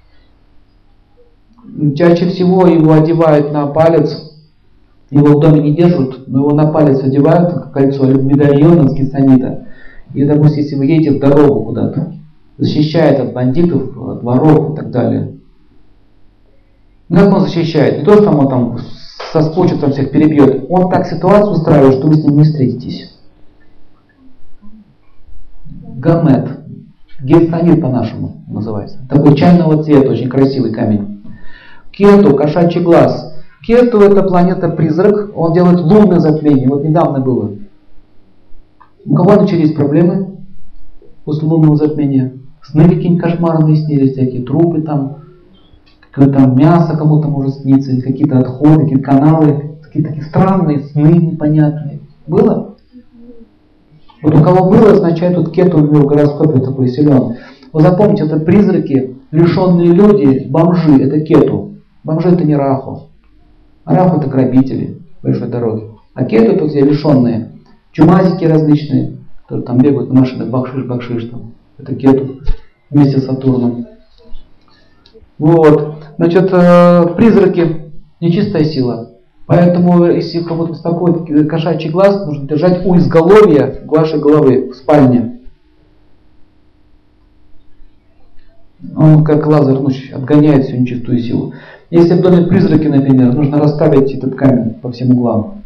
Чаще всего его одевают на палец, его в доме не держат, но его на палец одевают, как кольцо, либо медальон из гелсонита. И, допустим, если вы едете в дорогу куда-то, защищает от бандитов, от воров и так далее. Ну, как он защищает? Не то, что он там соскочит, там всех перебьет. Он так ситуацию устраивает, что вы с ним не встретитесь. Гамет. Гелсонит по-нашему называется. Такой чайного цвета, очень красивый камень. Кету, кошачий глаз. Кету — это планета-призрак, он делает лунное затмение. Вот недавно было. У кого начались проблемы после лунного затмения? Сны какие-нибудь кошмарные снились, всякие трупы там, какое-то там мясо кому-то может сниться, какие-то отходы, какие-то каналы, какие-то такие странные сны непонятные. Было? Вот у кого было, означает, вот кету у него в гороскопе такой силен. Вы запомните, это призраки, лишенные люди, бомжи, это кету. Бомжи — это не раху. А раху — это грабители большой дороги. А кету — это все лишенные. Чумазики различные, которые там бегают на машинах, бакшиш-бакшиш там. Это кету вместе с Сатурном. Вот. Значит, призраки — нечистая сила. Поэтому, если кому-то беспокоит кошачий глаз, нужно держать у изголовья вашей головы в спальне. Он как лазер луч отгоняет всю нечистую силу. Если в доме призраки, например, нужно расставить этот камень по всем углам.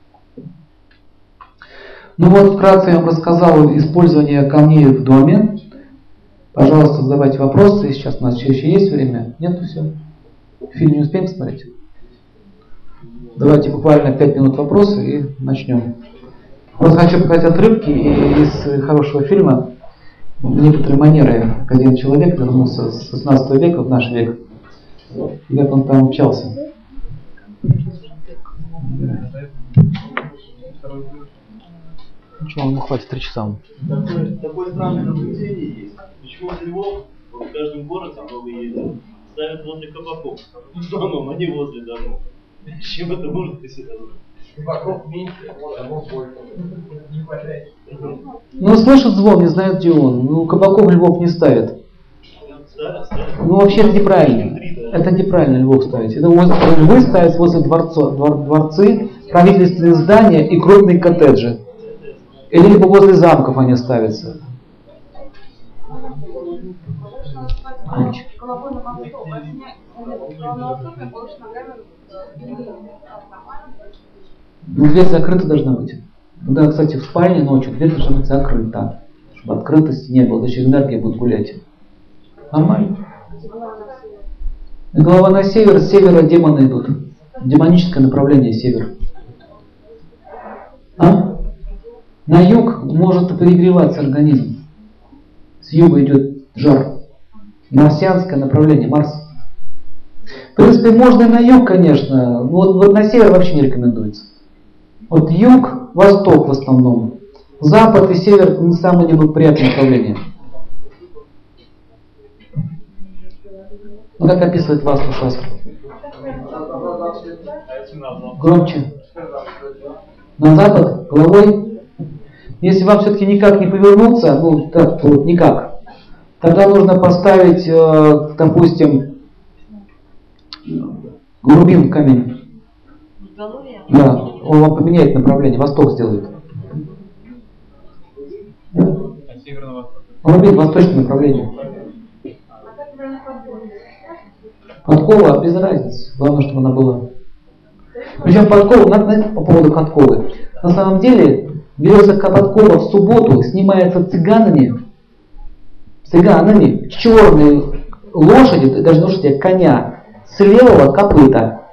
Ну вот, вкратце я вам рассказал использование камней в доме. Пожалуйста, задавайте вопросы. Сейчас у нас еще есть время. Нет, все. Фильм не успеем посмотреть? Давайте буквально пять минут вопросы и начнем. Вот хочу показать отрывки из хорошего фильма «Некоторые манеры», как один человек вернулся с шестнадцатого века в наш век. И как он там общался. Ничего, ему хватит три часа. Такое, такое странное наблюдение есть. Почему львов вот в каждом городе, много ездят, ставят возле кабаков. Домом, а не возле домов. Чем это может быть связано? Кабаков меньше, домов больше. Ну, слышит звон, не знает, где он. Ну, кабаков львов не ставят. Ставят, ставят. Ну, вообще это неправильно. Это неправильно львов ставить. Это львы ставят возле дворцов, двор, дворцы, правительственные здания и крупные коттеджи. Или либо возле замков они ставятся. Ну, дверь закрыта должна быть. Да, кстати, в спальне ночью дверь должна быть закрыта. Чтобы открытости не было, даже энергия будет гулять. Нормально. Голова на север, с севера демоны идут. Демоническое направление север. А? На юг может перегреваться организм. С юга идет жар. Марсианское направление, Марс. В принципе, можно и на юг, конечно. Вот, вот на север вообще не рекомендуется. Вот юг, восток в основном. Запад и север не самые неблагоприятные направления. Ну как описывает Васту Шастра? Громче. На запад, головой. Если вам все-таки никак не повернуться, ну так вот никак, тогда нужно поставить, э, допустим, рубин в камень. Да, он вам поменяет направление, восток сделает. Да? Рубин, восточное направление. Подкова без разницы, главное, чтобы она была. Причем подкова, надо, по поводу подковы. На самом деле, берется подкова в субботу, снимается цыганами, цыганами, черные лошади, даже лошади, а коня, с левого копыта.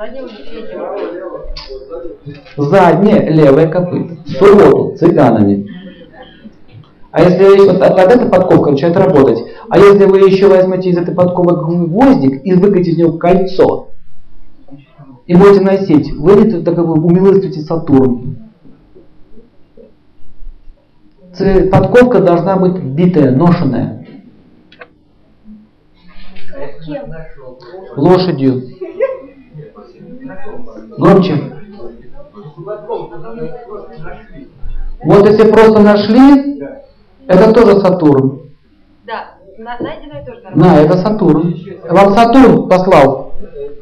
Заднее левое копыто. В субботу цыганами. А если вот эта подковка начинает работать, а если вы еще возьмете из этой подковы гвоздик и выкатите из него кольцо и будете носить, вы так как бы умилостивите Сатурн. Подковка должна быть битая, ношеная. Лошадью. Громче. Вот если просто нашли, это тоже Сатурн. Да, на- найденное тоже нормально. На, это Сатурн. Вам Сатурн послал.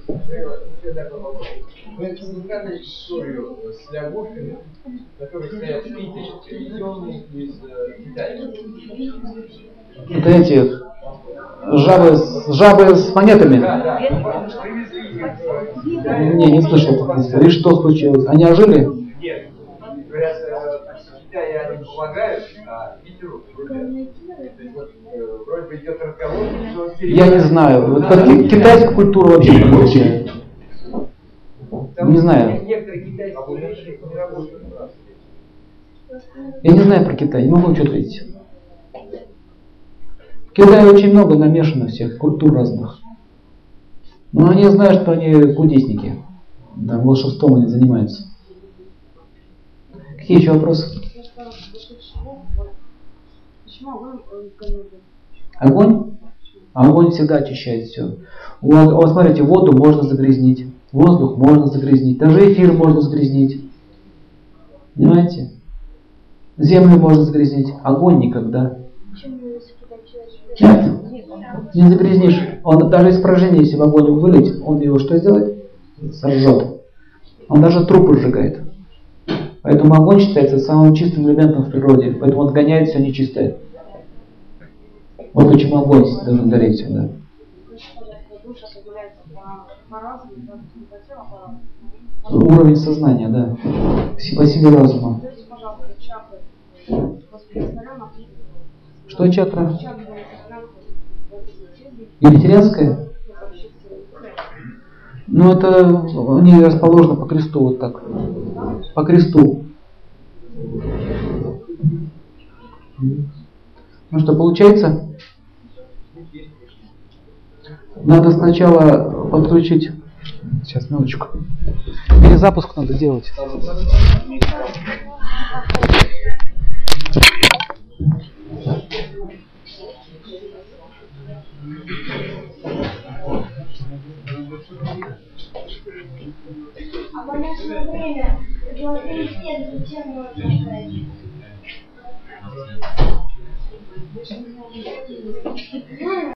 Вы слыхали историю с лягушками, которые стоят в Питере, привезенные из э, Китая? Это эти жабы, с- жабы с монетами. Да, да. Привезли их из Китая. Не, не слышал такой истории. И что случилось? Они ожили? Нет. Говорят, э, в Китае они помогают, а Питеру рубят. То есть вот э, вроде бы идет разговор, что Я не знаю. Вот как ки- китайскую культуру вообще не изучаю. Там Не знаю. Некоторые китайские вещи не работают у нас. Я не знаю про Китай, не могу ничего ответить. В Китае очень много намешано всех культур разных. Но они знают, что они кудесники. Да, волшебством они занимаются. Какие еще вопросы? Огонь? Огонь всегда очищает все. Вот, вот смотрите, воду можно загрязнить, воздух можно загрязнить, даже эфир можно загрязнить. Понимаете? Землю можно загрязнить, огонь никогда. Нет, не загрязнишь. Он даже из поражения, если в огонь вылить, он его что сделает? Сожжет. Он даже трупы сжигает. Поэтому огонь считается самым чистым элементом в природе, поэтому он гоняет все нечистое. Вот почему огонь должен гореть всегда. Уровень сознания, да. По силе разума. Что чакра? Вегетарианская? Ну это они расположены по кресту вот так. По кресту. Ну что, получается? Надо сначала подключить. Сейчас, минуточку. Перезапуск надо делать. А в наше время золотые стены зачем можно ставить?